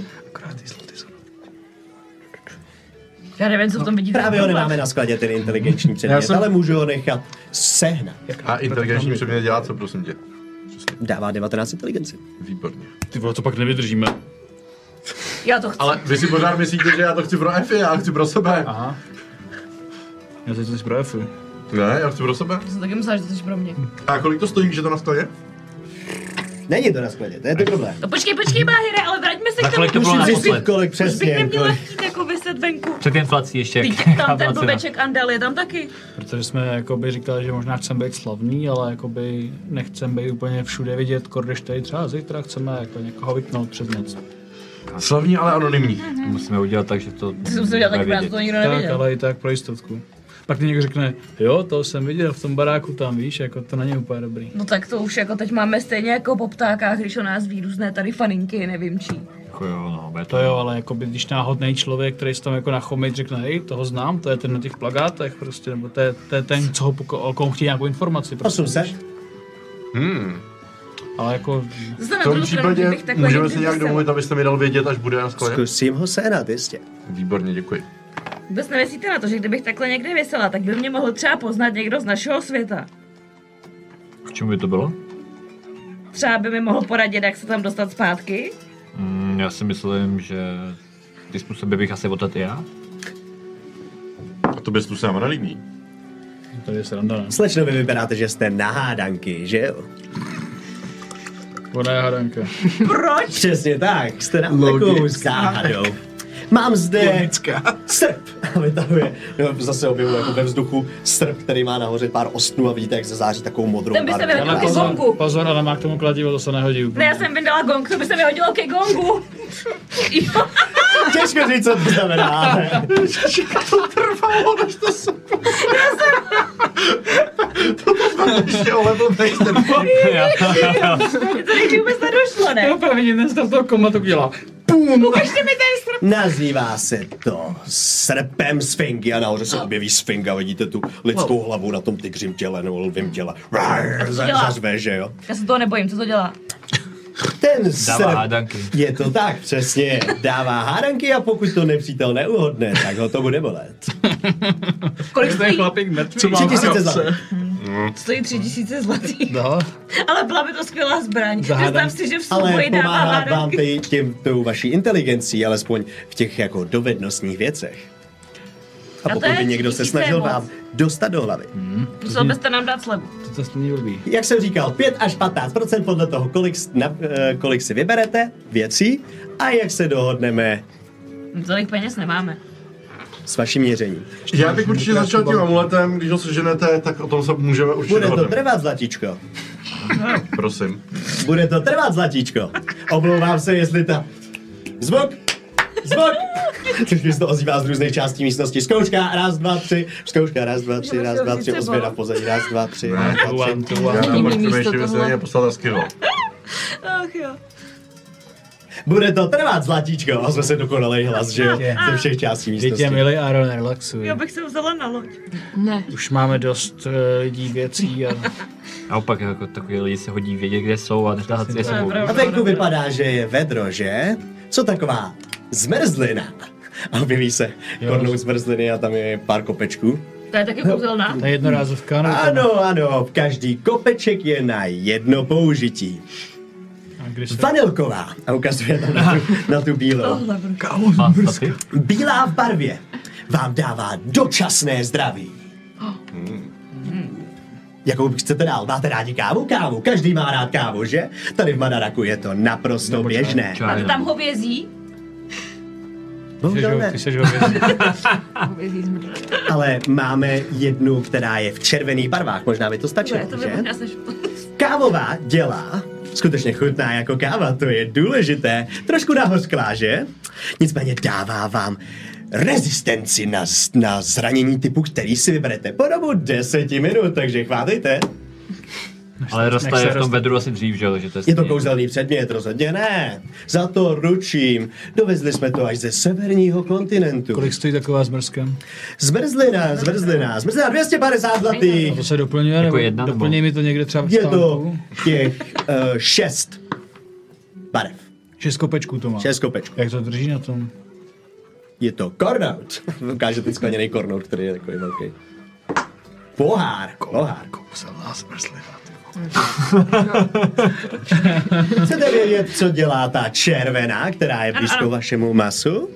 Já nevím, co v tom vidíte. Právě ho nemáme na skladě, ten inteligenční předmět, ale můžu ho nechat sehnat. A inteligenční předmět dělá co, prosím tě? Dává 19 inteligenci. Výborně. Ty vole, to pak nevydržíme. Já to chci. Ale vy si pořád myslíte, že já to chci pro Effy, já chci pro sebe. Aha. Já teď to pro Efu. Ne, já chci pro sebe. To jsem taky myslela, že to jsi pro mě. A kolik to stojí, že to na skladě? Není to na skladě, to je ten problém. No počkej, Báhire, ale vraťme se Za k tomu. kolik to bylo Musím naposled? zjistit, kolik Proč bych přesně. neměla Kolik. chtít jako vyset venku? Před inflací ještě. Teď tam ten blbeček Andel je tam taky. Protože jsme jakoby říkali, že možná chceme být slavný, ale jakoby nechceme být úplně všude vidět, když tady třeba zítra chceme jako někoho vypnout přes noc. Slavní, ale anonymní. To musíme udělat tak, že to... Ty jsem si udělal taky bude práci, to nikdo Tak, nevěděl. ale i tak pro jistotku. Pak ty někdo řekne, jo, to jsem viděl v tom baráku tam, víš, jako to není úplně dobrý. No tak to už jako teď máme stejně jako po ptákách, když o nás ví různé tady faninky, nevím čí. Jako jo, no, bude To jo, ale jakoby, když náhodný člověk, který se tam jako nachomit, řekne, hej, toho znám, to je ten na těch plakátech prostě, nebo to je ten, co ho o kom chtějí nějakou informaci. Prostě, 800. Ale jako, Zase na V tom druhou stranu, případě kdybych takhle můžeme někdy si nějak vysela. domluvit, abyste mi dal vědět, až bude na skladě. Zkusím ho sehnat, jistě. Výborně, děkuji. Vůbec nemyslíte na to, že kdybych takhle někde vysela, tak by mě mohl třeba poznat někdo z našeho světa. K čemu by to bylo? Třeba by mi mohl poradit, jak se tam dostat zpátky. Já si myslím, že ty způsoby bych asi odtat i já. A to bez tu se nám nelíbí. tady je sranda, ne? Slečno, vy vypadáte, že jste na hádanky, že jo? Ona je hadanka. Proč? Přesně tak, jste na takovou záhadou. Mám zde srp a vytahuje, zase objevuje jako ve vzduchu srp, který má nahoře pár ostnů a vidíte, jak se září takovou modrou Ten by se barvu. vyhodil ke gongu. Pozor, ale má k tomu kladivo, to se nehodí úplně. Ne, já jsem vydala gong, to by se mi hodilo ke gongu. Jo. Těžko říct, co to znamená, ale To trvalo, než to se... Ještě olevl nejste. To nejde vůbec nedošlo, ne? Jo, právě jeden z toho komatu dělá. Ukažte mi ten srp. nazývá se to srpem sfingy a nahoře se objeví sfinga, vidíte tu lidskou hlavu na tom tygřím těle nebo lvím těle. Zařve, že jo? Já se toho nebojím, co to dělá? Ten Dává srp, hádanky. je to tak, přesně, dává hádanky a pokud to nepřítel neuhodne, tak ho to bude bolet. Kolik stojí? Chlapík mrtvý. 3000 zlatých. Stojí 3000 zlatých. No, Ale byla by to skvělá zbraň. Představ si, že v Ale souboji dává pomáhat vám hádanky. tou vaší inteligencí, alespoň v těch jako dovednostních věcech. A A to pokud je by někdo se 3000 snažil moc. vám dostat do hlavy. Musel byste nám dát slevu. to není blbý. Jak jsem říkal, 5 až 15% podle toho, kolik si vyberete věcí a jak se dohodneme Tolik peněz nemáme. s vaším měřením. Já bych určitě začal tím amuletem, když ho seženete, tak o tom se můžeme určitě Bude to dohodnout. trvat, zlatíčko. Prosím. Bude to trvat, zlatíčko. Omlouvám se, jestli ta zvuk Zvuk! Což mi se to ozývá z různých částí místnosti. Zkouška, 1, 2, 3. Zkouška, 1, 2, 3, 1, 2, 3. Ozvěna v pozadí, 1, 2, 3, 1, 2, 3. Já tam Místo možná ještě tohle. vysvětleně poslal skill. Ach jo. Bude to trvat, zlatíčko. A jsme se dokonalej hlas, že jo? Ze všech částí Dítě, místnosti. milý Aaron, relaxuj. Já bych se vzala na loď. Ne. Už máme dost lidí, věcí a... Naopak, jako takový lidi se hodí vědět, kde jsou a netáhat si je sebou. A venku vypadá, že je vedro, že? Co taková zmrzlina? A objeví se kornou zmrzliny a tam je pár kopečků. To je taky kouzelná. Ta jednorázovka, no. Ano, každý kopeček je na jedno použití. A když se... Vanilková. A ukazuje tam na tu bílou. A ty? Bílá v barvě vám dává dočasné zdraví. Jakou chcete dál? Máte rádi kávu? Kávu. Každý má rád kávu, že? Tady v Madaraku je to naprosto běžné. Máte tam hovězí? Bohužel ne. Ty seš hovězí. Ale máme jednu, která je v červených barvách. Možná by to stačilo, To že? by možná seš... Kávová dělá skutečně chutná jako káva, to je důležité. Trošku nahořklá, že? Nicméně dává vám rezistenci na zranění typu, který si vyberete po dobu 10 minut, takže chvátejte. Ale roste Nech se je v tom roste. vedru asi dřív, že jo? Takže to Je to stejně. kouzelný předmět, rozhodně ne. Za to ručím. Dovezli jsme to až ze severního kontinentu. Kolik stojí taková zmrzka? Zmrzlina, 250 zlatých. A to se doplňuje, Jako nebo jedna, nebo? doplněj mi to někde třeba v Je to stánku? těch 6 barev. 6 kopečků to má. 6 kopečků. Jak to drží na tom? Je to kornout. Ukáže ten skleněný kornout, který je takový velký. Pohár. Kouzelná zmrzlina. Chcete vědět, co dělá ta červená, která je blízko vašemu masu?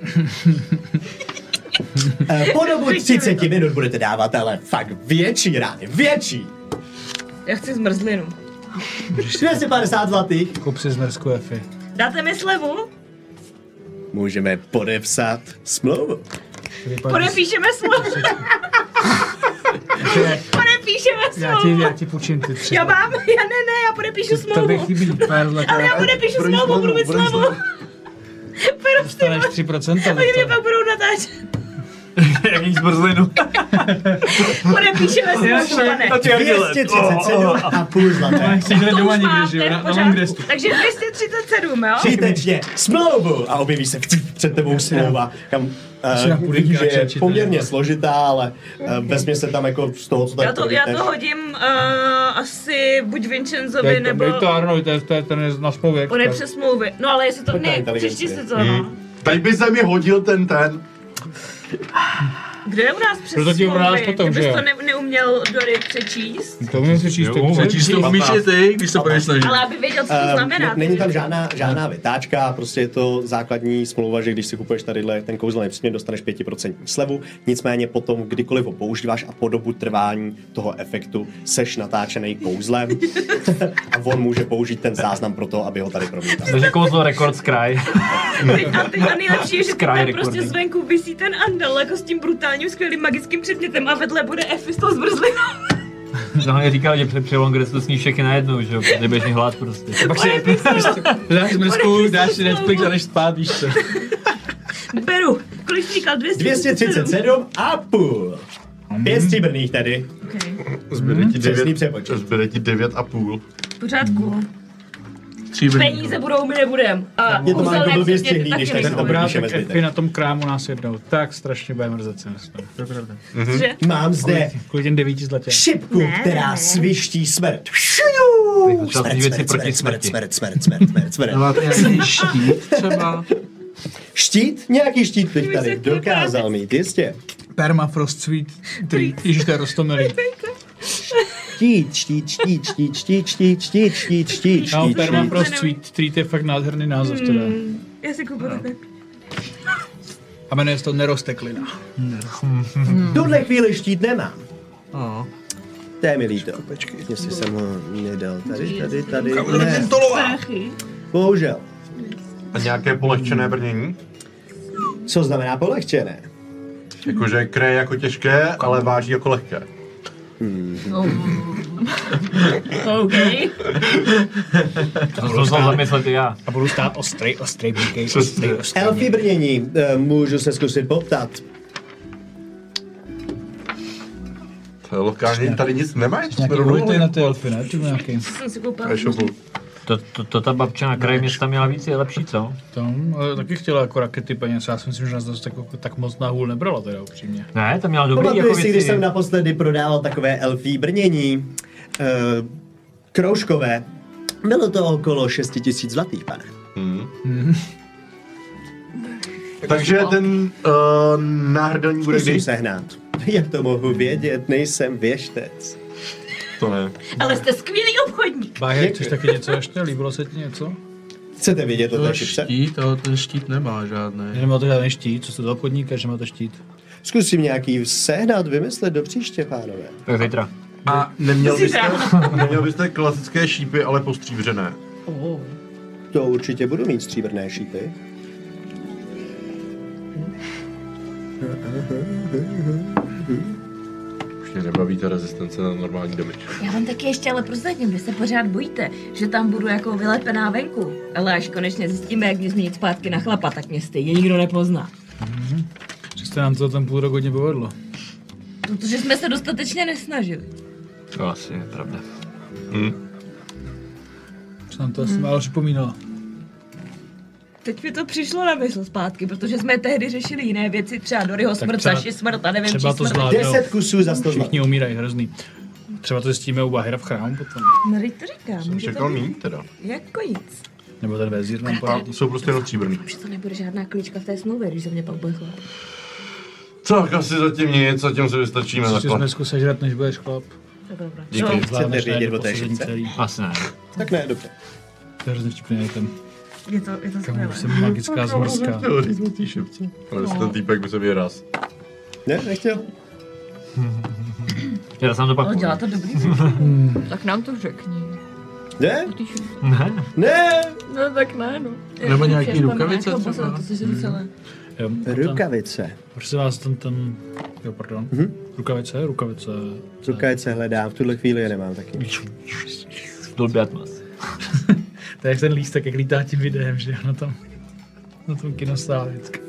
Po dobu 30 minut budete dávat ale fakt větší rány. Větší. Já chci zmrzlinu. 250 zlatých. Kup si zmrzku Efi. Dáte mi slevu? Můžeme podepsat smlouvu. Podepíšeme smlouvu. Podepíšeme smlouvu. Já ti půjčím ty 3. Já mám, já podepíšu To by smlouvu. chybí pár Ale já zlatých. podepíšu smlouvu, budu mít slevu. Dostaneš 3% za Oni mě to. pak budou natáčet. Jaký zmrzlinu. Podepíšeme smlouvu, pane. 237,5 zlaté. Jsi jde To doma už někde, máte, že jo? v Na pořádku. Longrestu. Takže 237, jo? Skutečně smlouvu. A objeví se před tebou smlouva, kam vidíš, že je poměrně složitá, ale vezmě se tam jako z toho, co tady Já to hodím asi buď Vincenzovi, nebo Dej to Arnold, ten je na smlouvě. podepře smlouvy. No ale jestli to Pojďte ne, inteligenci. přečti si to, no. Tady by se mi hodil ten. Kde je u nás přes Proto ti u nás smlouvy? potom, Kdybys že jo? to neuměl Dory přečíst. To mě si číst. Začíš to umíš i ty, když se budeš snažit. Ale aby věděl, co to znamená. Není tam žádná vytáčka, prostě je to základní smlouva, že když si kupuješ tadyhle ten kouzelný předmět, dostaneš 5% slevu, nicméně potom kdykoliv ho používáš a po dobu trvání toho efektu seš natáčený kouzlem a on může použít ten záznam pro to, aby ho tady promítal. Takže kouzlo rekord Sky. A nejlepší je, že Sky tam recording. prostě zvenku visí ten andel jako s tím brutálním skvělým magickým předmětem a vedle bude Effie s tou zmrzlinou. Hlavně říkal, že při Longrestu sní všechny najednou, že jo? Neběžný hlad prostě. Pak si dáš zmrzku, dáš si Netflix a jdeš spát, víš co. Beru. Kolik jsi říkal? 237,5. 5 stříbrných tedy. Okay. Zbyde ti Přesný 9, přepočet. zbyde ti 9,5. V pořádku. Stříbrný. Peníze budou, my nebudem. A Je to kouzelné malinko blbě předměty stihlý, když taky tak si to nebudou. Píšeme Obrázek zbytek. Efi na tom krámu nás jednou. Tak strašně bude mrzet se. To je pravda. Že? Mám zde Kvůli těm 9 zlatě. šipku, která sviští smrt. Začal ty věci proti smrti. Smrt. Máte nějaký štít třeba? Štít? Nějaký štít bych tady Vysvětli dokázal právě. mít, jistě. Permafrost Sweet Treat. Ježiš, to je rostomilý. Štít. No, Permafrost Sweet Treat je fakt nádherný název teda. Já si kupuju taky. A jmenuje se to Nerosteklina. V tuhle chvíli štít nemám. No. To je mi líto. Počkej, jestli jsem ho nedal. Tady. Ne, Prachy. bohužel. A nějaké polehčené brnění? Co znamená polehčené? Jakože kreje jako těžké, ale váží jako lehké. OK. To jsem musel zamyslet i já. A budu stát ostrej, blíkej, ostrej. Elfí brnění, můžu se zkusit poptat. To je lokálně, tady nic nemáš? Nějaký ulity na ty elfy, ne? Ty nějaký. Jsem si koupila. To ta babča na kraji města měla víc, je lepší, co? Tam, ale taky chtěla jako rakety peněz, já si myslím, že nás to tak moc na hůl nebrala teda upřímně. Ne, tam měla dobrý jako Pamatuji si, věci. když jsem naposledy prodával takové elfí brnění, kroužkové. Bylo to okolo 6 000 zlatých, pane. Takže ten náhrdelník bude Zkusím kdy? sehnat. Jak to mohu vědět, nejsem věštec. To ne. Ale jste skvělý obchodník. Báje, chceš taky něco ještě? Líbilo se ti něco? Chcete vidět o To té je šipce? štít, ale ten štít nemá žádný. Že nemáte žádný štít, co jste do obchodníka, že máte štít? Zkusím nějaký sehnat, vymyslet do příště, pánové. Tak zítra. A neměl byste klasické šípy, ale postříbřené. To určitě budu mít stříbrné šípy. Už mě nebaví ta rezistence na normální damage. Já vám taky ještě ale prozradím, vy se pořád bojíte, že tam budu jako vylepená venku. Ale až konečně zjistíme, jak mě změnit zpátky na chlapa, tak mě stejně nikdo nepozná. Že jste nám to ten půl rok hodně povedlo. Protože jsme se dostatečně nesnažili. To asi je pravda. Co nám to asi málo připomínalo. Teď mi to přišlo na mysl zpátky, protože jsme tehdy řešili jiné věci, třeba Doryho smrt, třeba- Saši smrt a nevím, třeba čí to smrt. zvládne. 10 kusů za 100 zlat. Všichni umírají hrozný. Třeba to zjistíme u Bahira v chrámu potom. No, teď to říkám. Jsem může to čekal být mít teda. jako nic. Nebo ten vezír nám A poradí. jsou prostě jenom stříbrný. Už to nebude žádná klíčka v té smlouvě, když se mě pak bude chlap. Tak asi zatím nic, zatím se vystačíme Ještě takhle. jsme zkusit žrat, než budeš chlap. Tak dobré. Díky. Chcete Zvládneš vědět najít o té poslední šipce? celý. Asi ne. Tak ne, dobře. To je hrozně vtipný item. Je to Kamu skvělé. už jsem magická zmrzka. Chtěl říct o té šipce. Ale jestli ten týpek by se vyraz. Ne, nechtěl? Já jsem to pak... Ale dělá to dobrý. Tak nám to řekni. Ne? Ne. Ne! No tak ne, no. Nebo nějaký rukavice To třeba. si celé. Jo, Rukavice. prosím vás, jo, pardon. Rukavice. Rukavice hledám, v tuhle chvíli je nemám taky. Dolby Atmos. To je jak ten lístek, jak lítá tím videem, že jo, na tom kinostále vždycky.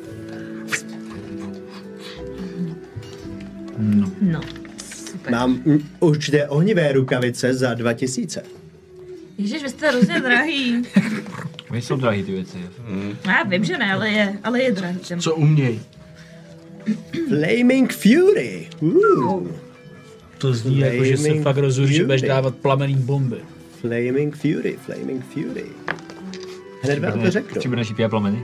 No, super. Mám určité ohnivé rukavice za 2000. Ježiš, vy jste hrozně drahý. Oni jsou drahý ty věci. Já vím, že ne, ale je drahý. Co uměj? Flaming Fury. To zní jako, že se Flaming fakt rozhodl, že budeš Fury. dávat plamený bomby. Flaming Fury. Hned vám to řeknu. Stříbrné šípy a plameny.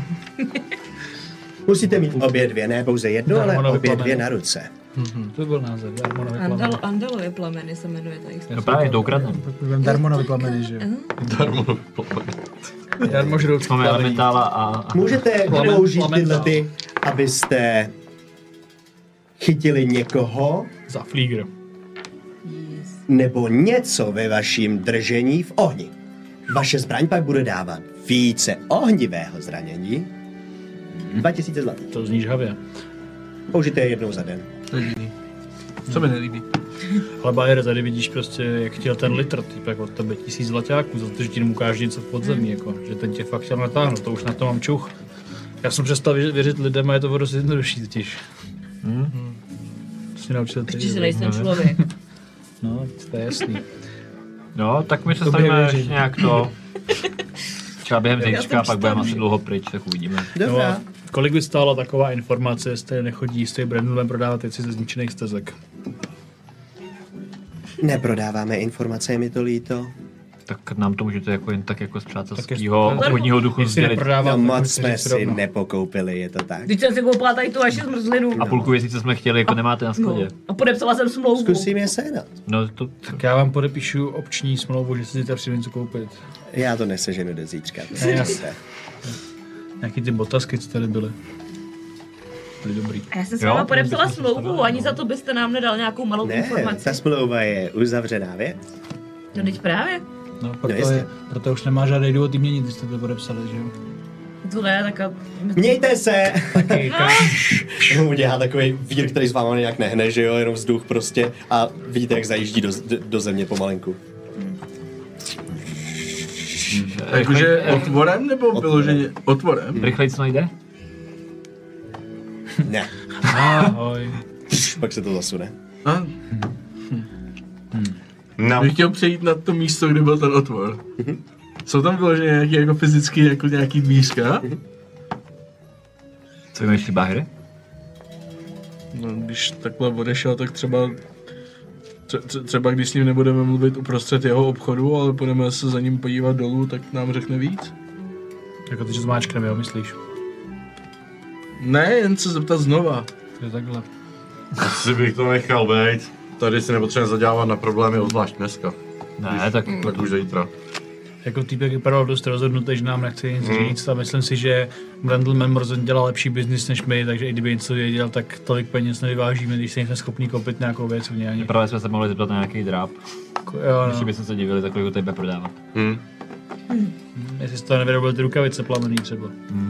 Musíte mít obě dvě, ne pouze jednu, ale Darmonovy obě dvě plameny. na ruce. To byl název, Darmonovy plameny. Andalově plameny se jmenuje ta jistá. No právě to ukradneme. Darmonovy plameny, že jo. Darmo. Darmožroucí Máme plameny. elementála a... Můžete Plamen- použít plamen tyhle dál. ty, abyste chytili někoho Za flígr. nebo něco ve vaším držení v ohni. Vaše zbraň pak bude dávat více ohnivého zranění. 2000 zlatých. To zní žhavě. Použijte je jednou za den. To je jediný. Co mi nelíbí. Ale Bayer, tady vidíš prostě, jak chtěl ten litr, týpek od tebe 1000 zlaťáků, za to, že ti ukáže něco v podzemí, jako, že ten tě fakt chtěl natáhnout, to už na to mám čuch. Já jsem přestal věřit lidem a je to dost jednodušší totiž. To si naučil ty. Ještě si nejsem člověk. No, to je jasný. No, tak my se Dobrý stavíme věření. nějak to... Třeba během zítřka, jsem pak budeme šťastný. asi dlouho pryč, tak uvidíme. No, Dobrá. a kolik by stála taková informace, jestli nechodí s tím Brandulem prodávat věci ze zničených stezek? Neprodáváme informace, je mi to líto. Tak nám to můžete jako jen tak jako z Tak přátelského je- obchodního duchu Jestli sdělit. No neprodávám, moc jsme si ne. nepokoupili, je to tak? Teď jsem si koupila tady tu vaši zmrzlinu. A půlku věcí, co jsme chtěli, jako nemáte na No. skládě. A podepsala jsem smlouvu. Zkusím je sehnat. No to... Tak já vám podepíšu opční smlouvu, že si zítra přijde něco koupit. Já to neseženu do zítřka. To si Ne, myslíte. Nějaký ty botasky, co tady byly. Byly dobrý. A já jsem s Jo, váma podepsala bychom se smlouvu, stavili, ani no. za to byste nám nedal nějakou malou Ne, informaci. ta smlouva je uzavřená věc. No teď právě. No, jasně. proto už nemá žádný důvod jí měnit, když jste to podepsali, že jo? To ne, tak a... Mějte se! Taky, Jenom udělá takový vír, který s váma nějak nehne, že jo, jenom vzduch prostě a vidíte, jak zajíždí do země pomalinku. Jakože otvorem nebo vyloženě otvorem? Rychleji co najde? Ne, ahoj. pak se to zasune. A, No. bych chtěl přejít na to místo, kde byl ten otvor. Jsou tam vyloženě nějaký jako fyzicky jako nějaký dvířka? Co vymýšlí Bahry? No, když takhle odešel, tak třeba třeba když s ním nebudeme mluvit uprostřed jeho obchodu, ale budeme se za ním podívat dolů, tak nám řekne víc? Jako ty, že zmáčkneme, jo, myslíš? Ne, jen se zeptat znova. Je takhle. Asi bych to nechal být. Tady si nepotřebujeme zadělávat na problémy, obzvlášť dneska. Ne, tak Tak už zítra. Jako týpek vypadal dost rozhodnutý, že nám nechce nic říct a myslím si, že Brandleman Morzen dělá lepší biznis než my, takže i kdyby něco věděl, tak tolik peněz nevyvážíme, když se nejsme schopni koupit nějakou věc v něj. právě jsme se mohli zeptat na nějaký dráp. Jo, Ještě no. bychom se divili, za kolik ho tebe prodávat. Jestli z toho nevyrobil ty rukavice plamený třeba.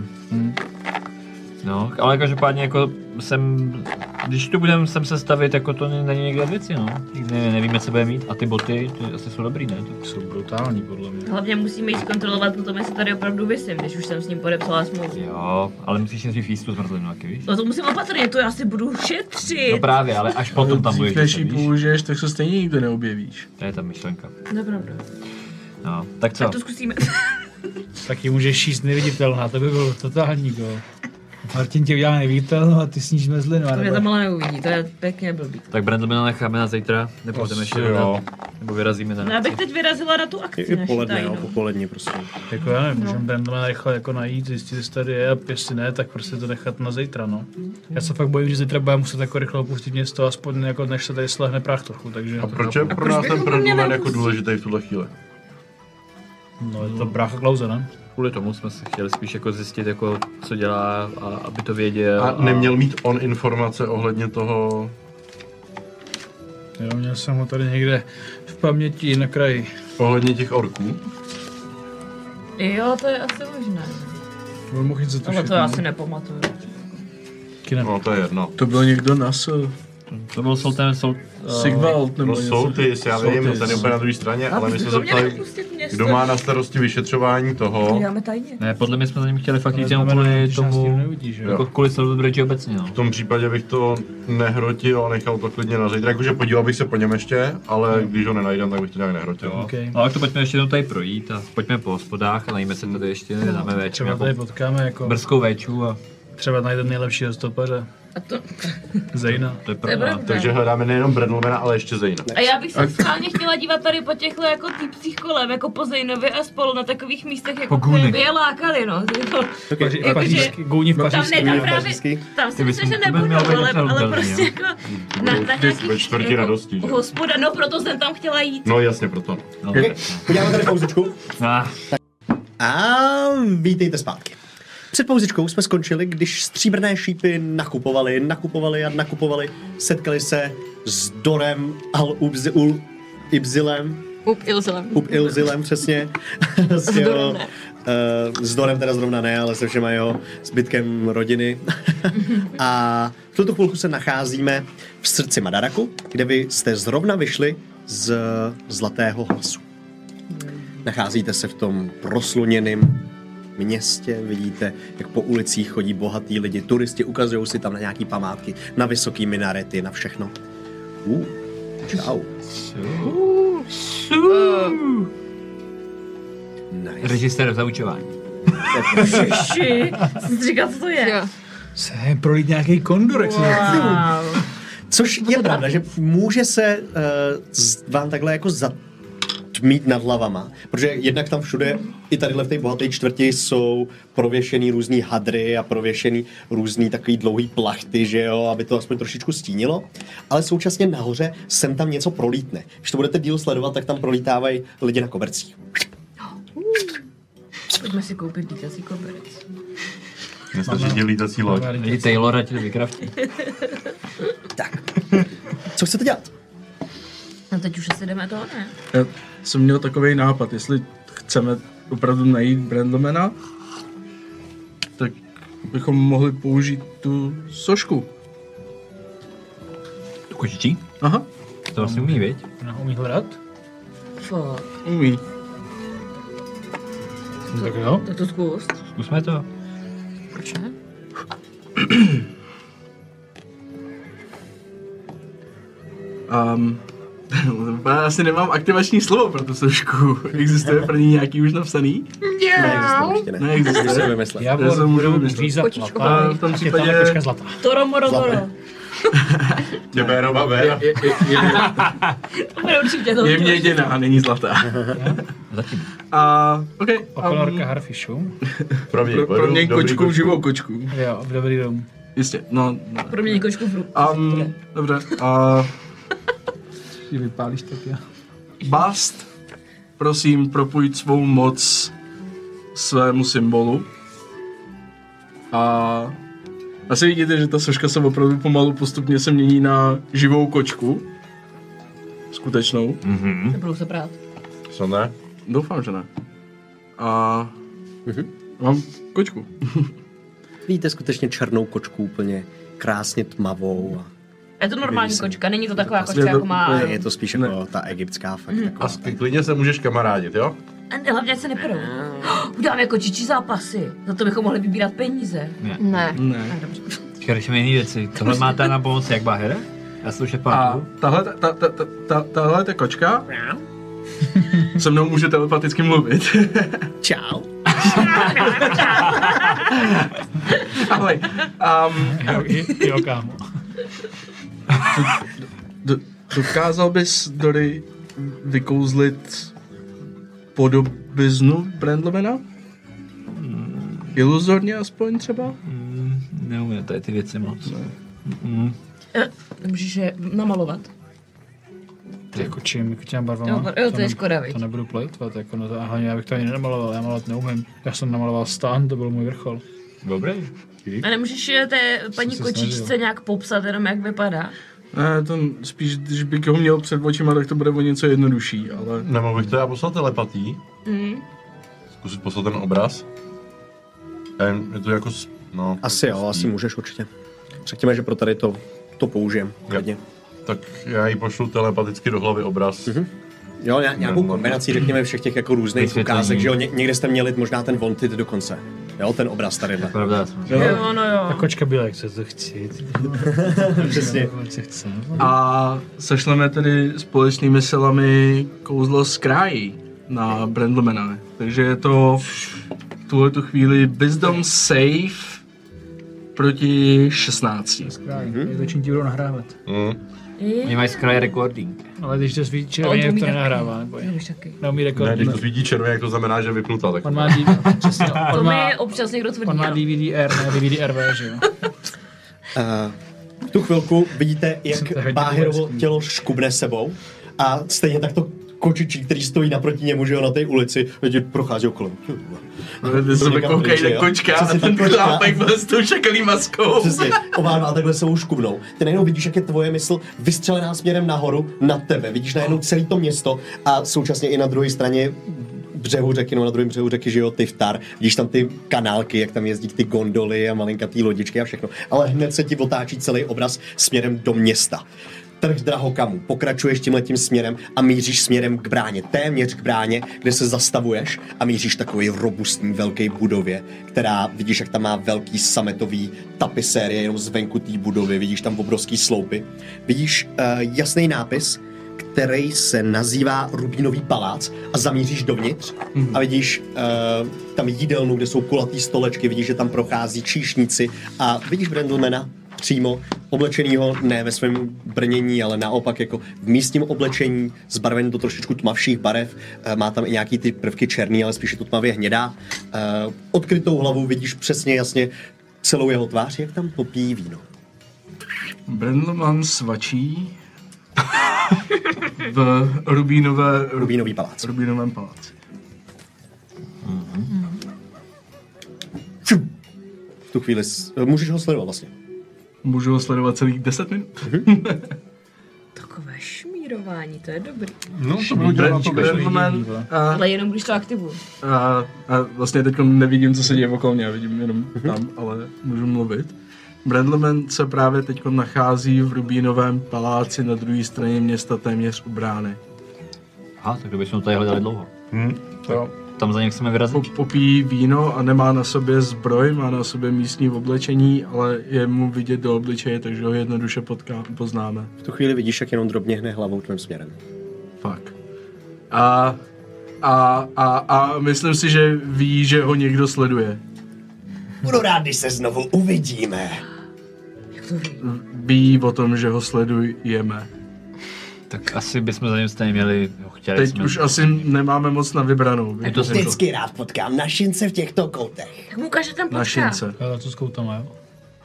No, ale každopádně jako když tu budeme sem se stavit, jako to není někde věci, no. Nevíme, co bude mít a ty boty, ty asi jsou dobrý, ne? Tak Jsou brutální podle mě. Hlavně musíme jít zkontrolovat potom, jestli tady opravdu visím, když už jsem s ním podepsala smlouvu. jo, ale musíš nejdřív jíst tu zmrzlinu, taky, víš? No to musím opatrně, to já si budu šetřit. No právě, ale až potom tam budeš, Dřív než ji víš? použiješ, tak se stejně nikdo neobjevíš. To je ta myšlenka. No pravda. No, tak co? Tak to zkusíme. Taky můžeš jíst neviditelná, to by bylo totální gol. Martin ti udělá neviditelnou a ty sníš zmrzlinu. To mě tam ale neuvidí, to je pěkně blbý. Tak Brandlemana necháme na zítra, nebo jdeme ještě jo. nebo vyrazíme na No já bych teď vyrazila na tu akci I naši poledne, jo, tajnou. popolední prostě. Jako já nevím, můžeme Brandlemana rychle jako najít, zjistit, jestli tady je a jestli ne, tak prostě to nechat na zítra, no. Já se fakt bojím, že zítra budeme muset jako rychle opustit město, aspoň jako než se tady slehne prach trochu, takže... A proč je pro nás ten Brandleman jako důležitý v tuhle chvíli? No je to brácha Klauze, ne? Kvůli tomu jsme si chtěli spíš jako zjistit, jako, co dělá a aby to věděl. A neměl mít on informace ohledně toho... Jo, měl jsem ho tady někde v paměti na kraji. Ohledně těch orků? Jo, to je asi možné. To mohl něco tušit, Ale to já no. si nepamatuju. Kinem. No to je jedno. To byl někdo nas To byl Sigvald nebo No něco. Soltis, já vím, Soltis. ten je úplně na druhé straně, ale my jsme to se měli ptali, pustit město. kdo má na starosti vyšetřování toho. Děláme tajně. Ne, podle mě jsme za ním chtěli fakt jít Ale jenom znamená, kvůli když nás tím tomu, neuvidíš, jo. jako kvůli Silverbridge obecně, no. V tom případě bych to nehrotil a nechal to klidně na zítra. Jakože podíval bych se po něm ještě, ale když ho nenajdem, tak bych to nějak nehrotil. Okay. No, ale to pojďme ještě jenom tady projít a pojďme po hospodách a najíme se tady ještě, dáme véčku, Třeba nějakou tady potkáme jako, brzkou véčku a třeba najdeme nejlepšího stopaře. A to... Zejna. to je To je pravda. pravda. Takže hledáme nejenom Brandlemana, ale ještě Zejna. A já bych se schválně chtěla dívat tady po těchto jako týpcích kolem, jako po Zejnovi a spolu na takových místech, jako Po Gůny. by je lákali, no. Jako, Pařížský, gůni v tam pařížský. ne, tam Pařížský. právě, tam si Ty myslím, bys- že to by nebudou, mělo být ale docela prostě udržný, jako na Ve nějakých čtvrtí radosti, že? hospoda, no proto jsem tam chtěla jít. No jasně, proto. No. Uděláme tady pauzičku Ah, a vítejte zpátky. Před pauzičkou jsme skončili, když stříbrné šípy nakupovali, setkali se s Dorem Ibzilem, Ilzilem přesně, s Dorem teda zrovna ne, ale se všema jeho zbytkem rodiny. A v tuto chvilku se nacházíme v srdci Madaraku, kde vy jste zrovna vyšli z Zlatého hlasu. Nacházíte se v tom prosluněném městě, vidíte, jak po ulicích chodí bohatý lidi, turisti ukazují si tam na nějaký památky, na vysoký minarety, na všechno. Čau. Nice. režisér zaučování. Ježi, jsem si říkal, co to je. Jo. Se projít nějaký kondor, jak se Wow. Což je pravda, že může se vám takhle jako zatmít nad hlavama, protože jednak tam všude, i tadyhle v té bohaté čtvrti jsou prověšený různý hadry a prověšený různý takový dlouhý plachty, že jo, aby to aspoň trošičku stínilo, ale současně nahoře sem tam něco prolítne. Když to budete díl sledovat, tak tam prolítávají lidi na kobercích. Pojďme si koupit lítací koberec. Nestačí lítací loď. Lidi Taylora ti to vykraftí. Tak, co chcete dělat? No teď už asi jdeme toho, ne? Já jsem měl takový nápad, jestli chceme opravdu najít Brandlemana, bychom mohli použít tu sošku. Tu kočičí? Aha, To vlastně umí, viď? Ona umí hledat? Fakt. umí. Tak jo. Tak to zkus. Zkusme to. Proč ne? Já asi nemám aktivační slovo pro tu sošku. Existuje pro ní nějaký už napsaný? Neexistuje ještě, ne. Neexistuje. Musím vymyslet. Já Já se můžu budu vymyslet. řízat Kočičko zlatá. baví. V tom Tak je případě- tam kočka zlatá. Toro, moro, moro. Těbérova Vera. Bude určitě to. Je měděná, není zlatá. Zatím. OK. Okolorka Harfishu. Pro mě, Pro mě kočku, živou kočku. Jo, v dobrý dům. Jistě, no. Pro mě kočku fru. Dobře. Když vypálíš, tak já. Bast, prosím, propojit svou moc svému symbolu. A asi vidíte, že ta soška se opravdu pomalu postupně se mění na živou kočku. Skutečnou. Nebudu se prát. Co ne? Doufám, že ne. A mám kočku. Vidíte skutečně černou kočku, úplně krásně tmavou. A Je to normální Líbí se. kočka, není to taková Vlastně kočka, to- jako má... je to spíš jako ta egyptská fakt. Jako, A klidně se můžeš kamarádit, jo? A hlavně ať se neperou. Uděláme kočičí zápasy. Za to bychom mohli vybírat peníze. Ne. Ne. Teďka řešíme jiné věci. Tohle máte na pomoci jak Bahera? Já si to už A nepamatuju. tahle ta kočka se mnou může telepaticky mluvit. Čau. Ahoj. Jo, kámo. Dokázal bys, Dory, vykouzlit podobiznu Brandlemana? Iluzorně aspoň třeba? Neumím tady ty věci moc. Můžeš je namalovat. Jako čím barvama? Jo, to je škoda, viď? To nebudu plejtvat, jako no to, a hlavně já bych to ani nenamaloval, já malovat neumím. Já jsem namaloval stan, to byl můj vrchol. Dobrý. A nemůžeš té paní se kočičce snažil. nějak popsat, jenom jak vypadá? Ne, to spíš, když bych ho měl před očima, tak to bude o něco jednodušší, ale... Nemohl bych to já poslat telepatí? Zkusit poslat ten obraz? Je to jako... No, Asi jo, asi můžeš určitě. Řekněme, že pro tady to použijem. Klidně. Tak já jí pošlu telepaticky do hlavy obraz. Jo, nějakou kombinací, řekněme, všech těch jako různých Vysvětlení. ukázek, že jo, někde jste měli možná ten Wanted dokonce. Jo, ten obraz tady. Pravda. Jo, no Ta jo. kočka byla, jak se to chci. Přesně. Co chce. A sešleme tedy společnými silami kouzlo z krájí na Brandlemana. Takže je to v tuhletu chvíli Wisdom Save proti 16. Je to čím ti budou nahrávat. Oni mají skraj recording. Ale když to svítí On to červeně, umí to taky. nenahrává, nebo je. Víš taky. Neumí Ne, rekord. když to svítí červeně, jak to znamená, že vypnutá. Tak On má DVD, přesně, To on má, mi občas někdo tvrdí. on má no. DVD-R, ne DVD-RV, že jo. V tu chvilku vidíte, jak Jsem to hodně Báhirovo bolestný. tělo škubne sebou a stejně tak to kočičí, který stojí naproti němu, že jo, na té ulici, teď prochází okolo. Ty se Někam koukají pryč, na jo? kočka a Přesně, ten ta kočka. chlápek byl s tou šakalý maskou. Přesně, oba dva takhle sebou škubnou. Ty najednou vidíš, jak je tvoje mysl vystřelená směrem nahoru nad tebe. Vidíš najednou celé to město a současně i na druhé straně břehu řeky, no na druhém břehu řeky, že jo, Tiftar. Vidíš tam ty kanálky, jak tam jezdí ty gondoly a malinkatý lodičky a všechno. Ale hned se ti otáčí celý obraz směrem do města. Trh Drahokamu. Pokračuješ tímhletím směrem a míříš směrem k bráně. Téměř k bráně, kde se zastavuješ a míříš takový robustní velké budově, která vidíš, jak tam má velký sametový tapisérie jenom zvenku té budovy. Vidíš tam obrovský sloupy. Vidíš jasný nápis, který se nazývá Rubínový palác a zamíříš dovnitř a vidíš tam jídelnu, kde jsou kulatý stolečky, vidíš, že tam prochází číšníci a vidíš Brandlemana přímo oblečenýho, ne ve svém brnění, ale naopak jako v místním oblečení, zbarvený do trošičku tmavších barev, má tam i nějaký ty prvky černý, ale spíš je to tmavě hnědá. Odkrytou hlavou vidíš přesně jasně celou jeho tvář, jak tam popíjí víno. Brandleman svačí v Rubínový palác. Rubínovém paláci. V tu chvíli můžeš ho sledovat vlastně. Můžu ho sledovat celých 10 minut. Takové šmírování. zaklínání, to je dobrý. No, to budu dělat na to Brandleman. Ale jenom když to aktivuju. A vlastně teď nevidím, co se děje okolo mě, vidím jenom tam, ale můžu mluvit. Brandleman se právě teď nachází v Rubínovém paláci na druhé straně města, téměř u brány. Aha, tak to bychom tady hledali dlouho. To. Tam za ně chceme vyrazit? Popíjí víno a nemá na sobě zbroj, má na sobě místní oblečení, ale je mu vidět do obličeje, takže ho jednoduše poznáme. V tu chvíli vidíš, jak jenom drobně hne hlavou tvým směrem. Fakt. A myslím si, že ví, že ho někdo sleduje. Budu rád, když se znovu uvidíme. Ví o tom, že ho sledujeme. Tak asi bychom za ním stejně měli, chtěli Teď jsme. už asi nemáme moc na vybranou. Je to Vždycky rád potkám našince v těchto koutech. Tak mu ukáže ten počká. Našince. Jo, to s koutama, jo?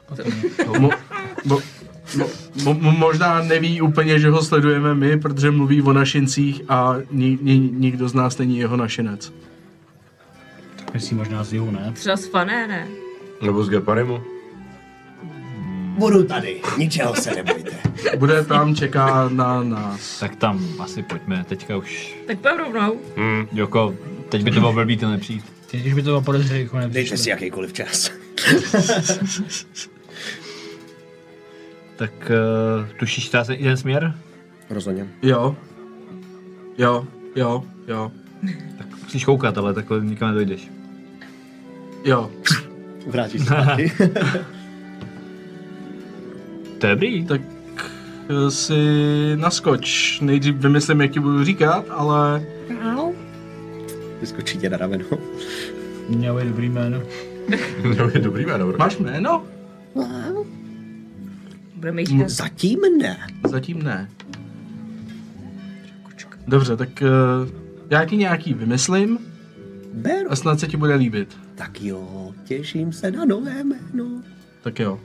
Možná neví úplně, že ho sledujeme my, protože mluví o našincích a nikdo z nás není jeho našinec. Myslí možná z jihu, ne? Třeba z Fané, ne? Nebo z Geparimu. Budu tady, ničeho se nebojte. Bude tam, čeká na nás. Tak tam asi pojďme, teďka už. Tak pojď rovnou. Jako, teď by to bylo blbý to nepřijít. Teď, když by to bylo podezřelé, jako Dejte nepřišlo. si jakýkoliv čas. Tak tušíš teda jeden směr? Rozhodně. Jo. Tak musíš koukat, ale takhle nikam nedojdeš. Jo. Vrátíš se zpátky. To je dobrý. Tak si naskoč. Nejdřív vymyslím, jak ti budu říkat, ale... Vyskočí tě na rameno. Měl je dobrý jméno. To je dobrý jméno. Máš jméno? Budeme jí říkat. Zatím ne. Zatím ne. Dobře, tak já ti nějaký vymyslím Beru. a snad se ti bude líbit. Tak jo, těším se na nové jméno. Tak jo.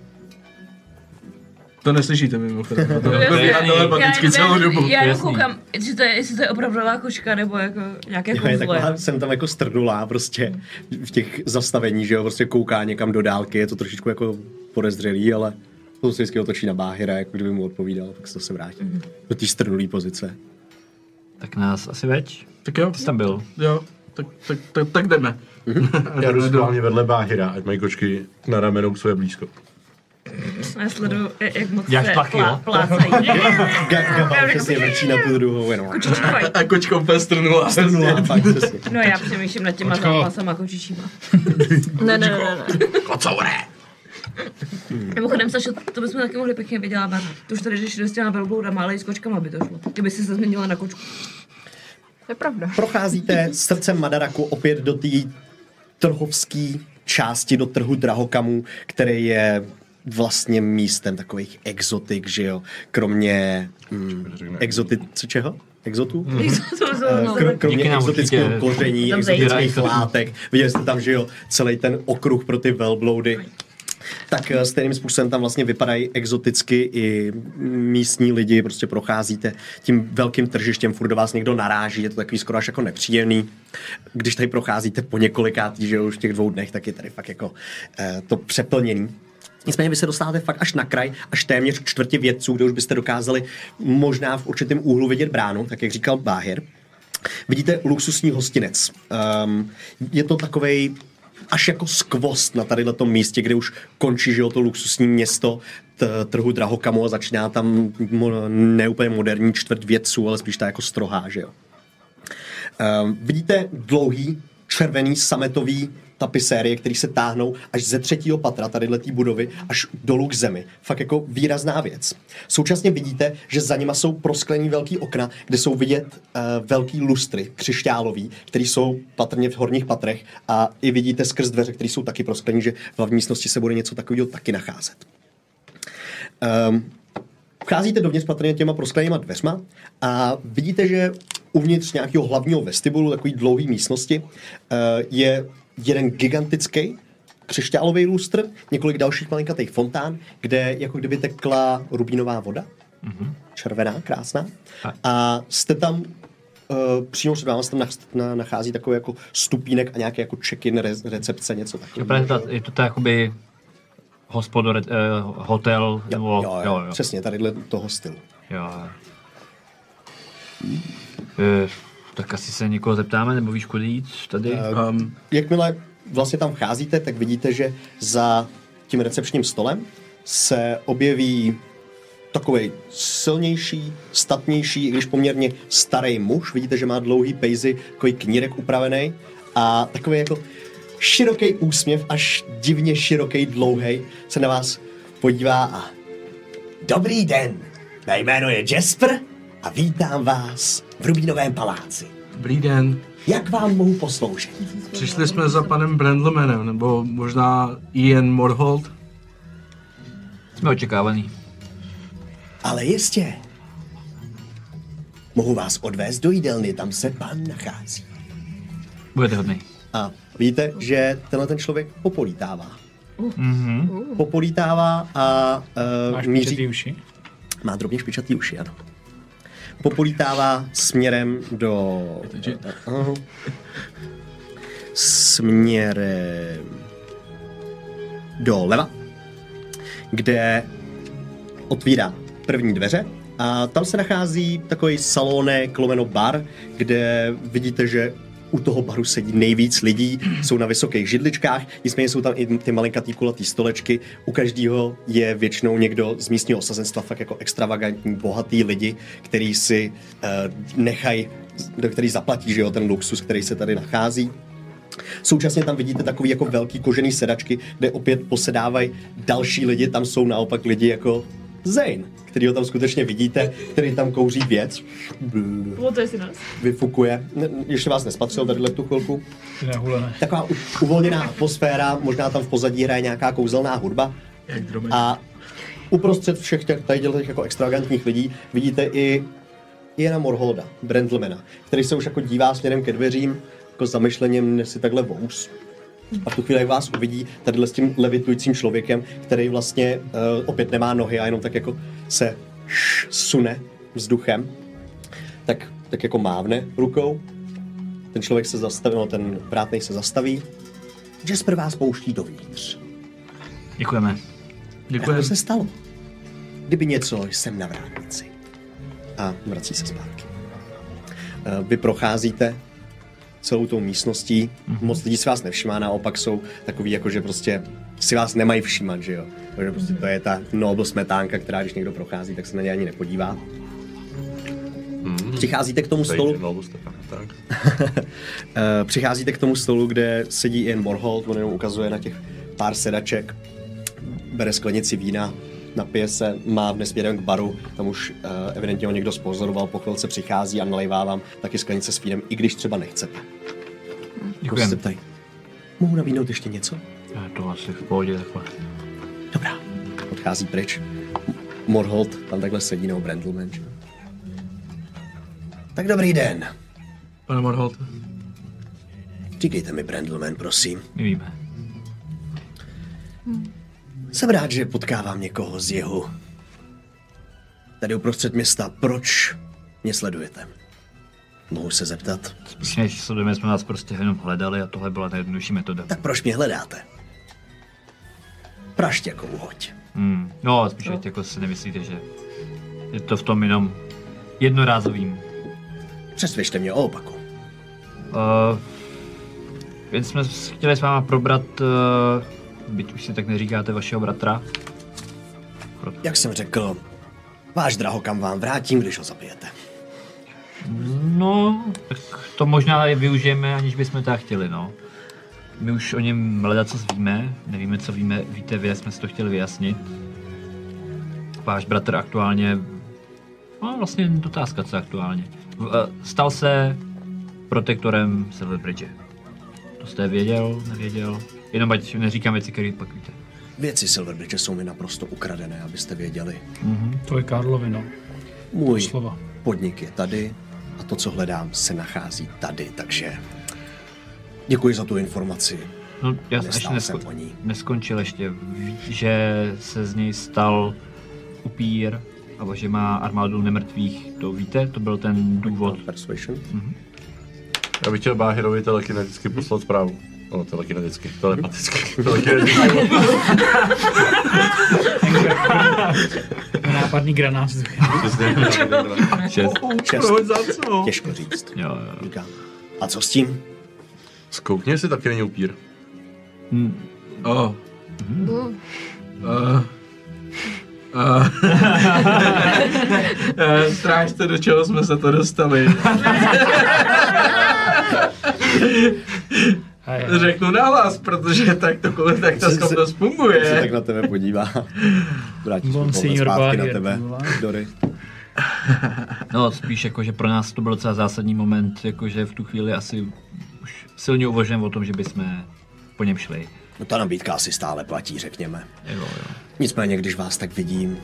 To neslyšíte mimochodem. To je probíhá telepaticky celou dobu. Já jenom Jasný. koukám, jestli to je opravdová kočka, nebo jako nějaké Jo, je kouzlo. taková, jsem tam jako strdulá prostě v těch zastavení, že jo, prostě kouká někam do dálky, je to trošičku jako podezřelý, ale to se vždycky otočí na Báhyra, jako kdyby mu odpovídal, tak se to se vrátí do té strdulý pozice. Tak nás asi veď. Tak jo, Ty jsi tam byl. jo, tak jdeme. Já jdu schválně vedle Báhyra, ať mají kočky na ramenou k sobě blízko. Já sleduju, jak moc Jak se plachy, jo? plácají. Gabal přesně vrčí na tu druhou, jenom. A kočka úplně strnula. Strnulá, fakt přesně. No já přemýšlím nad těma Kočko. zápasama kočičíma. Ne. Kocoure! Mimochodem, Sašo, to bychom taky mohli pěkně vydělávat. To už tady řešili s těma velbloudama, ale i s kočkama by to šlo. Kdyby si se změnila na kočku. To je pravda. Procházíte srdcem Madaraku opět do té trhovské části, do trhu drahokamů, který je vlastně místem takových exotik, že jo, kromě exotice čeho? Exotů? Kromě Díky nám exotického určitě. koření, Tam exotických zajímavé. látek. Viděli jste tam, že jo, celý ten okruh pro ty velbloudy. Tak stejným způsobem tam vlastně vypadají exoticky i místní lidi, prostě procházíte tím velkým tržištěm, furt do vás někdo naráží, je to takový skoro až jako nepříjemný. Když tady procházíte po několikátý, že jo, už v těch 2 dnech, tak je tady fakt jako to přeplněný. Nicméně vy se dostáváte fakt až na kraj, až téměř k čtvrti vědců, kde už byste dokázali možná v určitém úhlu vidět bránu, tak jak říkal Báhir. Vidíte luxusní hostinec. Je to takovej až jako skvost na tadyhletom místě, kde už končí, že jo, to luxusní město trhu drahokamů a začíná tam neúplně moderní čtvrt vědců, ale spíš ta jako strohá, že jo. Vidíte dlouhý, červený, sametový tapisérie, který se táhnou až ze 3. patra tadyhletý budovy až dolů k zemi. Fakt jako výrazná věc. Současně vidíte, že za nima jsou prosklený velký okna, kde jsou vidět velký lustry, křišťálový, který jsou patrně v horních patrech a i vidíte skrz dveře, které jsou taky prosklený, že v hlavní místnosti se bude něco takového taky nacházet. Vcházíte dovnitř patrně těma prosklenýma dveřma a vidíte, že uvnitř nějakého hlavního vestibulu, takový dlouhý místnosti, je jeden gigantický křišťálový lustr, několik dalších malinkatých fontán, kde jako kdyby tekla rubínová voda, červená, krásná. A jste tam přímo před váma se tam nachází takový jako stupínek a nějaký jako check-in, recepce, něco takového. Je to jakoby hotel, nebo... Jo, přesně, tadyhle toho stylu. Jo. Tak asi se někoho zeptáme, nebo víš, kudy jít tady? Jakmile vlastně tam vcházíte, tak vidíte, že za tím recepčním stolem se objeví takovej silnější, statnější, i když poměrně starý muž. Vidíte, že má dlouhý pejzy, takový knírek upravený a takový jako široký úsměv, až divně široký, dlouhý, se na vás podívá a dobrý den, mé jméno je Jasper a vítám vás v Rubínovém paláci. Dobrý den. Jak vám mohu posloužit? Přišli jsme za panem Brandlemanem, nebo možná Ian Morholt. Jsme očekávaný. Ale jistě. Mohu vás odvést do jídelny, tam se pan nachází. Budete hodnej. A víte, že tenhle ten člověk popolítává. Popolítává a Máš míří... míří uši? Má drobně špičatý uši, ano. Popolítává směrem do... Směrem doleva, kde otvírá první dveře a tam se nachází takový salónek, lomeno bar, kde vidíte, že u toho baru sedí nejvíc lidí, jsou na vysokých židličkách, nicméně jsou tam i ty malinkatý kulatý stolečky. U každého je většinou někdo z místního osazenstva, fakt jako extravagantní, bohatý lidi, který si nechají, který zaplatí, že jo, ten luxus, který se tady nachází. Současně tam vidíte takový jako velký kožený sedačky, kde opět posedávají další lidi, tam jsou naopak lidi jako Zane, kterýho tam skutečně vidíte, který tam kouří věc. Pamatuje si nás? Vyfukuje. Ještě vás nespatřil tadyhle tu chvilku. Taková uvolněná atmosféra, možná tam v pozadí hraje nějaká kouzelná hudba. A uprostřed všech těch jako extravagantních lidí vidíte i Iana Morholda, Brandlemana, který se už jako dívá směrem ke dveřím, jako zamyšlením si takhle vous. A v tu chvíli, jak vás uvidí tadyhle s tím levitujícím člověkem, který vlastně opět nemá nohy a jenom tak jako se sune vzduchem, tak jako mávne rukou. Ten člověk se zastaví, no ten vrátnej se zastaví. Jasper vás pouští dovnitř. Děkujeme. Jak to se stalo? Kdyby něco, jsem na vrátnici. A vrací se zpátky. Vy procházíte celou tou místností. Moc lidí si vás nevšimá, naopak jsou takový, jako že prostě si vás nemají všímat, že jo. Protože prostě to je ta nobl smetánka, která když někdo prochází, tak se na ně ani nepodívá. Přicházíte k tomu stolu. Přicházíte k tomu stolu, kde sedí Ian Morholt, on jenom ukazuje na těch pár sedaček, bere sklenici vína, napije se, má směrem k baru, tam už evidentně ho někdo spozoroval, po chvilce přichází a nalejvá vám taky sklenice s vínem, i když třeba nechcete. Děkujeme. Prostě mohu nabídnout ještě něco? To asi v pohodě takhle. Dobrá. Odchází pryč. Morholt tam takhle sedí, nebo Brandleman. Tak dobrý den. Pane Morholt. Říkejte mi Brandleman, prosím. My víme. Jsem rád, že potkávám někoho z jihu. Tady uprostřed města. Proč mě sledujete? Mohu se zeptat? Spíš než sledujeme, jsme vás prostě jenom hledali a tohle byla nejjednodušší metoda. Tak proč mě hledáte? Prašť jako uhoď. No, spíš jako si nemyslíte, že je to v tom jenom jednorázovým. Přesvědčte mě o opaku. Jen jsme chtěli s váma probrat, byť už si tak neříkáte, vašeho bratra. Jak jsem řekl, váš drahokam vám vrátím, když ho zabijete. No, tak to možná i využijeme, aniž bychom tak chtěli, no. My už o něm hledat, co víme, nevíme, co víme, víte vy, jsme si to chtěli vyjasnit. Váš bratr aktuálně, no vlastně otázka, co aktuálně. Stal se protektorem Silverbridge. To jste věděl, nevěděl? Jenom ať neříkám věci, které pak víte. Věci Silverbridge jsou mi naprosto ukradené, abyste věděli. To je Karlovi, no. Můj slova. Podnik je tady a to, co hledám, se nachází tady, takže děkuji za tu informaci. No, já ještě neskončil ještě. Ví, že se z něj stal upír, a že má armádu nemrtvých, to víte? To byl ten důvod. Persuasion. Já bych chtěl Báhirovi telekineticky poslat zprávu. No, telekineticky, telepaticky. Telekineticky. Nápadný granát. Přesně. 6. Proč za co? Těžko říct. Jo. Říkám. A co s tím? Zkoukni, jestli taky není upír. Strážte, do čeho jsme se to dostali. Řeknu nahlas, protože tak ta schopnost funguje. Se tak na tebe podívá. Vrátí Bon se senior zpátky na Barrier, tebe, vole. Dory. No, spíš jako, že pro nás to byl docela zásadní moment, jakože v tu chvíli asi už silně uvažujeme o tom, že bychom po něm šli. No ta nabídka asi stále platí, řekněme. Jo. Nicméně, když vás tak vidím,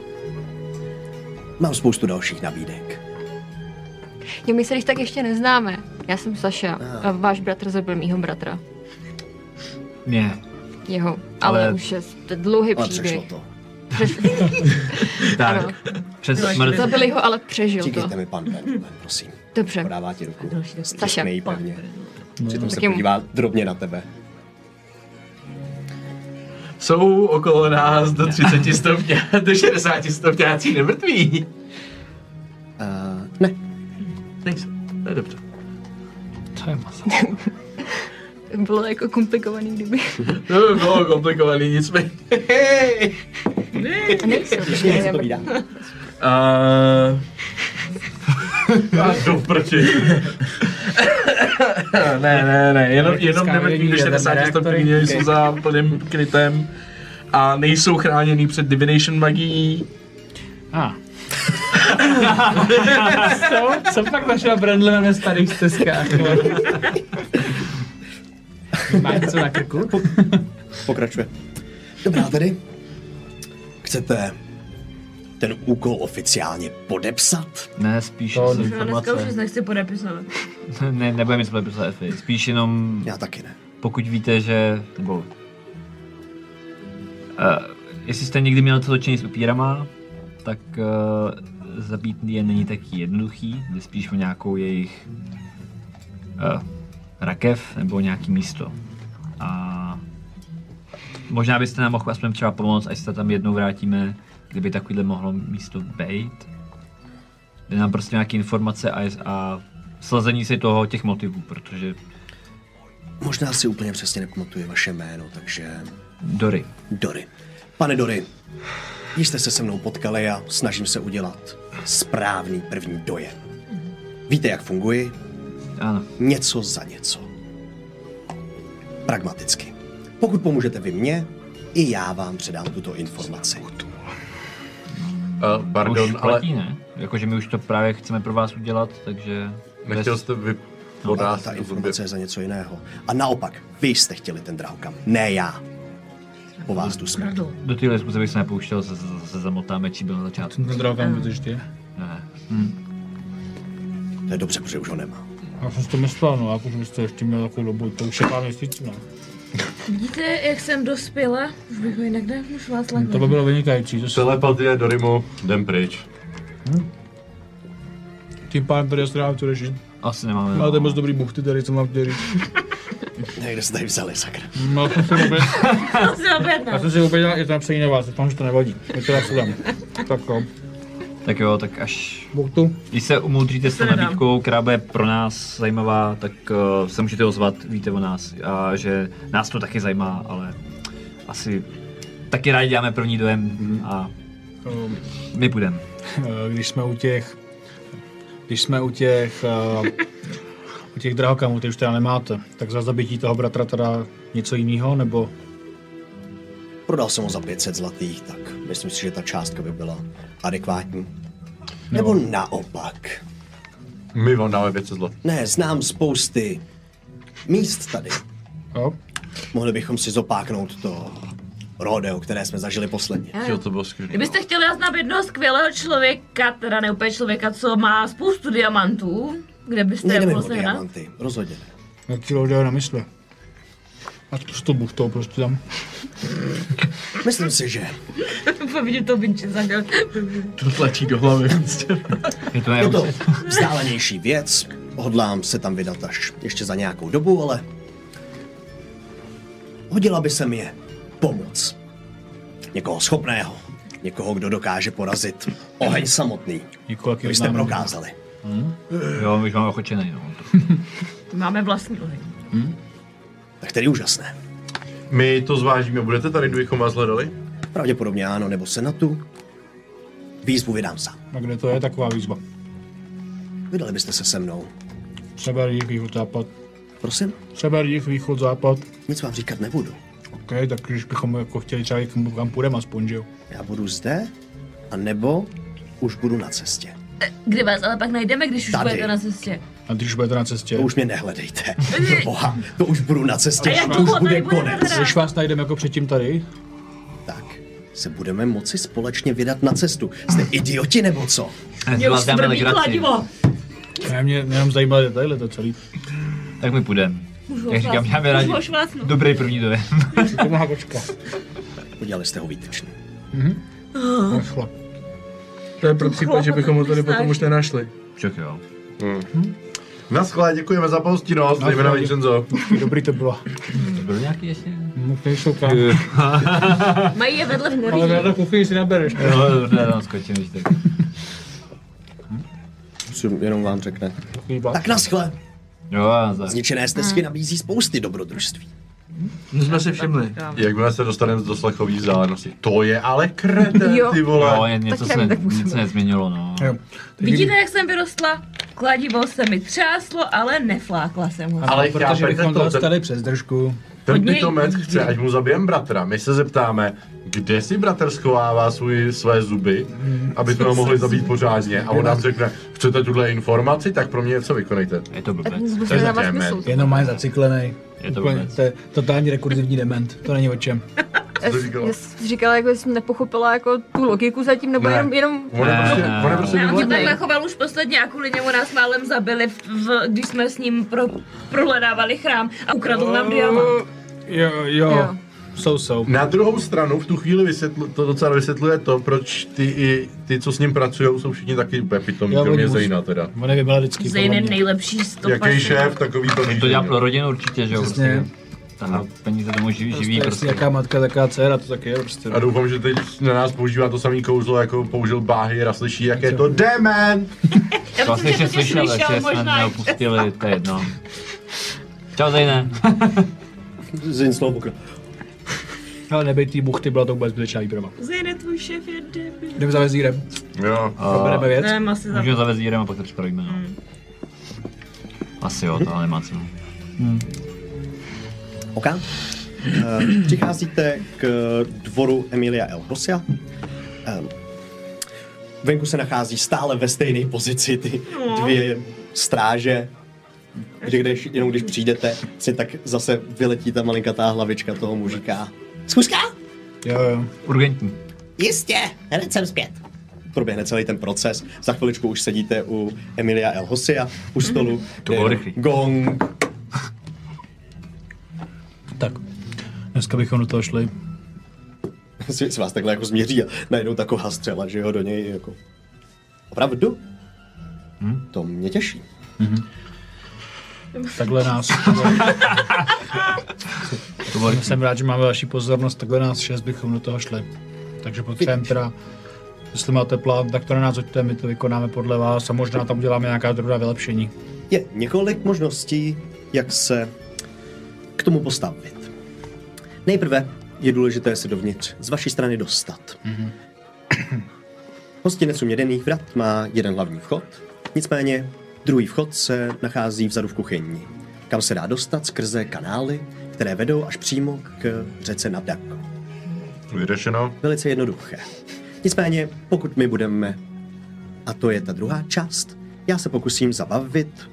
mám spoustu dalších nabídek. Jo, my se když tak ještě neznáme. Já jsem Saša a váš bratr zabil mýho bratra. Ne. Jeho, ale Ale- už je to dlouhý Ale příběh. přešlo to. Tak, Ano. přes smrt. Zabili ho, ale přežil to. Říkejte mi pan Ben, prosím. Dobře. Podává ti ruku. Saša. Stiskne ji pevně. Přitom se Tak jim- podívá drobně na tebe. Jsou okolo nás do 30 stupňů, do 60 stupňácí nemrtví. Ne. Nejsou, to je dobře. To je masa. Bylo jako komplikovaný, kdyby. To by bylo komplikovaný, nicméně. Nejsou. Když mě to povídá. Doprči. Ne, jenom Elektrická nemrtví do energie, 60 reaktory. stupňů jsou za plným krytem a nejsou chráněný před divination magií. Co pak našel Brandlem ve starých stezkách? Má něco na krku? Pokračuje. Dobrá tedy. Chcete ten úkol oficiálně podepsat? Ne, spíš To z ne. No, dneska už informace. nic nechci podepisovat. Ne, nebudeme nic podepisovat Efi. Spíš jenom, Já taky ne. pokud víte, že, nebo jestli jste někdy měli to točení s upírama, tak zabít je není tak jednoduchý, jde spíš o nějakou jejich rakev nebo nějaký místo. A možná byste nám mohli aspoň třeba pomoct, až se tam jednou vrátíme, kdyby takovýhle mohlo místo být. Jde nám prostě nějaké informace a slazení si toho těch motivů, protože Možná si úplně přesně nepamatuji vaše jméno, takže... Dory. Dory. Pane Dory, již jste se se mnou potkali a snažím se udělat správný první dojem. Víte, jak funguji? Ano. Něco za něco. Pragmaticky. Pokud pomůžete vy mně, i já vám předám tuto informaci. Pardon, Už ale platí, ne? Jakože my už to právě chceme pro vás udělat, takže... nechtěl jste vy Ale podat ta informace je za něco jiného. A naopak, vy jste chtěli ten drahokam, ne já. Po vás tu smrt. Do téhle zkuze bych se nepouštěl, se zamotáme, či byl na začátku. Ten drahokam budeš ty. Ne. To je dobře, protože už ho nemá. Já jsem si to myslel, no, jako, že jste ještě měl takovou dobu, to už je pár měsíců, no. Vidíte, jak jsem dospěla? Už bych ho jinak už vás To by lehla. bylo vynikající, to se telepatie Dorimu, jdem pryč. tím pádem tady já to řešit. Asi nemáme. Máte moc dobrý buchty tady, co mám chtěl říct. Někde se tady vzali, sakra. No, to jsem opět, Asi objednal. já jsem si opět, je to napsaný na vás, doufám, že to nevadí. Je to absolutně. Tak jo, Tak jo, tak až... buchtu. Když se umoudříte s tou nedám. nabídkou, která bude pro nás zajímavá, tak se můžete ozvat, víte o nás. A že nás to taky zajímá, ale asi taky rádi děláme první dojem a my půjdeme. Když jsme u těch drahokamů, ty už teda nemáte, tak za zabití toho bratra teda něco jiného, nebo... Prodal jsem ho za 500 zlatých, tak myslím si, že ta částka by byla adekvátní. Nebo naopak. My vám dáme 500 zlat. Ne, znám spousty míst tady. Jo? Mohli bychom si zopáknout to rodeo, které jsme zažili posledně. Jo, to bylo skvělé. Kdybyste chtěli znát jednoho skvělého člověka, teda ne úplně člověka, co má spoustu diamantů, kde byste Nejdeme mohl o sehnat? diamanty, rozhodně ne. Jak ti lidé na mysli? A s tou buchtou prostě tam. Myslím si, že Vidíte to Vincenza. To tlačí do hlavy. Je to je to neúcet. vzdálenější věc. Hodlám se tam vydat až ještě za nějakou dobu, ale hodila by se mi je pomoc. Někoho schopného, někoho, kdo dokáže porazit oheň samotný. To jste prokázali. Jo, my už máme ochočený, no. Máme vlastní oheň. Tak tedy úžasné. My to zvážíme, budete tady, kdybychom vás hledali? Pravděpodobně ano, nebo se na tu výzvu vydám sám. A kde to je taková výzva? Vydali byste se se mnou. Sever, jih, východ, západ. Prosím? Sever, jih, východ, západ. Nic vám říkat nebudu. OK, tak když bychom jako chtěli třeba kam půjdeme aspoň, že jo? Já budu zde, a nebo už budu na cestě. Kdy vás ale pak najdeme, když už Tady. budete na cestě? A když budete na cestě? To už mě nehledejte. Boha, to už budu na cestě, A jak to už dlouho bude tady budete konec. teda? Když vás najdeme jako předtím tady? Tak, se budeme moci společně vydat na cestu. Jste idioti nebo co? Mě už svrbí kladivo. Mě jenom zajímavé detaily, to celý. Tak my půjdeme. Jak říkám, já bych Už rád ho švácnu. dobrý první dojem. Mohla kočka. Udělali jste ho výtečný. Pošla. To je pro případ, že bychom ho tady potom už nenašli. Však jo. Naschle, děkujeme za pohostinnost, zejména Vincenzo. Dobrý to bylo. To bylo nějaký ještě? Nejsou tam. Mají je vedle v Ale moří. na kuchyni si nabereš. Jo, dobře, tam skočím, když tak. Jenom vám řekne. Chlíba. Tak naschle. Jo, já tak. Zničené stezky nabízí spousty dobrodružství. My jsme si všimli. Jakmile se dostaneme do slechový vzdálenosti. To je ale kreten, Jo. ty Jo, vole. jen něco Tak se tak musíme. nic nezměnilo, no. Jo. Vidíte, jak jsem vyrostla? Kladivo se mi třáslo, ale neflákla jsem ho. Ale Protože chápete bychom to, to dostali přes držku. Ten Hodně pitomec jí- chce, ať mu zabijem bratra. My se zeptáme, kde si bratr schovává své zuby, aby to mohli zabít pořádně. A on nám řekne, chcete tuhle informaci, tak pro mě něco vykonejte. Je to blbec. Musíme dávat jdeme. smysl. Jenom má zacyklený. Je to Úplně, blbec. to je totální rekurzivní dement. To není o čem. Já jsem říkala, jako jsem nepochopila jako tu logiku zatím, nebo Ne. jenom On je prostě, Ne. on je prostě Ne, on se výborný. takhle choval už posledně a kvůli němu nás málem zabili, když jsme s ním prohledávali chrám a ukradl nám diamant. Jo. Jsou. Na druhou stranu v tu chvíli to docela vysvětluje to, proč ty, co s ním pracují, jsou všichni taky úplně pitomí, Jo, kromě oni Zejna teda. On je vybila vždycky. Zayn podle je mě. nejlepší stopař. Jaký šéf, takový to To dělá pro rodinu určitě, že jo, Přesně. prostě. Ta peníze tomu živí Prostě prostě. jaká matka, taká dcera, to taky je prostě. A doufám, že teď na nás používá to samý kouzlo, jako použil Báhy a slyší, jak je to dement. Já To myslím, ještě že to tě slyšel, slyšel, ještě jsme možná. neopustili, to je jedno. Čau Zejne. Zin slovo pokra. Ale nebej tý buchty, byla to vůbec zbytečná výprava. Zayn, tvůj šéf je debil. Jdeme za vezírem, Jo. probereme věc. Ne, asi za... Můžeme zavést jídem a pak to připravíme, no. Asi jo, to ale nemá cenu. OK. Přicházíte k dvoru Emilia El Hosia. Venku se nachází stále ve stejné pozici ty dvě stráže. Jenom když přijdete, si tak zase vyletí ta malinkatá hlavička toho mužika. Zkuska? Jo. Urgentní. Jistě, hned jsem zpět. Proběhne celý ten proces. Za chviličku už sedíte u Emilia El Hosia, u stolu. To bylo kde rychlý. Gong. Tak, dneska bychom do toho šli. Si vás takhle jako změří a najednou taková střela, že jo, do něj jako... Opravdu? To mě těší. Takhle nás. Jsem rád, že máme vaši pozornost, takhle nás 6 bychom do toho šli. Takže potřebujeme teda, jestli máte plán, tak to na nás hoďte, my to vykonáme podle vás a možná tam uděláme nějaká drobná vylepšení. Je několik možností, jak se k tomu postavit. Nejprve je důležité se dovnitř z vaší strany dostat. Hostinec u Mědených vrat má jeden hlavní vchod, nicméně druhý vchod se nachází vzadu v kuchyni, kam se dá dostat skrze kanály, které vedou až přímo k řece Nabdako. Vyřešeno. Velice jednoduché. Nicméně, pokud my budeme, a to je ta druhá část, já se pokusím zabavit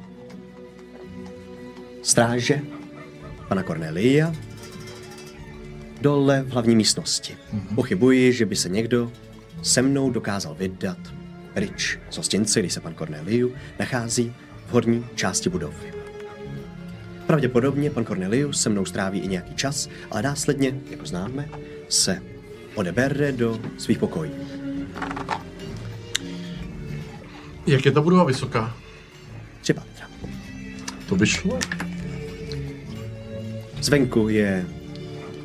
stráže pana Cornelia dole v hlavní místnosti. Pochybuji, že by se někdo se mnou dokázal vydat pryč z hostince, když se pan Corneliu nachází v horní části budovy. Pravděpodobně pan Cornelius se mnou stráví i nějaký čas, ale následně, jako známe, se odebere do svých pokojů. Jak je ta budova vysoká? 3 patra. To by šlo. Zvenku je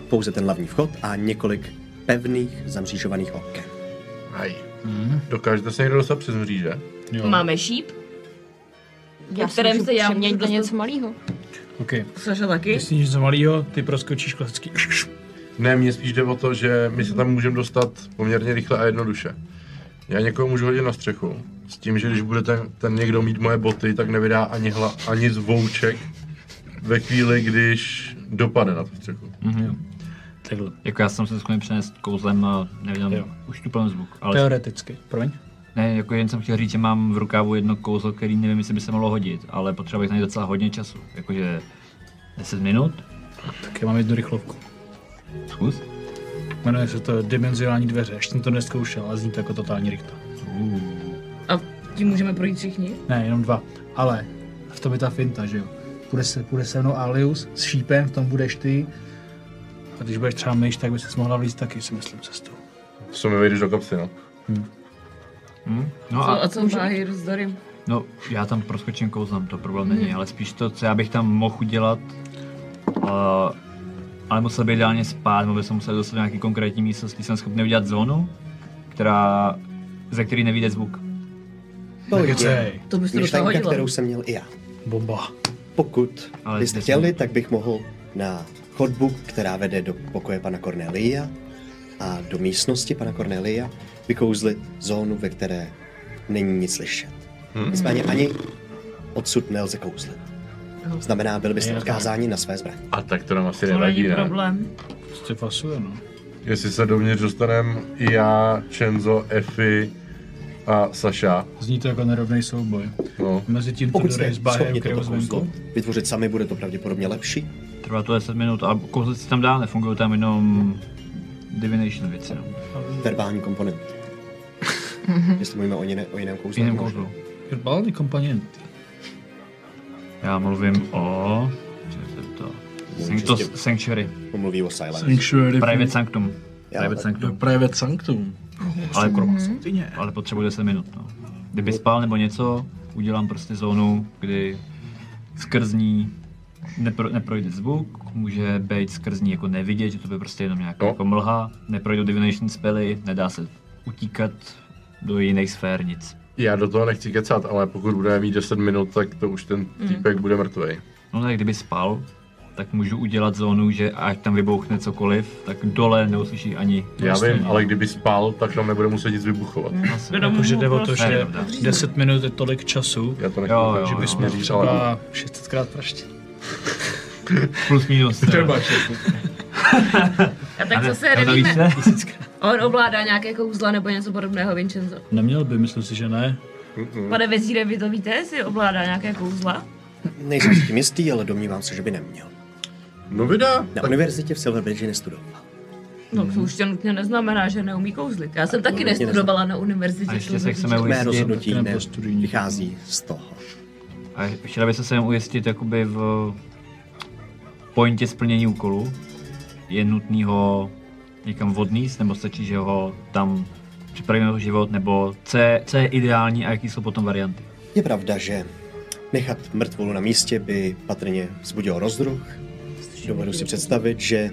pouze ten hlavní vchod a několik pevných zamřížovaných oken. Hej. Dokážete se někdo dostat přes mříže? Máme šíp, Já o kterém si se já přeměnit můžu do dostat. něco malého. OK. Saša taky. Jestli něco malého, ty proskočíš klasický. Ne, mně spíš jde o to, že my se tam můžeme dostat poměrně rychle a jednoduše. Já někoho můžu hodit na střechu, s tím, že když bude ten někdo mít moje boty, tak nevydá ani zvouček ve chvíli, když dopadne na tu střechu. Takhle. Jako já jsem se schopný přenést kouzlem a nevydám Jo. už tu plný zvuk. Ale Teoreticky. Promiň? ne, jako jen jsem chtěl říct, že mám v rukávu jedno kouzlo, který nevím, jestli by se mohlo hodit, ale potřeba bych na ně docela hodně času. Jakože 10 minut? Tak já mám jednu rychlovku. Zkus. Jmenuje se to dimenzionální dveře. Ještě jsem to neskoušel, ale zní to jako totální rikta. A tím můžeme projít všichni? Ne, jenom 2. Ale v tom je ta finta, že jo. Půjde se mnou Alius s šípem, v tom budeš ty. A když budeš třeba myš, tak by ses mohla vlízt taky, si myslím, cestou. Co mi vejdeš do kapsy, no? No A co má Hiro s Dorym? No, já tam proskočím kouzlem, to problém není, ale spíš to, co já bych tam mohl udělat, ale musel bych ideálně spát, nebo bych se musel dostat do nějaký konkrétní místnosti, jsem schopný udělat zónu, ze který nevyjde zvuk. To je Nekecej. To bys to do toho myšlenka, hodila. kterou jsem měl i já. Bomba. Pokud Ale byste zde chtěli, jsme- tak bych mohl na chodbu, která vede do pokoje pana Cornelia a do místnosti pana Cornelia vykouzlit zónu, ve které není nic slyšet. Nicméně ani odsud nelze kouzlit. Znamená, byli byste odkázáni na své zbraně. A tak to nám asi To nevadí, není ne? problém. Prostě pasuje, no. Jestli se dovnitř dostaneme i já, Čenzo, Efi a Saša, Zní to jako nerovný souboj. no. Mezi tím Pokud to jste s bájem schopni kryjou toto kouzlo zvenku. vytvořit sami, bude to pravděpodobně lepší. Trvá to 10 minut, ale kouzlit si tam dá, nefungují tam jenom divination věci, no. Verbální komponent. Jestli mluvíme o jiném kouzlu. Jiném tak možná. kouzlu. Verbální komponenty. Já mluvím o... To Sanctuary. On mluví o silence. Sanctuary. Private Sanctum. Já, Private tak- Sanctum. Private Sanctum. Ale potřebuji 10 minut, no. Kdyby spal nebo něco, udělám prostě zónu, kdy skrz ní neprojde zvuk, může být skrz ní jako nevidět, že to by prostě jenom nějaká No. jako mlha, neprojdou divination spely, nedá se utíkat do jiných sfér, nic. Já do toho nechci kecat, ale pokud budeme mít 10 minut, tak to už ten týpek bude mrtvej. No tak kdyby spal, tak můžu udělat zónu, že ať tam vybouchne cokoliv, tak dole neuslyší ani... Já vím, ale kdyby spal, tak tam nebude muset nic vybuchovat. Jakože jde o to, Ne, že pravda. 10 minut je tolik času, Já to nechci Jo, jo, že jo. bychom říct, ale třeba 600krát praštit. Plus minus. třeba A tak zase Já to víš, nevíme. ne? On ovládá nějaké kouzla nebo něco podobného, Vincenzo. Neměl by, myslím si, že ne. Pane vezíre, vy to víte, jestli ovládá nějaké kouzla? Nejsem si tím jistý, ale domnívám se, že by neměl. No vydá. Na univerzitě v Silverbridge nestudoval. No to už tě nutně neznamená, že neumí kouzlit. Já jsem taky nutně nestudovala na univerzitě. A ještě se Silverbridge. chceme Mé ujistit, rozhodnutí taky neprostudují vychází z toho. a chtěla by se jen ujistit jakoby v pointě splnění úkolu. Je nutný ho někam odníst, nebo stačí, že ho tam připravíme o život, nebo co je ideální a jaký jsou potom varianty? Je pravda, že nechat mrtvolu na místě by patrně vzbudilo rozruch. Dovedu si představit, že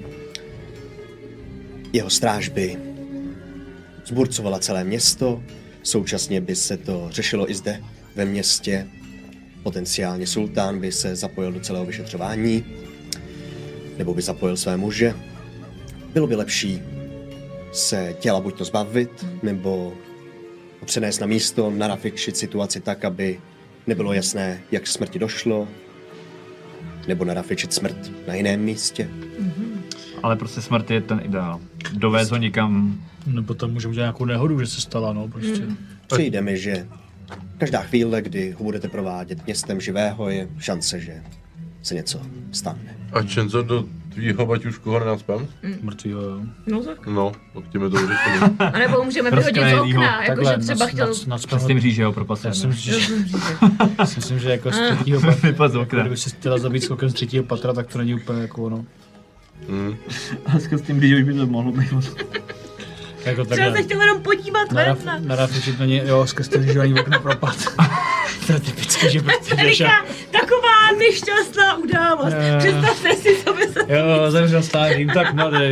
jeho stráž by zburcovala celé město, současně by se to řešilo i zde ve městě. Potenciálně sultán by se zapojil do celého vyšetřování, nebo by zapojil své muže. Bylo by lepší se těla buď to zbavit, nebo ho přenést na místo, narafičit situaci tak, aby nebylo jasné, jak k smrti došlo, nebo narafičit smrt na jiném místě. Ale prostě smrt je ten ideál. Dovést ho někam. Nebo tam může udělat nějakou nehodu, že se stala, no prostě. Přijde mi, že každá chvíle, kdy ho budete provádět městem živého, je šance, že se něco stane. A Čenzo, do tvýho baťušku ho nenacpem? Mrtvýho, jo. No tak. No, tak tím je to vyřešený. A nebo můžeme vyhodit z Rozkrajenýho. okna, jakože třeba chtěl... Přes tím říže ho propasem. Já si myslím, že jako z třetího patra, Vypad z okna. kdyby si chtěla zabít skokem z třetího patra, tak to není úplně jako ono. A s tím říže už by to mohlo být. Jako Třeba se takhle. chtěl jenom podívat ven na... Naráfičit na ně, jo, skrz ten živání okna propad. To je typické, že prostě jdeš a... Erika, taková nešťastná událost. Představte si, co by Jo, zemřel starým, tak mladý.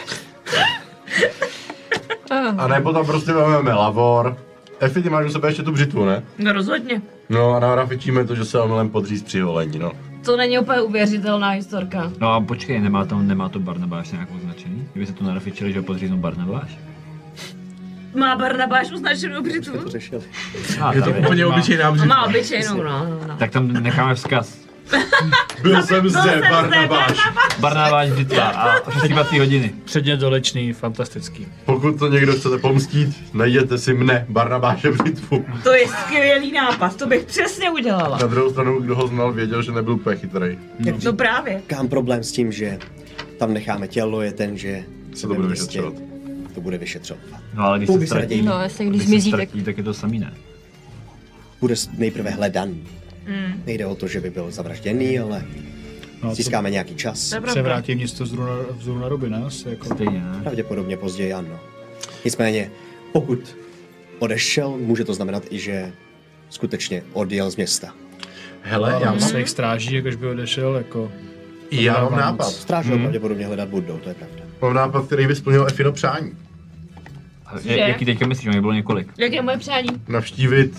A nebo tam prostě máme lavor. Efi, ty máš u sebe ještě tu břitvu, ne? No rozhodně. No a narafičíme to, že se omylem podřízt při holení, no. To není úplně uvěřitelná historka. No a počkej, nemá to Barnabáš nějak označený? Kdyby se to narafičili, že ho podříznou Barnabáš? Má Barnabáš označenou břitvu? To řešili. Je to úplně obyčejná A břitva. má obyčejnou, no. Tak tam necháme vzkaz. Byl jsem zde, Barnabáš. Barnabáš břitva a přesývací hodiny. Předně dolečný, fantastický. Pokud to někdo chcete pomstít, najděte si mne, Barnabáše břitvu. To je skvělý nápad, to bych přesně udělala. Na druhou stranu, kdo ho znal, věděl, že nebyl úplně chytrý. No právě. Říkám, problém s tím, že tam necháme tělo, je ten, že Se to bude vyšetřovat. To bude vyšetřovat. No ale když Koho se by se ztratí, raději? No, jestli když když se zmizí, tak ztratí, tak je to samý, ne? Bude nejprve hledaný. Nejde o to, že by byl zavražděný, ale No, získáme nějaký čas. To je se pravda. vrátí město vzoru na ruby, ne? Asi jako... Stejně, ne? Pravděpodobně později ano. Nicméně, pokud odešel, může to znamenat i, že skutečně odjel z města. Hele, Já já mám mám, svých stráží, jakož by odešel, jako... já mám nápad. Stráže ho pravděpodobně hledat budou, to je pravda. Mám nápad, který by splnil Efino přání. Že? Jaký teďka myslíš, že mě bylo několik? Jak je moje přání? Navštívit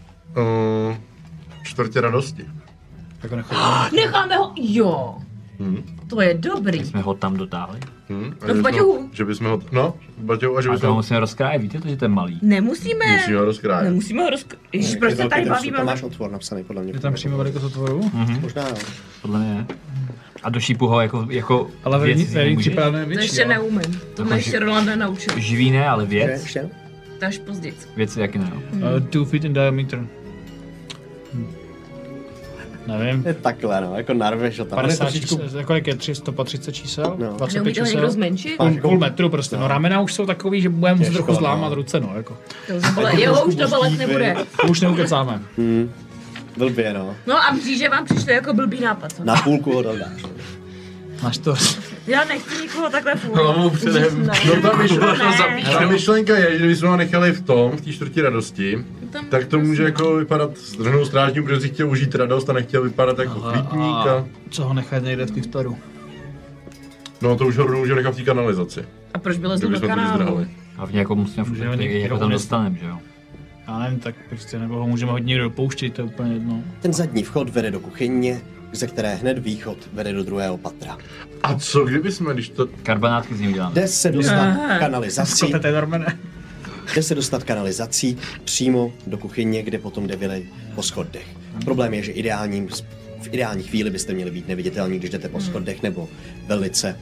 čtvrtě radosti. Jako nechodí. Necháme ho, jo. To je dobrý. Jsme ho tam dotáhli. A No v že baťohu. bychom- Že bychom ho, no, v baťohu a že A bychom to ho musíme rozkrájet, víte to, že to je malý. Nemusíme. musíme ho rozkrájet. Nemusíme ho Ježiš, proč se tady bavíme? Tam máš otvor napsaný, podle mě. Je tam přímo velikost otvoru? Možná jo. Podle mě ne. A do šípu ho jako Ale věc ve si nemůžeš. připadne To větší, ještě jo. neumím. To mě ještě Roland nenaučil. Živý ne, ale Ještě? věc. Ještě? To až později. Věci jaký ne. 2 feet in diameter. Nevím. Je takhle, no, jako narveš ho tam. 50 Trošičku- čísel, kolik je? 130 čísel? No. 25 Neumí to někdo čísel? zmenšit? Půl metru prostě, no ramena už jsou takový, že budeme muset Těžko, trochu zlámat no. ruce, no jako. Jo, už to bolet nebude. Už neukecáme. Blbě, no. No a mříže vám přišlo jako blbý nápad, co? Na půlku ho dal dáš. Máš to. Já nechci nikoho takhle Hlavu předem. No ta myšlenka, Ne. ta myšlenka je, že kdybychom ho nechali v té čtvrtí radosti, tak to může jako vypadat s drhnou strážním, protože si chtěl užít radost a nechtěl vypadat jako chlípník a... Co ho nechat někde v Tiftaru? No to už ho můžeme nechat v té kanalizaci. A proč bylo znovu Kdybychom to kanálu? zdrhali. A v nějakou musíme Můžeme furt, někde jako tam umístit. dostaneme, že jo? Já nevím, tak prostě, nebo ho můžeme hodně dopouštět, to je úplně jedno. Ten zadní vchod vede do kuchyně, ze které hned východ vede do druhého patra. A co kdyby jsme, když to... Karbanátky z ní uděláme. Jde se dostat kanalizací, To je normálně. jde se dostat kanalizací přímo do kuchyně, kde potom jde vylej po schodech. Problém je, že v ideální chvíli byste měli být neviditelní, když jdete po schodech, nebo velice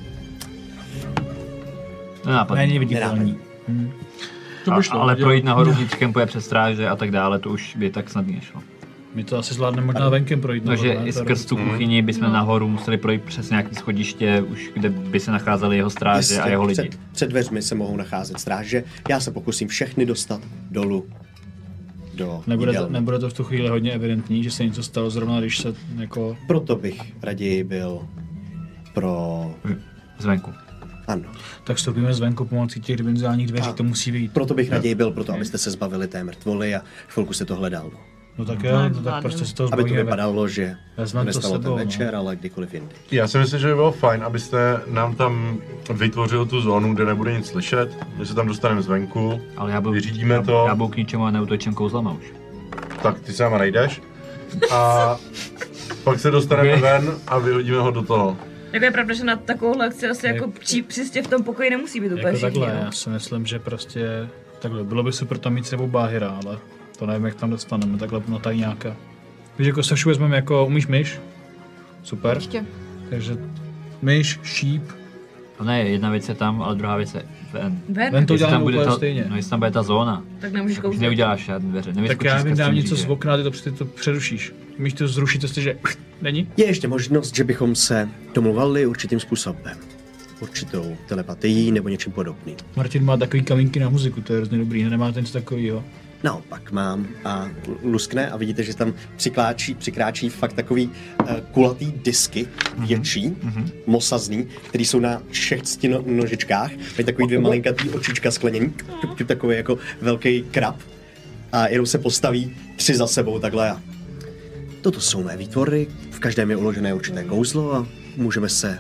Nenápadný. Není viditelný. To by šlo. Ale dělat. projít nahoru vnitřkem, poje přes stráže a tak dále, to už by tak snadně nešlo. My to asi zvládneme možná venkem projít. No, že ne? i To je skrz tu kuchyni bychom nahoru museli projít přes nějaký schodiště, už kde by se nacházely jeho stráže a jeho lidi. Před dveřmi se mohou nacházet stráže. Já se pokusím všechny dostat dolů do jídelny. Nebude to v tu chvíli hodně evidentní, že se něco stalo zrovna, když se jako... Proto bych raději byl pro... Zvenku. Ano. Tak vstoupíme zvenku pomocí těch dimenzionálních dveří, to musí vyjít. Proto bych raději byl proto, abyste se zbavili té mrtvoly a chvilku se to hledal. No tak jo, no, tak prostě si to Aby to zbavíme. vypadalo, že Vezmeme to nestalo ten sebou, no. večer, ale kdykoliv jindy. Já si myslím, že by bylo fajn, abyste nám tam vytvořil tu zónu, kde nebude nic slyšet, že se tam dostaneme zvenku, Ale já byl, vyřídíme to, já byl k ničemu a neutočím kouzlama už. tak ty sama najdeš a pak se dostaneme ven a vyhodíme ho do toho. Jako je pravda, že na takovouhle akci asi jako příště v tom pokoji nemusí být úplně Jako všichni, takhle, no. já si myslím, že prostě takhle, bylo by super tam mít s sebou Báhyra, ale to nevím, jak tam dostaneme, takhle na tajňáka. Víš, jako Sašu vezmeme jako, umíš myš? Super. Ještě. Takže myš, šíp, To ne, jedna věc je tam, ale druhá věc je ven. ven to Jestli děláme tam bude úplně ta, stejně. no jestli tam bude ta zóna, Tak nemůžeš už kousnout. neuděláš žádné dveře, Tak já vím, dám něco z okna, ty to přerušíš. Umíš to zrušit, jestliže není? Je ještě možnost, že bychom se domluvali určitým způsobem. Určitou telepatií nebo něčím podobným. Martin má takový kamínky na muziku, to je hrozně dobrý, nemáte něco takového. Naopak mám a luskne a vidíte, že tam přikráčí fakt takový kulatý disky, větší, mosazný, který jsou na 6 nožičkách, mají takový 2 malinkatý očička skleněný, takový jako velký krab a jenom se postaví 3 za sebou takhle a toto jsou mé výtvory, v každém je uložené určité kouzlo a můžeme se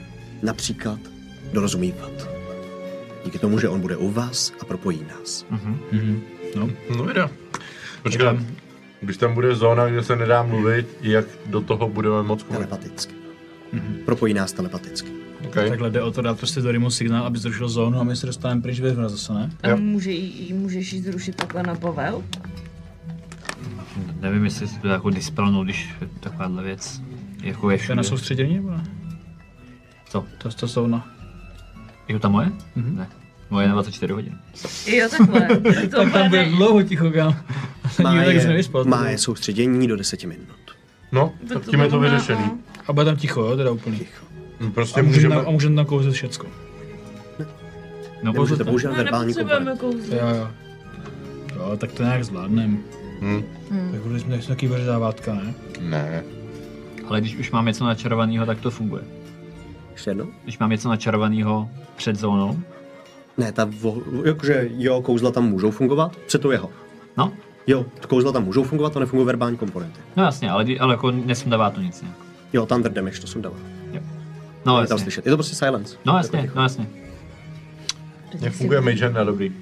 například dorozumívat. Díky tomu, že on bude u vás a propojí nás. No jde. Počkat, když tam bude zóna, kde se nedá mluvit, jak do toho budeme moc mluvit? Telepaticky. Propojí nás telepaticky. Okay. Takhle jde o to dát prostě do Rimu signál, aby zrušil zónu a my se dostaneme pryč vezme zase, ne? A můžeš jí zrušit takhle na povel? Nevím, jestli si to jako dispelnou, když je takováhle věc jako je To je na soustředění, nebo ne? Co? To zóna. Jo, ta moje? Ne. Moje na 24 hodin. Jo, takhle. Tak tam bude dlouho ticho, kam. Má je soustředění do 10 minut. No, tak tím je to vyřešený. A bude tam ticho, jo, teda úplně. Ticho. Prostě můžeme... A můžeme tam kouzet všecko. No, Nemůžete používat verbální komponent. Jo. Jo, tak to nějak zvládnem. Tak byli jsme taky vyřezávátka, ne? Ne. Ale když už mám něco načarovaného, tak to funguje. Ještě jednou? Když mám něco načarovaného před zónou. Ne, jakože jo, kouzla tam můžou fungovat, před to jeho. No? Jo, kouzla tam můžou fungovat, to nefungují verbální komponenty. No jasně, ale jako nesundává to nic nějak. Jo, Thunder Damage to sundává. No Je tam jasně. slyšet. Je to prostě silence. No jasně, no jasně. Jak funguje Mage Hand na dobrý.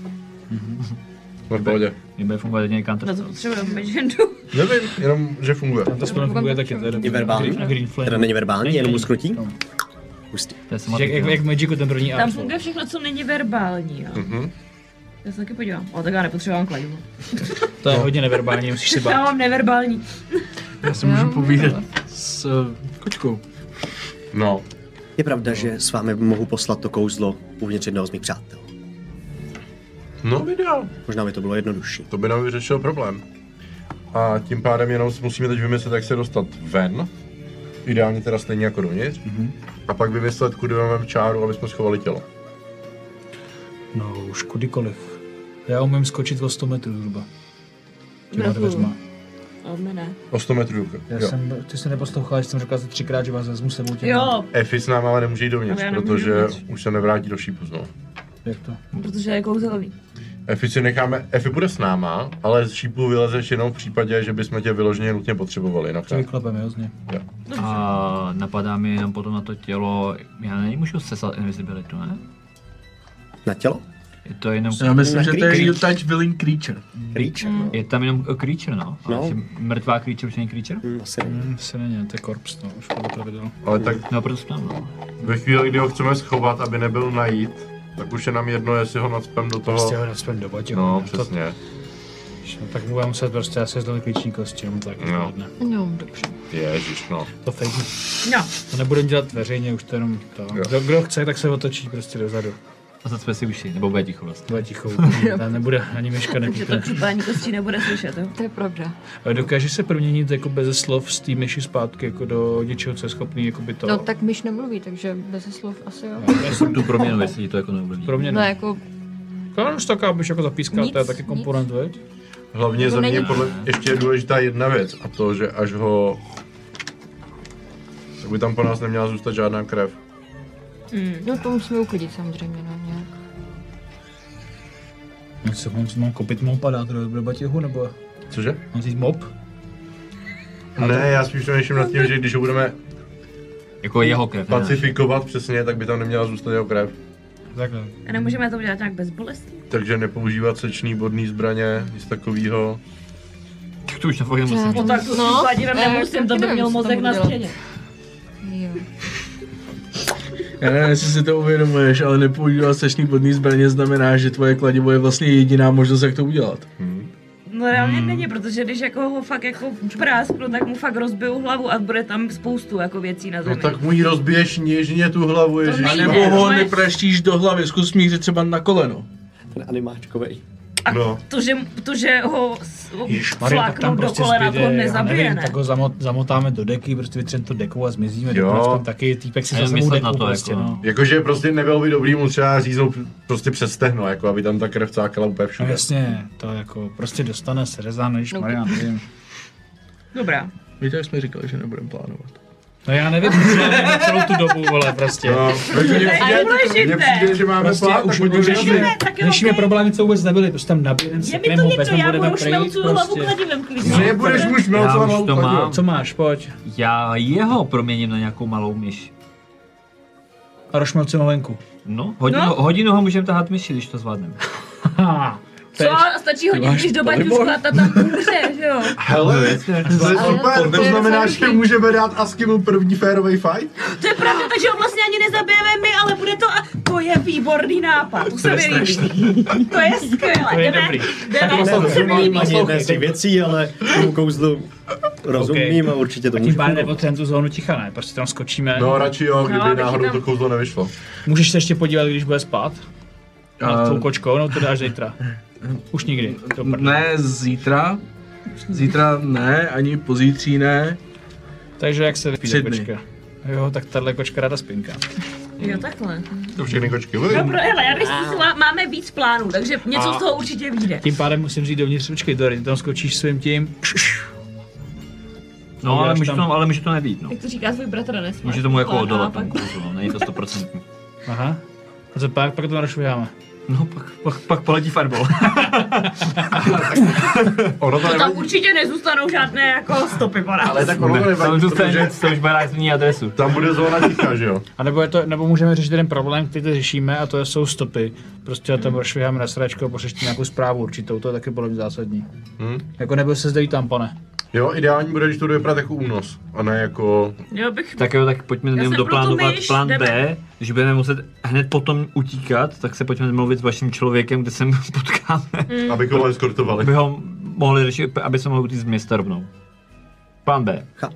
V pohodě. Nebude fungovat jediný counter. Na to potřebujeme Magendu. Nevím, jenom, že funguje. To spolu funguje taky, to je I verbální? Green Flame. Teda není verbální, jenom musknutí? No. Hustý. To je somatika. Jak Magicu ten první Tam art. funguje všechno, co není verbální, jo. Já se taky podívám. Tak já nepotřebovám kladivo. To je hodně neverbální, musíš si Já bát. mám neverbální. Já si můžu povídat s kočkou. No. Je pravda, že s vámi mohu poslat to kouzlo uvnitř jednoho z mých přátel. No, video. Možná by to bylo jednodušší. To by nám vyřešilo problém. A tím pádem jenom musíme teď vymyslet, jak se dostat ven. Ideálně teda stejně jako dovnitř. A pak vymyslet, kudy máme čáru, aby jsme schovali tělo. No, už kudykoliv. Já umím skočit o 100 metrů zhruba. Těma Gratuluju. dveřma. A od mne. O 100 metrů. Jo. Ty jsi neposlouchal, že jsem řekl asi 3krát, že vás vezmu sebou těm. Jo, Efi s náma ale nemůže jít dovnitř, Ale já nemůžu protože dovnitř. už se nevrátí do šípu znovu. Jak to? protože je kouzelný. Efi si necháme, Efi bude s náma, ale z šípu vylezeš jenom v případě, že bychom tě vyloženě nutně potřebovali. Co vyklepeme, jo, z něj. Jo. A napadá mi jenom potom na to tělo, já nemůžu sesat invisibilitu, ne? Na tělo? Je to jenom... Já myslím, že to je Creature. Touch Willing Creature. Creature? Je tam jenom creature, no. No. Ale mrtvá creature už není creature? Asi ne. Se není, to je korps, no, už podle pravidel. Ale tak No, proto spím, no. ve chvíli, kdy ho chceme schovat, aby nebyl najít, tak už je nám jedno, jestli ho nacpem do toho. Prostě ho nacpem do botěho. No, přesně. Tak mu budeme muset prostě asi zdolit klíční kosti, jenom tak. No. No, dobře. Ježiš, no. To fejde. No, To nebudeme dělat veřejně, už to jenom to. Jo. Kdo chce, tak se otočí prostě dozadu. A zacpe si uši, nebo bude ticho vlastně. Bude ticho, tam nebude ani myška takže to nepíkne. křupání kostí nebude slyšet, jo. To je pravda. Dokáže se proměnit jako bez slov z té myši zpátky jako do něčeho, co je schopný jako by to... No tak myš nemluví, takže bez slov asi jo. Tu proměnu, jestli ti to jako neovlivní. Pro mě No ne. jako, Když taká myš jako zapíská, Nic, to je taky nic. komponent, veď? Hlavně To za mě není- podle ještě je důležitá jedna věc, a to, že až ho... Tak by tam po nás neměla zůstat žádná krev. no to musíme uklidit samozřejmě, no nějak. Co mám kopit mopa dát do batěhu, nebo Cože? mám říct mop? Ne, já spíš přemýšlím nad tím, že když ho budeme Jako jeho krev. ne? pacifikovat přesně, tak by tam neměla zůstat jeho krev. Takhle. A nemůžeme to udělat nějak bezbolestně? Takže nepoužívat sečný bodný zbraně, nic takového. Tak to už na fakt nemusím. No tak to s tím kladivem nemusím, to by taky měl nevím, co mozek tam na udělat. stěně. Jo. Já nevím, jestli si to uvědomuješ, ale nepoužívat sečný bodný zbraně znamená, že tvoje kladivo je vlastně jediná možnost, jak to udělat. No reálně není, protože když jako ho fakt jako prásknu, tak mu fakt rozbiju hlavu a bude tam spoustu jako věcí na No zemi. tak mu jí rozbiješ něžně tu hlavu, ježiš. nejde. Nebo ho to je- nepraštíš do hlavy, zkus mířit třeba na koleno. Ten animáčkovej. No. To, že ho Ježmarja, tak tam fláknout do prostě kolena, zbyde, to já nezabije, nevím, ne? tak ho zamotáme do deky, prostě vytřem to deku a zmizíme. Jo. Jo. Aspoň taky týpek si A za jen sebou myslet deku na to, prostě, jako, no. Jakože prostě nebylo by dobrý mu třeba říznout prostě přes stehno, jako aby tam ta krev cákala úplně No všude. jasně, to jako prostě dostane se rezáno, ježmarja, nevím. Dobrá. Víte, jak jsme říkali, že nebudeme plánovat. No já nevím, protože celou tu dobu, vole, prostě. No, takže mně je důležité. přijde, že máme Prostě plán, už tak pojďme řešíme, vyrazit. tak jo, řešíme okej. problémy, co vůbec nebyly, prostě tam nabíjen se Je mi to kremu, líto, vezme, já bude mu tam už prejít, melcu hlavu prostě. kladivem klidně. Že budeš muž Já melcovat už to hlavu. mám. Co máš, pojď. Já jeho proměním na nějakou malou myš. A rošmelcujeme venku. No, hodinu ho můžeme tahat myši, když to zvládneme. Co? Stačí hodit, když do baťušku a ta tam umře, že jo? Hele, to je super, to znamená, že můžeme dát Askimu první férový fight? To je pravda, takže ho vlastně ani nezabijeme my, ale bude to... To je výborný nápad, to se mi líbí. To je skvělé, To je dobrý. to se mi líbí. Ani jedné z těch věcí, ale tomu kouzlu rozumím a určitě to Tím můžu pádem fungovat. nepotřebujeme tu zónu ticha, ne? Prostě tam skočíme. No radši jo, kdyby abych náhodou tam- to kouzlo nevyšlo. Můžeš se ještě podívat, když bude spát? Na tou kočkou, no to dáš zítra. Už nikdy. To Ne, zítra. Zítra ne, ani pozítří ne. Takže jak se vypí 3 ta dny. kočka? Jo, tak tahle kočka ráda spinká. Jo, takhle. To všechny kočky. Dobro, hele, já bych zkusila, máme víc plánů, takže něco z toho určitě vyjde. Tím pádem musím říct dovnitř, počkej, Dory, ty tam skočíš svým tím. No, ale Uděláš může to nebýt, no. Jak to říká svůj bratranec. Může tomu jako Plán A, odolat, pak- tomu kouzlu, no. Není to 100%. Aha. A co pak to narošujáme. No, pak poletí fireball. Ono to To tam nevadí. určitě nezůstanou žádné jako stopy po nás. Ale tak ono to Tam nevadí, zůstane protože nic, to už bude na jiný adresu. tam bude zóna ticha, že jo? A nebo můžeme řešit jeden problém, který teď řešíme, a to jsou stopy. Prostě tam rozšviháme na sračku a pošleš nějakou zprávu určitou, to je taky bylo zásadní. Jako nebyl se zde tam, pane. Jo, ideální bude, když to bude vypadat jako únos, a ne jako... Jo, bych... Tak jo, tak pojďme jenom jsem pro tu doplánovat myš, plán jdeme. B, když budeme muset hned potom utíkat, tak se pojďme mluvit s vaším člověkem, kde se potkáme, Abychom ho eskortovali. aby ho mohli řešit, aby se mohli utíct z města rovnou. Plán B. Chápu.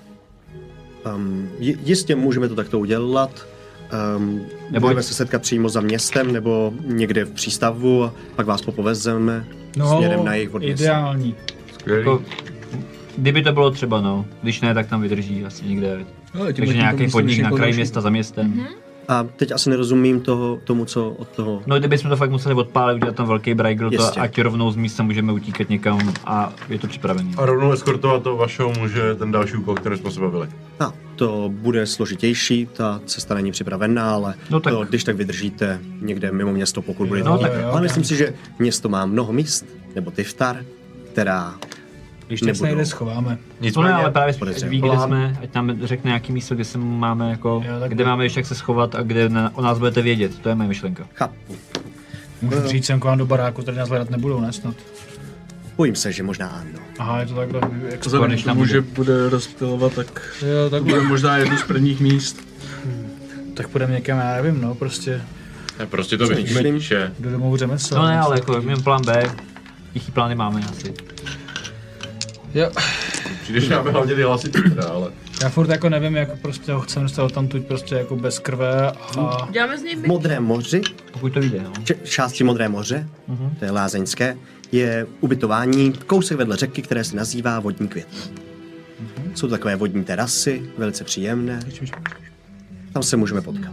Jistě můžeme to takto udělat. Budeme se setkat přímo za městem nebo někde v přístavu a pak vás popovezeme směrem na jejich vodní. ideální. Skvělý. Jako, kdyby to bylo třeba, no. Když ne, tak tam vydrží asi někde. Takže nějaký podnik na kraji města za městem. A teď asi nerozumím tomu, co od toho... No, kdybychom to fakt museli odpálit, udělat tam velký brajgl, to Jistě. ať rovnou z místa můžeme utíkat někam a je to připravený. A rovnou eskortovat toho vašeho muže, ten další úkol, který jsme se bavili. To bude složitější, ta cesta není připravená, ale No tak- to, když tak vydržíte někde mimo město, pokud budete. No tak- ale myslím si, že město má mnoho míst, nebo Tiftar, která Když tak se nebudou. někde schováme. No Nicméně, ne, ale právě podezřelý ví, kde plán. jsme, ať nám řekne nějaký místo, kde se máme jako, Jo, takhle. kde máme ještě jak se schovat a kde o nás budete vědět, to je moje myšlenka. Chápu. Můžu přijít sem k vám do baráku, tady nás hledat nebudou, ne snad. Bojím se, že možná ano. Aha, je to takhle. Jak Vzhledem než k tam tomu, bude. že bude rozptilovat, tak Jo, to bude takhle. možná jedno z prvních míst. Tak půjdeme někam, já nevím, no, prostě prostě to Myslím, že... do domu řemesel. No ne, ale jako měl plán B, jaký plány máme asi. Jo, Přijdeš máme hlavně ty hlasy teda, ale... já furt jako nevím, jako prostě ho chceme dostat tamtud prostě jako bez krve a... Děláme z něj V Modrém moři, Pokud to vyjde, no. části Modré moře, to je lázeňské, je ubytování kousek vedle řeky, které se nazývá Vodní květ. Jsou to takové vodní terasy, velice příjemné. Tam se můžeme potkat.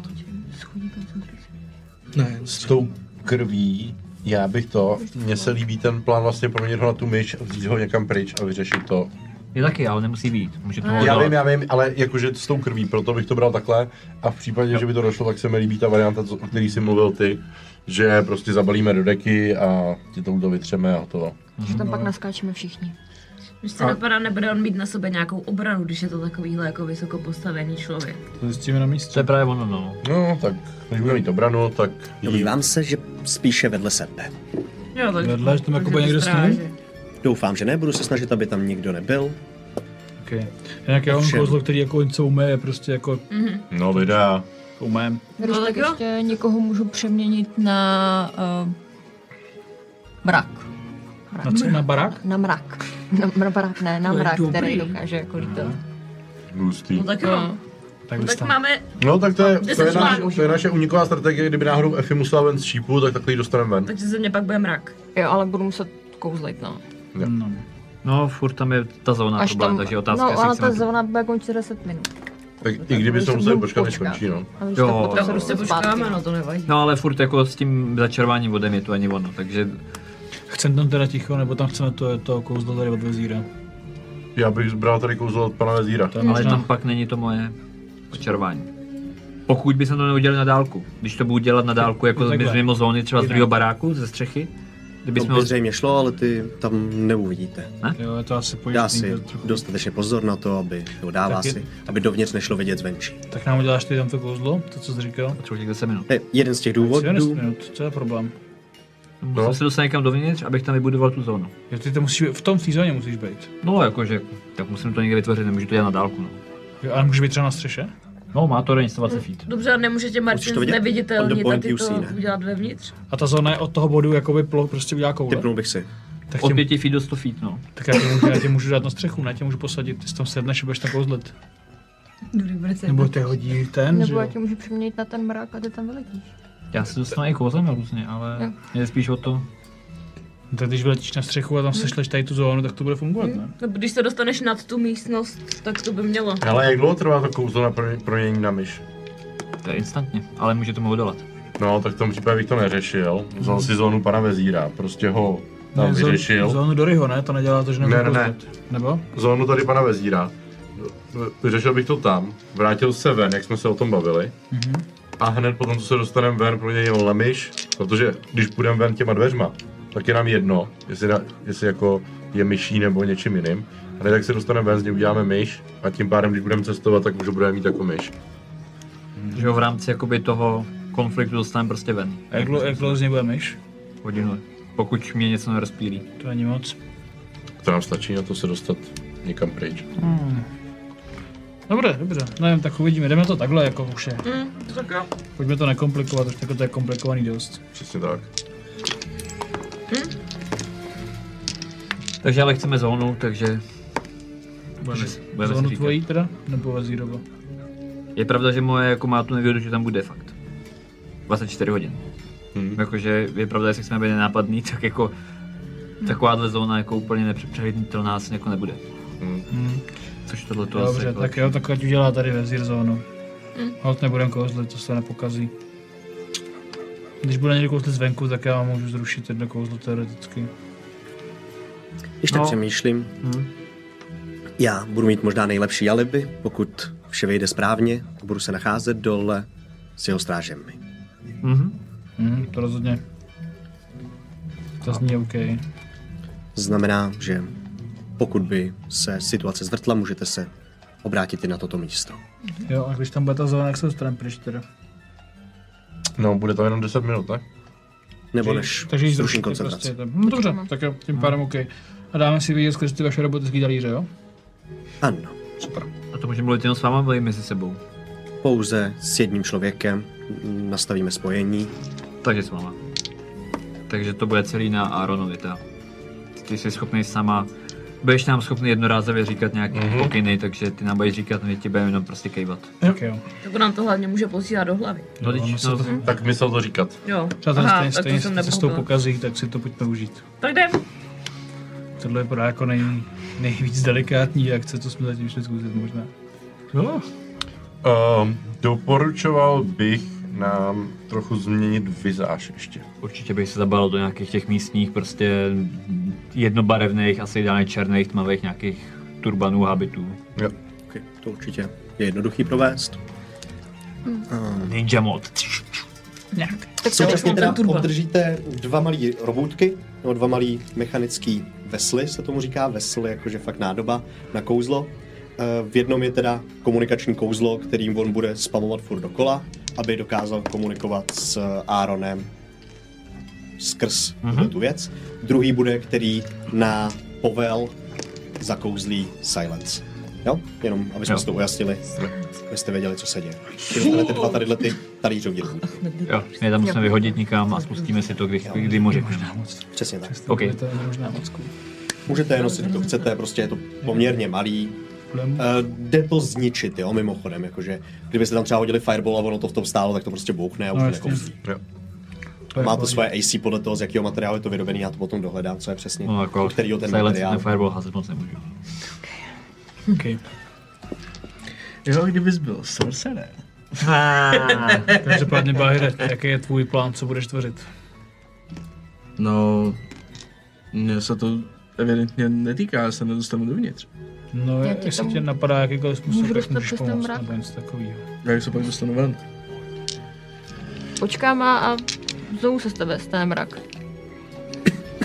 Ne, S tou krví, mně se líbí ten plán vlastně proměnit ho na tu myš a vzít ho někam pryč a vyřešit to. Je taky, ale nemusí být, může to Já vím, ale jakože s tou krví, proto bych to bral takhle a v případě, že by to došlo, tak se mi líbí ta varianta, o který jsi mluvil ty, že prostě zabalíme do deky a ti to vytřeme a hotovo. Že tam pak naskáčeme všichni. Když se napadá, nebude on mít na sobě nějakou obranu, když je to takovýhle jako vysoko postavený člověk. To zjistíme na To místě. je právě ono, no. No, tak když bude mít obranu, tak... Domnívám se, že spíše vedle sebe. Jo, tak... Vedle, že tam jako bude někdo s ním? Doufám, že ne, budu se snažit, aby tam nikdo nebyl. Okay. Nějaké Ovšem. kouzlo, který jako něco umé, prostě jako No, videa. umém. Když No, tak tak jo. ještě někoho můžu přeměnit na mrak. Na co? Na barák? Na mrak. Na barák, ne, na To je mrak, dobrý. který dokáže jako lítat. Hustý. No tak jo. No. Tak Tak vystane. máme... No, tak to je plánů. to je naše uniková strategie, kdyby náhodou Efi musela ven z šípu, tak takhle ji dostaneme ven. Takže ze mě pak bude mrak. Jo, ale budu muset kouzlit, no. No. No, furt tam je ta zóna Až problém, tam, takže otázka, no, ale jestli ta chceme... zóna bude končit 10 minut. Tak i kdyby jsme museli počkat, než končí, no. A když Jo. tak potom Tak se prostě dostat počkáme, zpátky. no to nevadí. No ale furt jako s tím začarováním vodem je to ani ono, takže Chceme tam teda ticho, nebo tam chceme to kouzlo tady od vezíra? Já bych zbral tady kouzlo od pana vezíra. To je ale možná. tam pak není to moje začarování. Pokud by se to neudělali na dálku, když to budu dělat na dálku jako Takhle. mimo zóny, třeba z Jinak. druhého baráku, ze střechy, To by zřejmě šlo, ale ty tam neuvidíte. Jo, je to asi Dá pojistný. si trochu. dostatečně pozor na to, dává Tak je- si, aby dovnitř nešlo vidět zvenčí. Tak nám uděláš ty tam to kouzlo, to co jsi říkal? Potřebuji těch 10 minut. To je jeden z těch důvodů. 10 minut, co je problém? Musím se dostat někam dovnitř, abych tam vybudoval tu zónu. Jo, ty to musíš, v té zóně musíš být. No, jakože, tak musím to někde vytvořit, nemůžu to dělat na dálku, no. Jo, ale můžeš být třeba na střeše? No, má to range 120 feet. Dobře, a nemůžete Musíš Martin to vidět? On neviditelně the point tady you to see, ne? udělat vevnitř? A ta zóna je od toho bodu jakoby prostě udělá koule? Typnul bych si. Tak, Od tě, 5 feet do 100 feet, no. tak já tě můžu dát na střechu, ne? Tě můžu posadit, ty si tam sedneš a budeš tam kouzlet. Dobrý, bude se. Nebo tě hodí ten, že Nebo já jo? tě můžu přeměnit na ten mrak a ty tam vyletíš. Já si dostanu i kouzlem různě, ale je spíš o to. No, tak když vyletíš na střechu a tam sešleš tady tu zónu, tak to bude fungovat, ne? No, když se dostaneš nad tu místnost, tak to by mělo. Ale jak dlouho trvá to kouzlo na proměnění na myš? To je instantně, ale může tomu odolat. No, tak v tom případě bych to neřešil. Vzal si zónu pana vezíra, prostě ho tam vyřešil. Zónu Doryho, ne? To nedělá to, že nemůže Ne. kouzlet. Nebo? Zónu tady pana vezíra. Vyřešil bych to tam, vrátil se ven, jak jsme se o tom bavili. A hned potom, co se dostaneme ven, proměnil na myš, protože když půjdeme ven těma dveřma, tak je nám jedno, jestli jako je myší nebo něčím jiným. A tak se dostaneme ven, z něj uděláme myš a tím pádem, když budeme cestovat, tak už ho budeme mít jako myš. Že ho v rámci jakoby toho konfliktu dostaneme prostě ven. A jak dlouho z něj bude myš? Hodinu. Pokud mě něco nerozpílí. To není moc. To nám stačí na to se dostat někam pryč. Dobře. Nevím, tak uvidíme. Jdeme to takhle, jako už je. Tak jo. Pojďme to nekomplikovat, už jako to je komplikovaný dost. Přesně tak. Takže ale chceme zónu, takže budeme si Zónu říkat. tvojí teda? Nebo Vezírovo? Je pravda, že moje jako má tu nevýhodu, že tam bude fakt 24 hodin. Jakože je pravda, jestli chceme být nenápadný, tak jako takováhle zóna jako úplně nepřehlednitelná asi jako nebude. Což tohle to asi Dobře, jako tak jo, tak ať udělá tady Vezír zónu. Holt nebudem kouzlit, to se nepokazí. Když bude někdo kouzlit zvenku, tak já můžu zrušit jedno kouzlo teoreticky. Když tak přemýšlím, já budu mít možná nejlepší alibi, pokud vše vyjde správně, budu se nacházet dole s jeho strážemi. To rozhodně. To zní OK. Znamená, že pokud by se situace zvrtla, můžete se obrátit i na toto místo. Jo, a když tam bude ta zóna, jak se dostaneme pryč teda? No, bude to jenom 10 minut, tak? Nebo než Takže ji zruším zrušíte koncentraci. prostě. No dobře, tak jo, tím pádem OK. A dáme si vidět skrz ty vaše robotický talíře, jo? Ano, A to můžeme mluvit jenom s váma, mluvit mezi sebou. pouze s jedním člověkem nastavíme spojení. Takže s váma. Takže to bude celý na Aaronovi, ta. Ty jsi schopný sama, budeš nám schopný jednorázově říkat nějaké pokyny, takže ty nám budeš říkat, my ti budeme jenom prostě kejvat. Tak jo. Tak on nám to hlavně může posílat do hlavy. No, ono teď, se no, to- Tak myslel to říkat. Jo. Třeba ten tak stejně to jsem se cestou nepochopila. pokazí, tak si to pojďme užít. Tak jdem. Tohle je podá jako nejvíc delikátní akce, co jsme zatím šli zkusit možná. No. Doporučoval bych nám trochu změnit vizáž ještě. určitě bych se zabal do nějakých těch místních, prostě jednobarevných, asi ideálně černých, tmavých nějakých turbanů, habitů. Jo. Okay, to určitě je jednoduchý provést. Ninja mod. Současně teda obdržíte dva malý roboutky, nebo dva malý mechanický vesly, se tomu říká. Vesl je jakože fakt nádoba na kouzlo. V jednom je teda komunikační kouzlo, kterým on bude spamovat furt dokola, aby dokázal komunikovat s Aaronem skrz tu věc. Druhý bude, který na povel zakouzlí Silence. Jo? Jenom, aby jsme si to ujasnili, abyste věděli, co se děje. Ty dostanete dva tadyhle ty talířový roboutky. Jo, my je tam musíme vyhodit nikam a spustíme si to, kdy můžeme. Přesně tak. OK. To je možná moc cool. Můžete je nosit, kdo chcete, prostě je to poměrně malý. Jde to zničit, jo, mimochodem, jakože kdybyste tam třeba hodili fireball a ono to v tom stálo, tak to prostě bouchne a už No, to jasně. nekouzlí. Jo. Má to svoje AC podle toho, z jakého materiálu je to vyrobený, já to potom dohledám, co je přesně, No jako od kterýho ten Silence materiál. ten fireball házet moc nemůžu. Okay. Jo, kdybys byl sorcerer. Každopádně, Bahire, jaký je tvůj plán, co budeš tvořit? No, mně se to evidentně netýká, já se nedostanu dovnitř. No, Já tě jestli tam tě napadá jakýkoliv způsob, můžu tak dostat můžeš přes ten pomoct, mrak? nebo něco takového. Jak se pak dostanu ven? Počkám a znovu se z tebe stane mrak.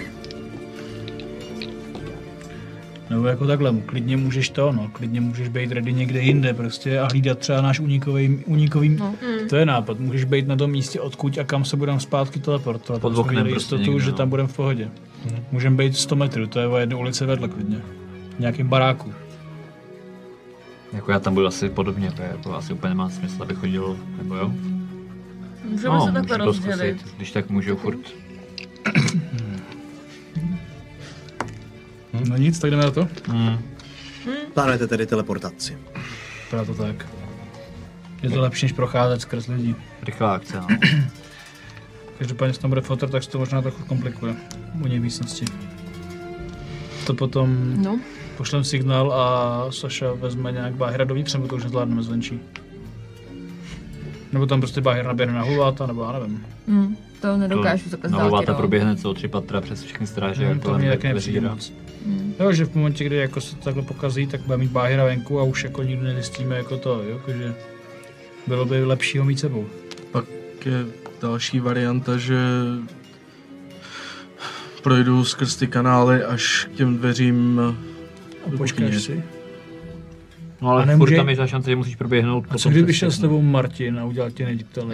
Nebo jako takhle, klidně můžeš klidně můžeš být ready někde jinde prostě a hlídat třeba náš unikový to je nápad, můžeš být na tom místě odkud a kam se budeme zpátky teleportovat. Pod oknem prostě jistotu, někde, že tam budeme v pohodě. Můžeme být 100 metrů, to je o jednu ulici vedle klidně. V nějakým baráku. Jako já tam budu asi podobně, to je jako asi úplně nemá smysl, aby chodil, nebo jo? Můžeme se takhle můžu to rozdělit. zkusit, když tak můžu furt. No nic, tak jdeme na to? Plánujete tedy teleportaci. Právě to tak. Je to lepší, než procházet skrz lidí. Rychlá akce, no. Každopádně, jestli tam bude fotr, tak se to možná trochu komplikuje. U něj místnosti. To potom pošlem signál a Saša vezme nějak báhera dovnitř, nebo to už nezvládneme zvenčí. Nebo tam prostě báher naběhne na hulváta, nebo já nevím. To nedokážu takhle Na zdálky, hulváta no. proběhne co 3 patra přes všechny stráže. To mě taky nepřijde moc. Jo, že v momentě, kdy jako se to takhle pokazí, tak bude mít báhera venku a už jako nikdy nezjistíme jako to, jo, takže bylo by lepší ho mít sebou. Pak je další varianta, že projdu skrz ty kanály až k těm dveřím A do počkáš kuchyně. si. No ale A nemůže- furt tam je ta šance, že musíš proběhnout. A co kdyby šel s tebou Martin a udělal tě neviditelný?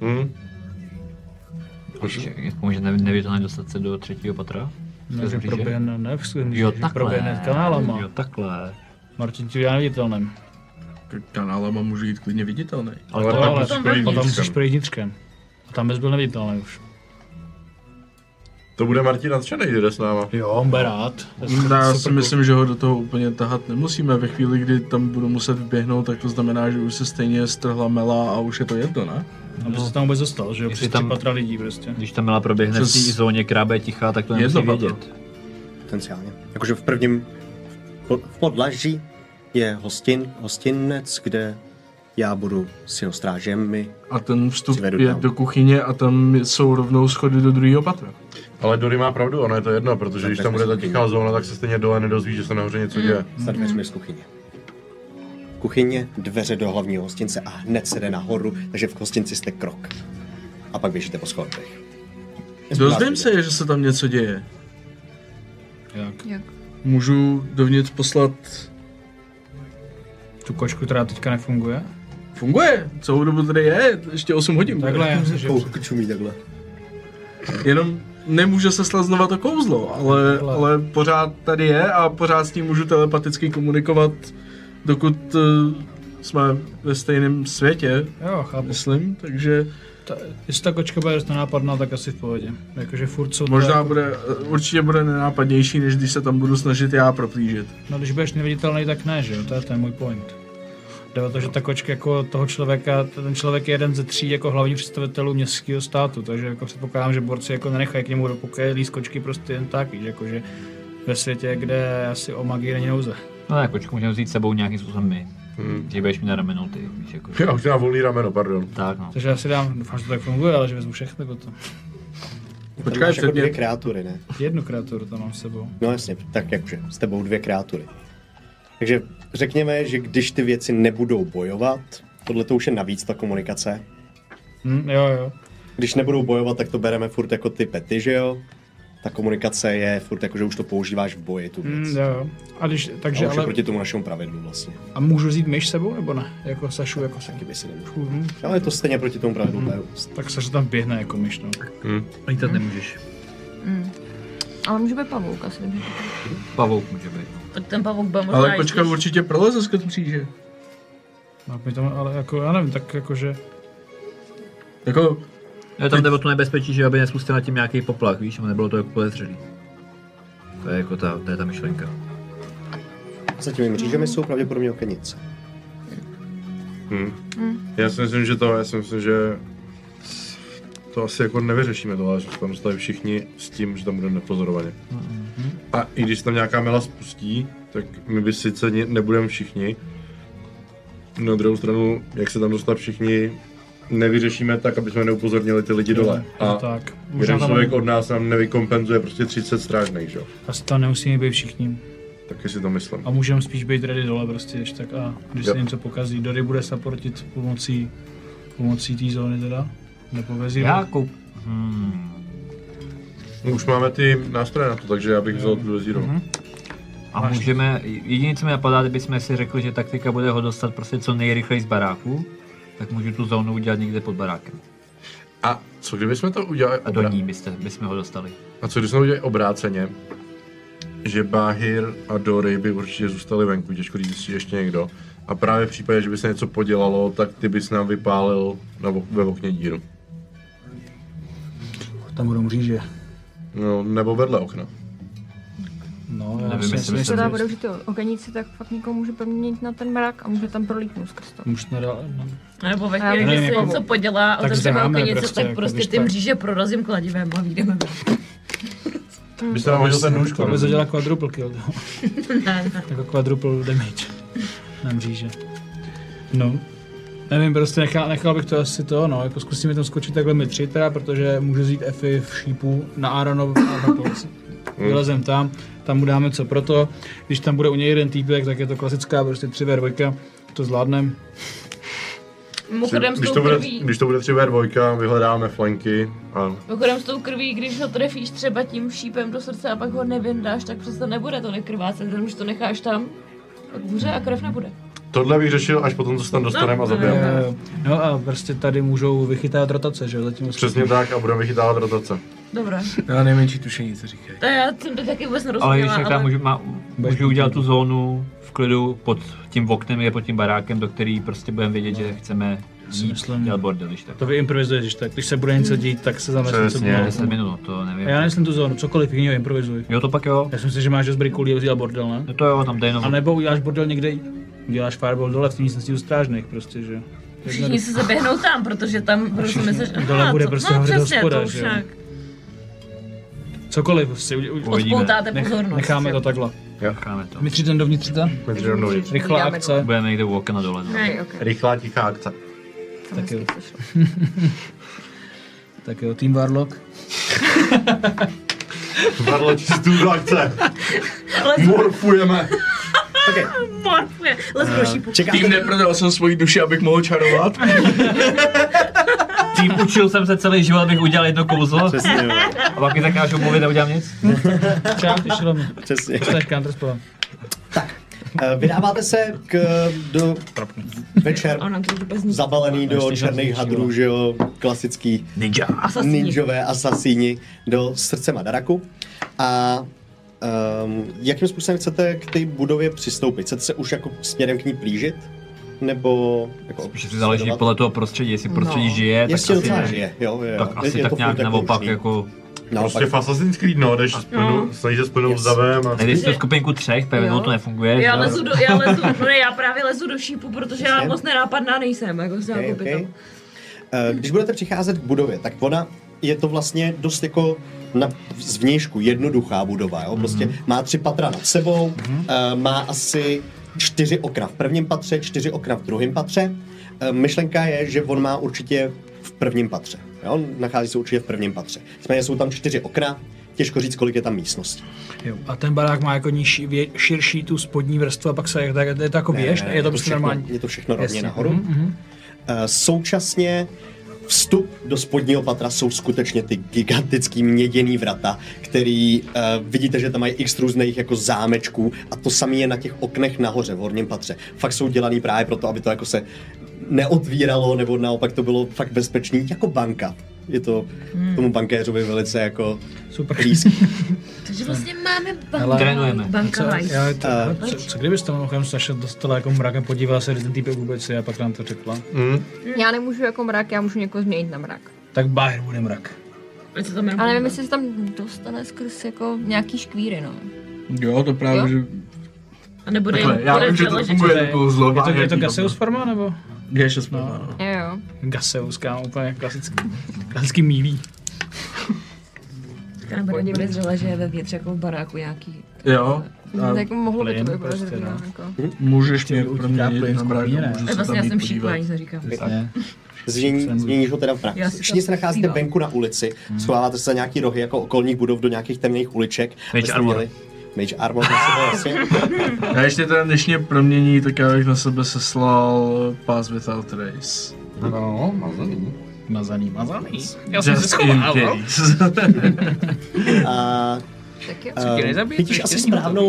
Může nevědět dostat se do 3. patra? Ne, že proběhne, ne, Jo, že takhle. proběhne kanálama. Jo, takhle. Martin ti udělá neviditelným. Kanálama můžu jít klidně viditelný. Ale To tam ale musíš projít potom musíš vnitřkem. projít vnitřkem. A tam bys byl neviditelný už. To bude Martin nadšený, že jde s náma. Jo, on bude rád. Já si myslím, že ho do toho úplně tahat nemusíme. Ve chvíli, kdy tam budu muset vběhnout, tak to znamená, že už se stejně strhla mela a už je to jedno, ne? Aby se tam vůbec dostal, že jo, Jestli přes tam- 3 patra lidí prostě. Když ta mela proběhne v Přes- té zóně, která bude tichá, tak to Jedno nemusí patro. vědět. Potenciálně. Jakože v prvním v podlaží je hostinec, kde já budu s jeho strážem, my A ten vstup Přivedu je tam. do kuchyně a tam jsou rovnou schody do druhého patra. Ale Dory má pravdu, ono je to jedno, protože když tam bude ta tichá zóna, tak se stejně dole nedozví, že se nahoře něco děje. za dveřmi z kuchyně. Kuchyně, dveře do hlavního hostince a hned se jde nahoru, takže v hostinci jste krok. A pak běžíte po schodech. Dozvím se, že se tam něco děje. Jak? Můžu dovnitř poslat... Tu kočku, která teďka nefunguje? Funguje, celou dobu tady je, ještě 8 hodin. Takhle, já myslím, že... Čumí takhle. Jenom nemůže se slat znova to kouzlo, ale pořád tady je a pořád s tím můžu telepaticky komunikovat, dokud jsme ve stejném světě, Jo, chápu. myslím, takže Jestli ta kočka bude dost nenápadná, tak asi v pohodě. Jakože furt jsou to možná jako, určitě bude nenápadnější, než když se tam budu snažit já proplížit. No když budeš neviditelný, tak ne, že jo, to je ten můj point. Jde o to, že ta kočka jako toho člověka, ten člověk je jeden ze 3 jako hlavních představitelů městského státu, takže jako předpokládám, že borci jako nenechají k němu do pokoje líst kočky prostě jen tak, víš, jakože ve světě, kde asi o magii není nouze. No tak kočku můžeme vzít s sebou nějakým způsobem my. Že budeš mít na rameno ty, víš, jako. Já už mám volný rameno, pardon. Tak no. Takže já si dám, doufám, že to tak funguje, ale že vezmu všechny potom. Počkej, Máš jako předně- 2 kreatury, ne? Jednu kreaturu tam mám s sebou. No jasně, tak jakože s tebou 2 kreatury. Takže řekněme, že když ty věci nebudou bojovat, tohle to už je navíc ta komunikace. Jo. Když nebudou bojovat, tak to bereme furt jako ty pety, že jo? Ta komunikace je furt jako, že už to používáš v boji, tu věc. Jo. A když, A takže už je ale, proti tomu našemu pravidlu vlastně. a můžu vzít myš s sebou, nebo ne? Jako Sašu, jako se. Taky by si nemohl. Ale je to stejně proti tomu pravidlu. Tak Saša tam běhne jako myš, no. Lítat nemůžeš. Ale může být pavouk asi, takže Pavouk může být. Tak ten pavouk byl možná Ale kočka jistý. určitě proleze skrz mříže. No, my tam, ale jako, já nevím, tak jakože... Jako, Je tam jde o to nebezpečí, že aby nespustil na tím nějaký poplach, víš, aby nebylo to jako podezřelý. To je jako to je ta myšlenka. Za těmi mřížemi jsou pravděpodobně okenice. Já si myslím, že to asi jako nevyřešíme tohle, že se tam dostali všichni s tím, že tam budeme nepozorovaně. A i když se tam nějaká mela spustí, tak my sice nebudeme všichni. Na druhou stranu, jak se tam dostat všichni, nevyřešíme tak, aby jsme neupozornili ty lidi dole. A A tak. jeden tam, člověk od nás nám nevykompenzuje prostě 30 strážných, že jo? asi tam nemusíme být všichni. Taky si to myslím. A můžeme spíš být ready dole prostě, ještě tak a když Jo. se něco pokazí, Dory bude supportit pomocí té zóny teda, nepovezí. Jakou? Už máme ty nástroje na to, takže já bych vzal tu vezíru. A můžeme, jediné co mi napadá, kdybychom si řekli, že taktika bude ho dostat prostě co nejrychleji z baráku, tak můžu tu zónu udělat někde pod barákem. A co kdybychom to udělali A do ní bychom ho dostali. A co kdybychom udělali obráceně? Že Bahir a Dory by určitě zůstali venku, těžko říct, jestli ještě někdo. A právě v případě, že by se něco podělalo, tak ty bys nám vypálil ve okně díru. Tam budou mříže. No, nebo vedle okna. No, Nevím, jestli Když by se dá budou ty okeníci, tak fakt někoho může proměnit na ten barák a může tam prolítnout skrz to. Už nedal, no. A nebo ve Já chvíli, nevím, kdy se jako- něco podělá a tak otevřeme zdáme okenice, prostě, tak jako prostě když ty tak. mříže prorazím kladivem a vyjdeme ven. Byste nám hodil ten nůž, To by zadělal quadruple kill. Jako quadruple damage na mříže. No. Nevím, prostě nechal bych to asi to, no, jako zkusíme tam skočit takhle my 3 teda, protože můžu vzít Effy v šípu na Aaronov a vylezem tam mu dáme co proto, když tam bude u něj jeden týpek, tak je to klasická prostě 3v2, to zvládnem. Mimochodem s Když tou to bude, krví, když to bude 3v2, vyhledáme flanky a mimochodem s tou krví, když ho trefíš třeba tím šípem do srdce a pak ho nevyndáš, tak přece nebude to nekrvácet, když to necháš tam, tak hůře a krev nebude. tohle bych řešil až potom, co se tam dostaneme a zabijeme. No a prostě tady můžou vychytávat rotace, že jo, zatím Přesně tak a budeme vychytávat rotace. Dobré. Já nejmenší tušení, co říkají. To já jsem to taky vůbec Ale nerozuměla, když tak tam můžu udělat tu zónu v klidu pod tím oknem, je pod tím barákem, do který prostě budeme vědět, že chceme jít myslím- dělat bordel, když tak. To vyimprovizuješ, když tak. Když se bude něco dít, tak se zamyslím, co Přesně. bude. 10 minut, to nevím. A já nemyslím tu zónu, cokoliv jiného improvizuj. Jo, to pak jo. Já si myslím, že máš dost brikulí a udělat bordel, ne? No to jo, tam dej A jenom. nebo uděláš bordel někde, uděláš fireball dole v té místnosti u strážných prostě, že jo. všichni se zaběhnou tam, protože tam prostě myslíš, Dole bude prostě no hovořit přesně, hospoda, to že jo. však. Cokoliv, prostě Odpoutáte pozornost. necháme to takhle. Necháme to. My 3 ten dovnitř tam, Mezi dovnitř. rychlá Uděláme akce. Budeme někde u okna dole. No. Ne, ok. Rychlá tichá akce. Tak jo. Tak jo, Team Warlock. Varlo čistou akce. Morfujeme. Okay. Morfuje, lez do šípu. Tým neprodal jsem svoji duši, abych mohl čarovat. Tím učil jsem se celý život, abych udělal jedno kouzlo. Přesně, jo. A pak mi zakážu mluvit a udělám nic. Čau, těšilo mě. Přesně. To je counterspell. Vydáváte se do večer Ona to vůbec nic. zabalený do Ještě černých žádný hadrů, že jo, klasický Asasíni. ninjové asasíni do srdce Madaraku. A jakým způsobem chcete k té budově přistoupit? Chcete se už jako směrem k ní plížit? Nebo jako Spíš si záleží sledovat? podle toho prostředí, jestli prostředí No. žije, tak Jestli asi docela ne. žije, jo. Tak asi Je tak to nějak furt naopak rušný. jako... Naopak, Prostě v Assassin's Creed, no, jdeš snažíš se splynout s davem a... Nejdeš tu skupinku 3, pevnou Jo. to nefunguje. Já že? já právě lezu do šípu, protože já moc nenápadná nejsem, jako se okay, jako okay. Když budete přicházet k budově, tak ona je to vlastně dost jako na zvnějšku jednoduchá budova, jo? Prostě má 3 patra nad sebou, má asi 4 okna v prvním patře, 4 okna v druhém patře. Myšlenka je, že on má určitě v prvním patře, jo? Nachází se určitě v prvním patře. Nicméně jsou tam 4 okna, těžko říct, kolik je tam místností. Jo. A ten barák má jako nižší, širší tu spodní vrstvu a pak se, tak je to jako věž, je to prostě všechno, normální. je to všechno rovně Jasně. nahoru. Současně vstup do spodního patra jsou skutečně ty gigantický měděný vrata, který vidíte, že tam mají x různých jako zámečků a to samé je na těch oknech nahoře v horním patře. Fakt jsou dělaný právě proto, aby to jako se neotvíralo, nebo naopak to bylo fakt bezpečný, jako banka. Je to tomu bankéřovi velice jako Super. blízký. Takže vlastně máme Trénujeme. banka life. Co kdybyste mimochodem Saša dostala jako mrakem, podívala se, kde ten týpek vůbec je a pak nám to řekla. Já nemůžu jako mrak, já můžu někoho změnit na mrak. Tak Bahir bude mrak. Co tam Ale nevím, jestli se tam dostane skrz jako nějaký škvíry, no. Jo, to právě, Jo? že... A nebude Takhle, já vím, že to funguje to kouzlo. Je to Gaseus forma, nebo? G6 no. Jo. Gaseus, kámo, úplně klasický mílí. Bude zřele, že je vevnitř jako v baráku nějaký. Jo. A Tak mohlo by to plyn být prostě, podezřelé, no. jako. můžeš mě Utíká proměnit plyn na z mrak, kuchyně, ne? můžu se Vlastně tam já jít jsem šípla, podívat. nic neříkám. Ne. Změníš ho teda v mrak. Já si Všichni to se nacházíte zpívám. venku na ulici, schováváte se za nějaký rohy jako okolních budov do nějakých temných uliček. Mage abyste armor. měli Mage armor na sebe, jasně. Já ještě teda, než mě promění, tak já bych na sebe seslal Pass Without Trace. No, mazaný. Mazaný. Já Just in case. A Tak jo. vidíš asi správnou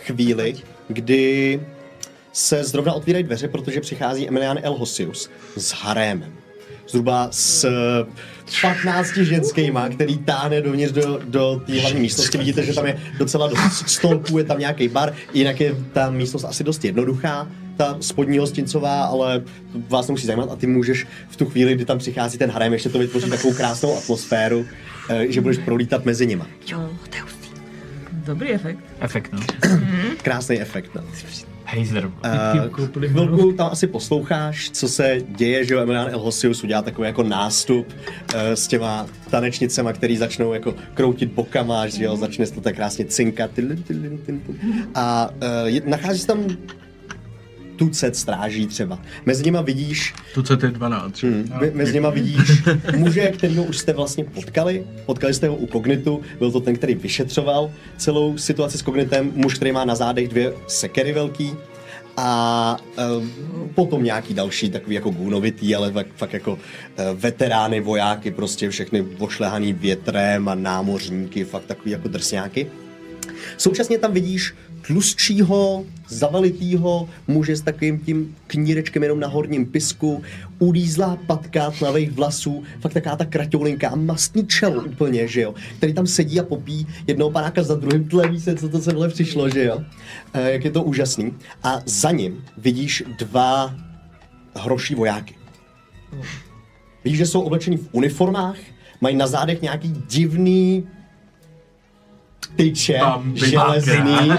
chvíli, kdy se zrovna otvírají dveře, protože přichází Emilian L. Hosius s harémem. Zhruba s 15 ženskýma, který táhne dovnitř do té hlavní místnosti. Vidíte, že tam je docela dost stolků, je tam nějaký bar, jinak je ta místnost asi dost jednoduchá, ta spodní hostincová, ale vás nemusí zajímat a ty můžeš v tu chvíli, kdy tam přichází ten harém, ještě to vytvoří takovou krásnou atmosféru, že budeš prolítat mezi nima. Jo, to je hustý. Dobrý efekt. Efekt, no. Krásný efekt, no. Hejzler. Chvilku tam asi posloucháš, co se děje, že jo, Emilian L. Hosius udělá takový jako nástup s těma tanečnicema, který začnou jako kroutit bokama, že jo, začne se to tak krásně cinkat. A nachází se tam tucet stráží třeba. Mezi nima vidíš... Tucet je 12. Mezi nima vidíš muže, kterýho už jste vlastně potkali. Potkali jste ho u Kognitu. Byl to ten, který vyšetřoval celou situaci s Kognitem. Muž, který má na zádech 2 sekery velký. A potom nějaký další takový jako gůnovitý, ale fakt jako veterány, vojáky, prostě všechny ošlehaný větrem a námořníky, fakt takový jako drsňáky. Současně tam vidíš tlustšího, zavalitýho muže s takovým tím knírečkem jenom na horním pisku, ulízlá patka tmavých vlasů, fakt taková ta kratoulinká, mastný čelo úplně, že jo, který tam sedí a popí jednoho panáka za druhým, tleví se, co to semhle přišlo, že jo, jak je to úžasný. A za ním vidíš 2 hroší vojáky. Vidíš, že jsou oblečení v uniformách, mají na zádech nějaký divný tyče, železný.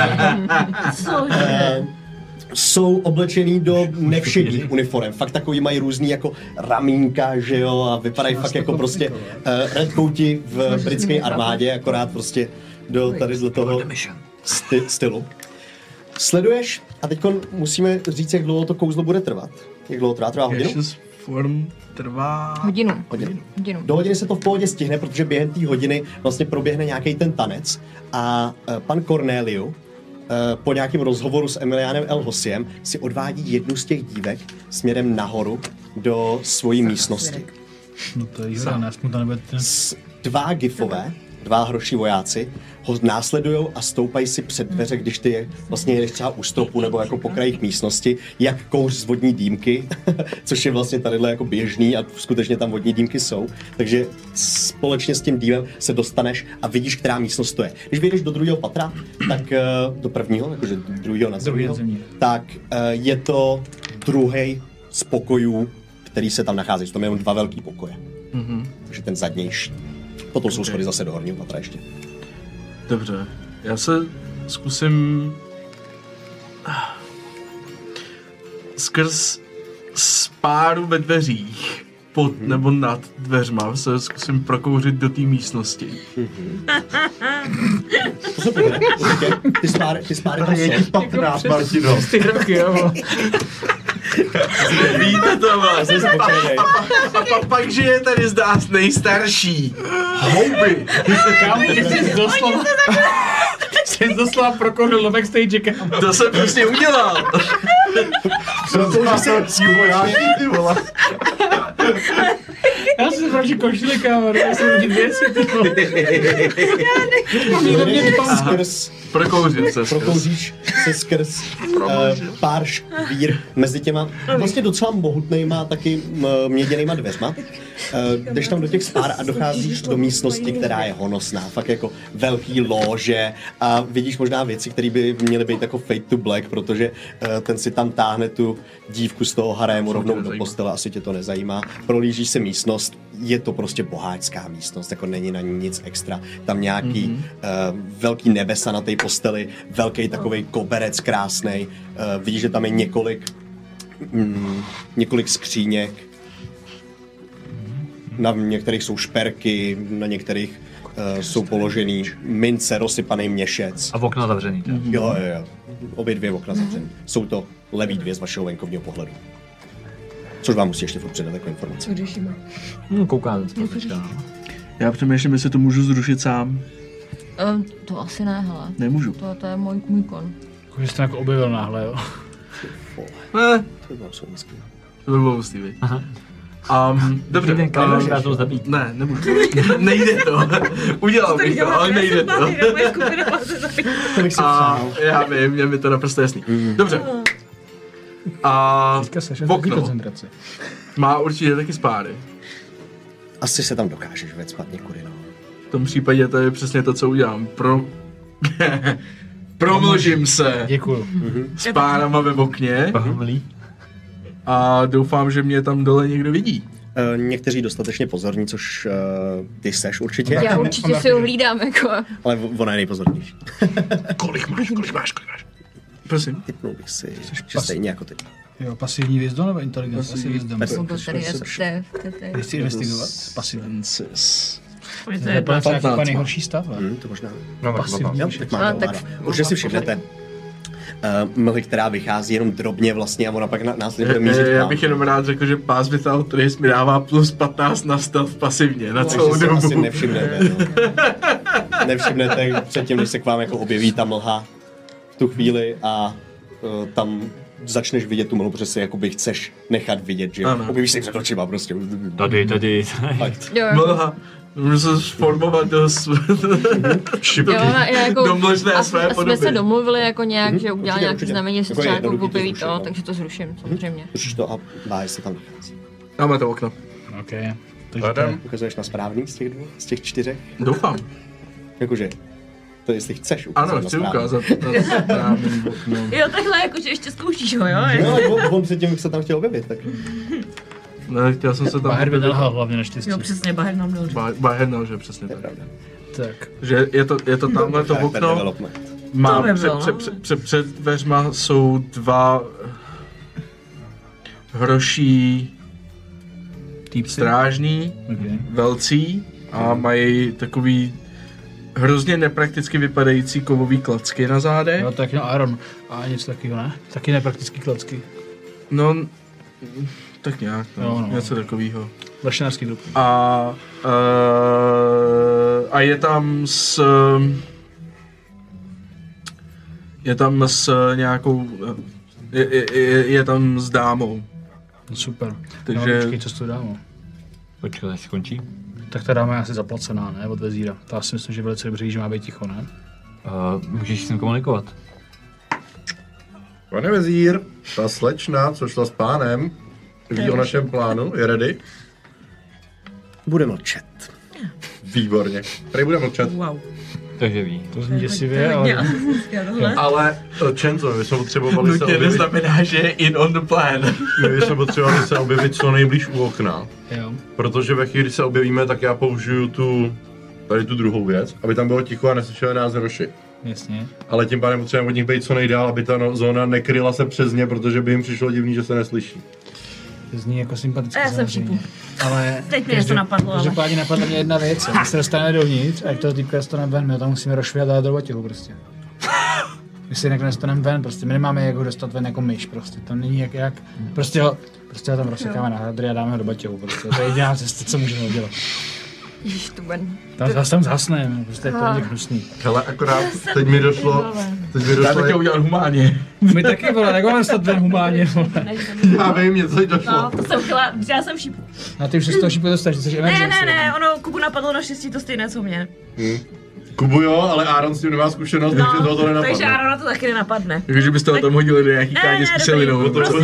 Jsou oblečený do nevšedních uniform. Fakt takový mají různý jako ramínka, že jo, a vypadají fakt jako prostě redcoati v britské armádě, akorát prostě do tady z toho stylu. Sleduješ a teď musíme říct, jak dlouho to kouzlo bude trvat. Jak dlouho trvá? Trvá hodinu? Form trvá... Hodinu. Do hodiny se to v pohodě stihne, protože během té hodiny vlastně proběhne nějaký ten tanec a pan Corneliu po nějakém rozhovoru s Emilianem L. Hosiem si odvádí jednu z těch dívek směrem nahoru do svojí místnosti. No to je jízda, nesmu to nebude... 2 gifové, 2 hroší vojáci ho následujou a stoupají si před dveře, když ty vlastně jedeš třeba u stropu nebo jako po krajích místnosti, jak kouř z vodní dýmky, což je vlastně tadyhle jako běžný a skutečně tam vodní dýmky jsou. Takže společně s tím dýmem se dostaneš a vidíš, která místnost to je. Když vyjdeš do 2. patra, tak do 1., jakože 2. na 2., tak je to 2. z pokojů, který se tam nachází. Jsou tam jenom 2 velký pokoje. Takže ten zadnější. Potom jsou schody zase do horního patra ještě. Dobře, já se zkusím skrz spáru ve dveřích pod nebo nad dveřma se zkusím prokouřit do té místnosti. To se povede, určitě. Ty spáry tam jsou. 15, Martino. Ty roky, jo. Víte to, vás? A pak, že je tady z nás nejstarší. Houby. Kámo, ty jsi doslova prokouřil do backstage, kámo. To jsem prostě udělal. Ty vole. Já jsem pravdě košili, kámo, já jsem vidět věci, ty vole. Prokouříš se skrz pár škvír mezi těma vlastně docela mohutnejma taky měděnýma dveřma. Jdeš tam do těch spár a docházíš do místnosti, která je honosná, fakt jako velký lóže a vidíš možná věci, které by měly být jako fade to black, protože ten si tam táhne tu dívku z toho harému rovnou do postele, asi tě to nezajímá. Prolížíš si místnost, je to prostě boháčská místnost, jako není na ní nic extra. Tam nějaký velký nebesa na té posteli, velký takovej koberec krásnej, vidíš, že tam je několik skříněk, na některých jsou šperky, na některých jsou položený mince, rozsypaný měšec. A v okna zavřený. Jo. Obě 2 okna zavřený. Jsou to levý 2 z vašeho venkovního pohledu. Což vám musí ještě furt předat takovou informaci. Koukáme. Já přemýšlím, jestli to můžu zrušit sám. To asi ne, hele. Nemůžu. To je můj kon. Že jsi to jako objevil náhle, jo. To by bylo To by bylo hustý, viď? Dobře. Ten Kylo dá to zabít. Ne, nemůžu. Nejde to. Udělal bych to, ale nejde to. A já vím, je mi to naprosto jasný. Dobře. A okno koncentraci. má určitě taky spáry. Asi se tam dokážeš vecpat někudy, no. V tom případě to je přesně to, co udělám. Promlžím se Děkuju. s párama ve okně a doufám, že mě tam dole někdo vidí. Někteří dostatečně pozorní, což ty seš určitě. Já určitě si ho hlídám, jako. Ale ona je nejpozornější. Kolik máš? Prosím. Typnul bych si, že stejně jako ty. Jo, pasivní wisdom nebo inteligence? Pasivní wisdom. To tady je Chci investigovat? Pasivní. To je To je fakt nejhorší stav, To možná. No, Pasivní. Jo, teď máte ovládat. Určitě si všimnete. Mlhy, která vychází jenom drobně vlastně a ona pak následně bude mířit Já vám. bych jenom rád řekl, že Pass Without Trace mi dává plus 15 na stealth pasivně, na celou Takže si asi dobu. nevšimnete, no. Nevšimnete předtím, než se k vám jako objeví ta mlha v tu chvíli a tam začneš vidět tu mlhu, protože si jakoby chceš nechat vidět, že Ano. objevíš se před očima prostě. Tady. Fakt. Jo. Mlha. Můžu se sformovat do šipky, jako, do mlžné své jsme podoby. se domluvili jako nějak, že udělá určitě, nějaký určitě. znamení, jestli Jako třeba je jako jednoduchý to objeví zrušit, to, no. takže to zruším, samozřejmě. Rušíš to a báj se tam nachází. Dáme to okno. OK. Takže Adam. Ukazuješ na správný z těch dvou, z těch 4? Doufám. Jakože, to jestli chceš ukázat Ano, na chci správný. ukázat na správný okno. Jo, takhle jakože ještě zkoušíš ho, jo? No, ale on předtím se tam chtěl objevit, tak. Ne, chtěl jsem se tam... Baher by nelhal hlavně naštěstí. Jo, přesně, Baher nám dal. Baher nelže, přesně tak. Tak. Že je to tamhle to Hyper okno, development. má To by bylo, před dveřma jsou dva hroší Týpci. strážní, Okay. velcí a mají takový hrozně neprakticky vypadající kovový klacky na zádech. Jo, tak no Aaron. A něco takového, ne? Taky nepraktický klacky. No, tak nějak, Jo, no. něco takového. Vlašenářský druh. A je tam s nějakou, je tam s dámou. No super. Takže- No, počkej, co s tou dámou? Počkej, až skončí. Tak ta dáma je asi zaplacená, ne? Od vezíra. To já si myslím, že velice dobře ví, že má být ticho, ne? Můžeš s ním komunikovat. Pane vezír, ta slečna, co šla s pánem, ví o našem plánu, je ready? Bude mlčet. Výborně. Tady bude mlčet. Wow. Takže ví. To zní děsivě, ale... Ale Čenzo, my jsme potřebovali se Nutně objevit. neznamená, že je in on the plan. My jsme potřebovali se objevit co nejblíž u okna. Jo. Protože ve chvíli, kdy se objevíme, tak já použiju tady tu druhou věc, aby tam bylo ticho a neslyšeli nás roši. Jasně. Ale tím pádem potřebujeme od nich být co nejdál, aby ta zóna nekryla se přes ně, protože by jim přišlo divný, že se neslyší. To zní jako sympatické. Já jsem samozřejmě. všipu. Ale... Teď mě něco napadlo, ale... Každopádně napadla mě jedna věc. My se dostaneme dovnitř a jak toho týpka dostaneme ven, my ho tam musíme rošvět a do tělu prostě. My si jinak nedostaneme ven, prostě my nemáme jak ho dostat ven jako myš, prostě to není jak prostě ho tam rozsekáme na hadry a dáme ho do batěhu, prostě to je jediná cesta, co můžeme udělat. Ježiš, to ben. Tam zhasneme, prostě je to hodně hnusný. Hele, akorát teď mi došlo, Já to chtěl udělat humánně. My taky, vole, tak máme dostat ven humánně, vole. já vím, něco teď došlo. No, to jsem chtěla, já jsem šípu. A ty už se z toho šípu dostaneš, ty jsi emergency. Ne, ono Kubu napadlo naštěstí to stejné, co mě. Kubu jo, ale Aaron s tím nemá zkušenost, takže toho to nenapadne. takže Aaron na to taky nenapadne. Takže byste ho tam hodili do nějaký káně s kyselinou. Prostě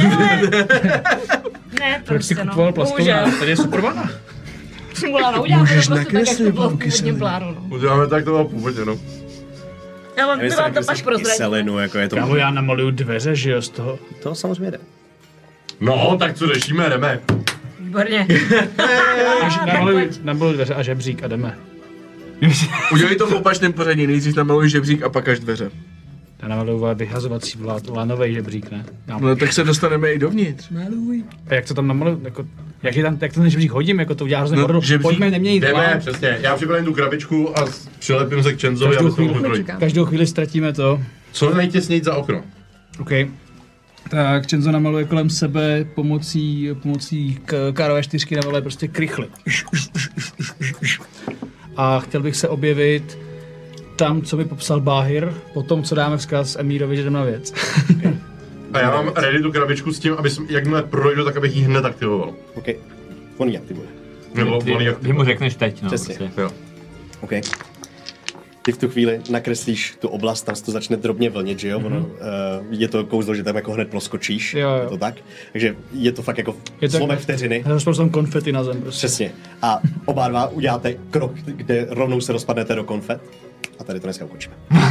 ne, Proč jsi prostě kupoval plastovou? Tady je super vana. Simuláno, uděláme Můžeš to prostě tak, jak nakreslit to bylo v vám původním kyselinu. plánu. No. Uděláme tak, to bylo původně, no. Já vám to až prozradím. Kyselinu, jako je to. Kámo, já namaluju dveře, že jo, z toho. To samozřejmě jde. No, tak co řešíme, jdeme. Výborně. Namaluju dveře a žebřík a jdeme. Udělej to v opačném pořadí, nejdřív namaluj žebřík a pak až dveře. Já namaluju vyhazovací lanový žebřík, ne? No tak se dostaneme i dovnitř. A jak to tam namaluju, jako, jak to ten žebřík hodím, jako to udělá hrozně bordel. žebřík- Pojďme neměnit Jdeme, plán. přesně. Já připravím tu krabičku a přilepím se k Čenzovi, aby to mohl projít. Každou chvíli ztratíme to. Co nejtěsněji za okno? OK. Tak Čenzo namaluje kolem sebe pomocí kárové čtyřky namaluje prostě krychly. A chtěl bych se objevit tam, co by popsal Báhir, po tom, co dáme vzkaz Emírovi, že jdem na věc. A já mám ready tu krabičku s tím, aby jakmile projdu, tak abych ji hned aktivoval. OK. On ji aktivuje. Nebo Ty mu řekneš teď, no. Přesně. Prostě. Jo. OK. Ty v tu chvíli nakreslíš tu oblast, tam se to začne drobně vlnit, že jo? Ono, je to kouzlo, že tam jako hned proskočíš, Jo. je to tak? Takže je to fakt jako Je to zlomek vteřiny. Rozprostřím konfety na zem prostě. Přesně. A oba dva uděláte krok, kde rovnou se rozpadnete do konfet. A tady to dneska ukončíme.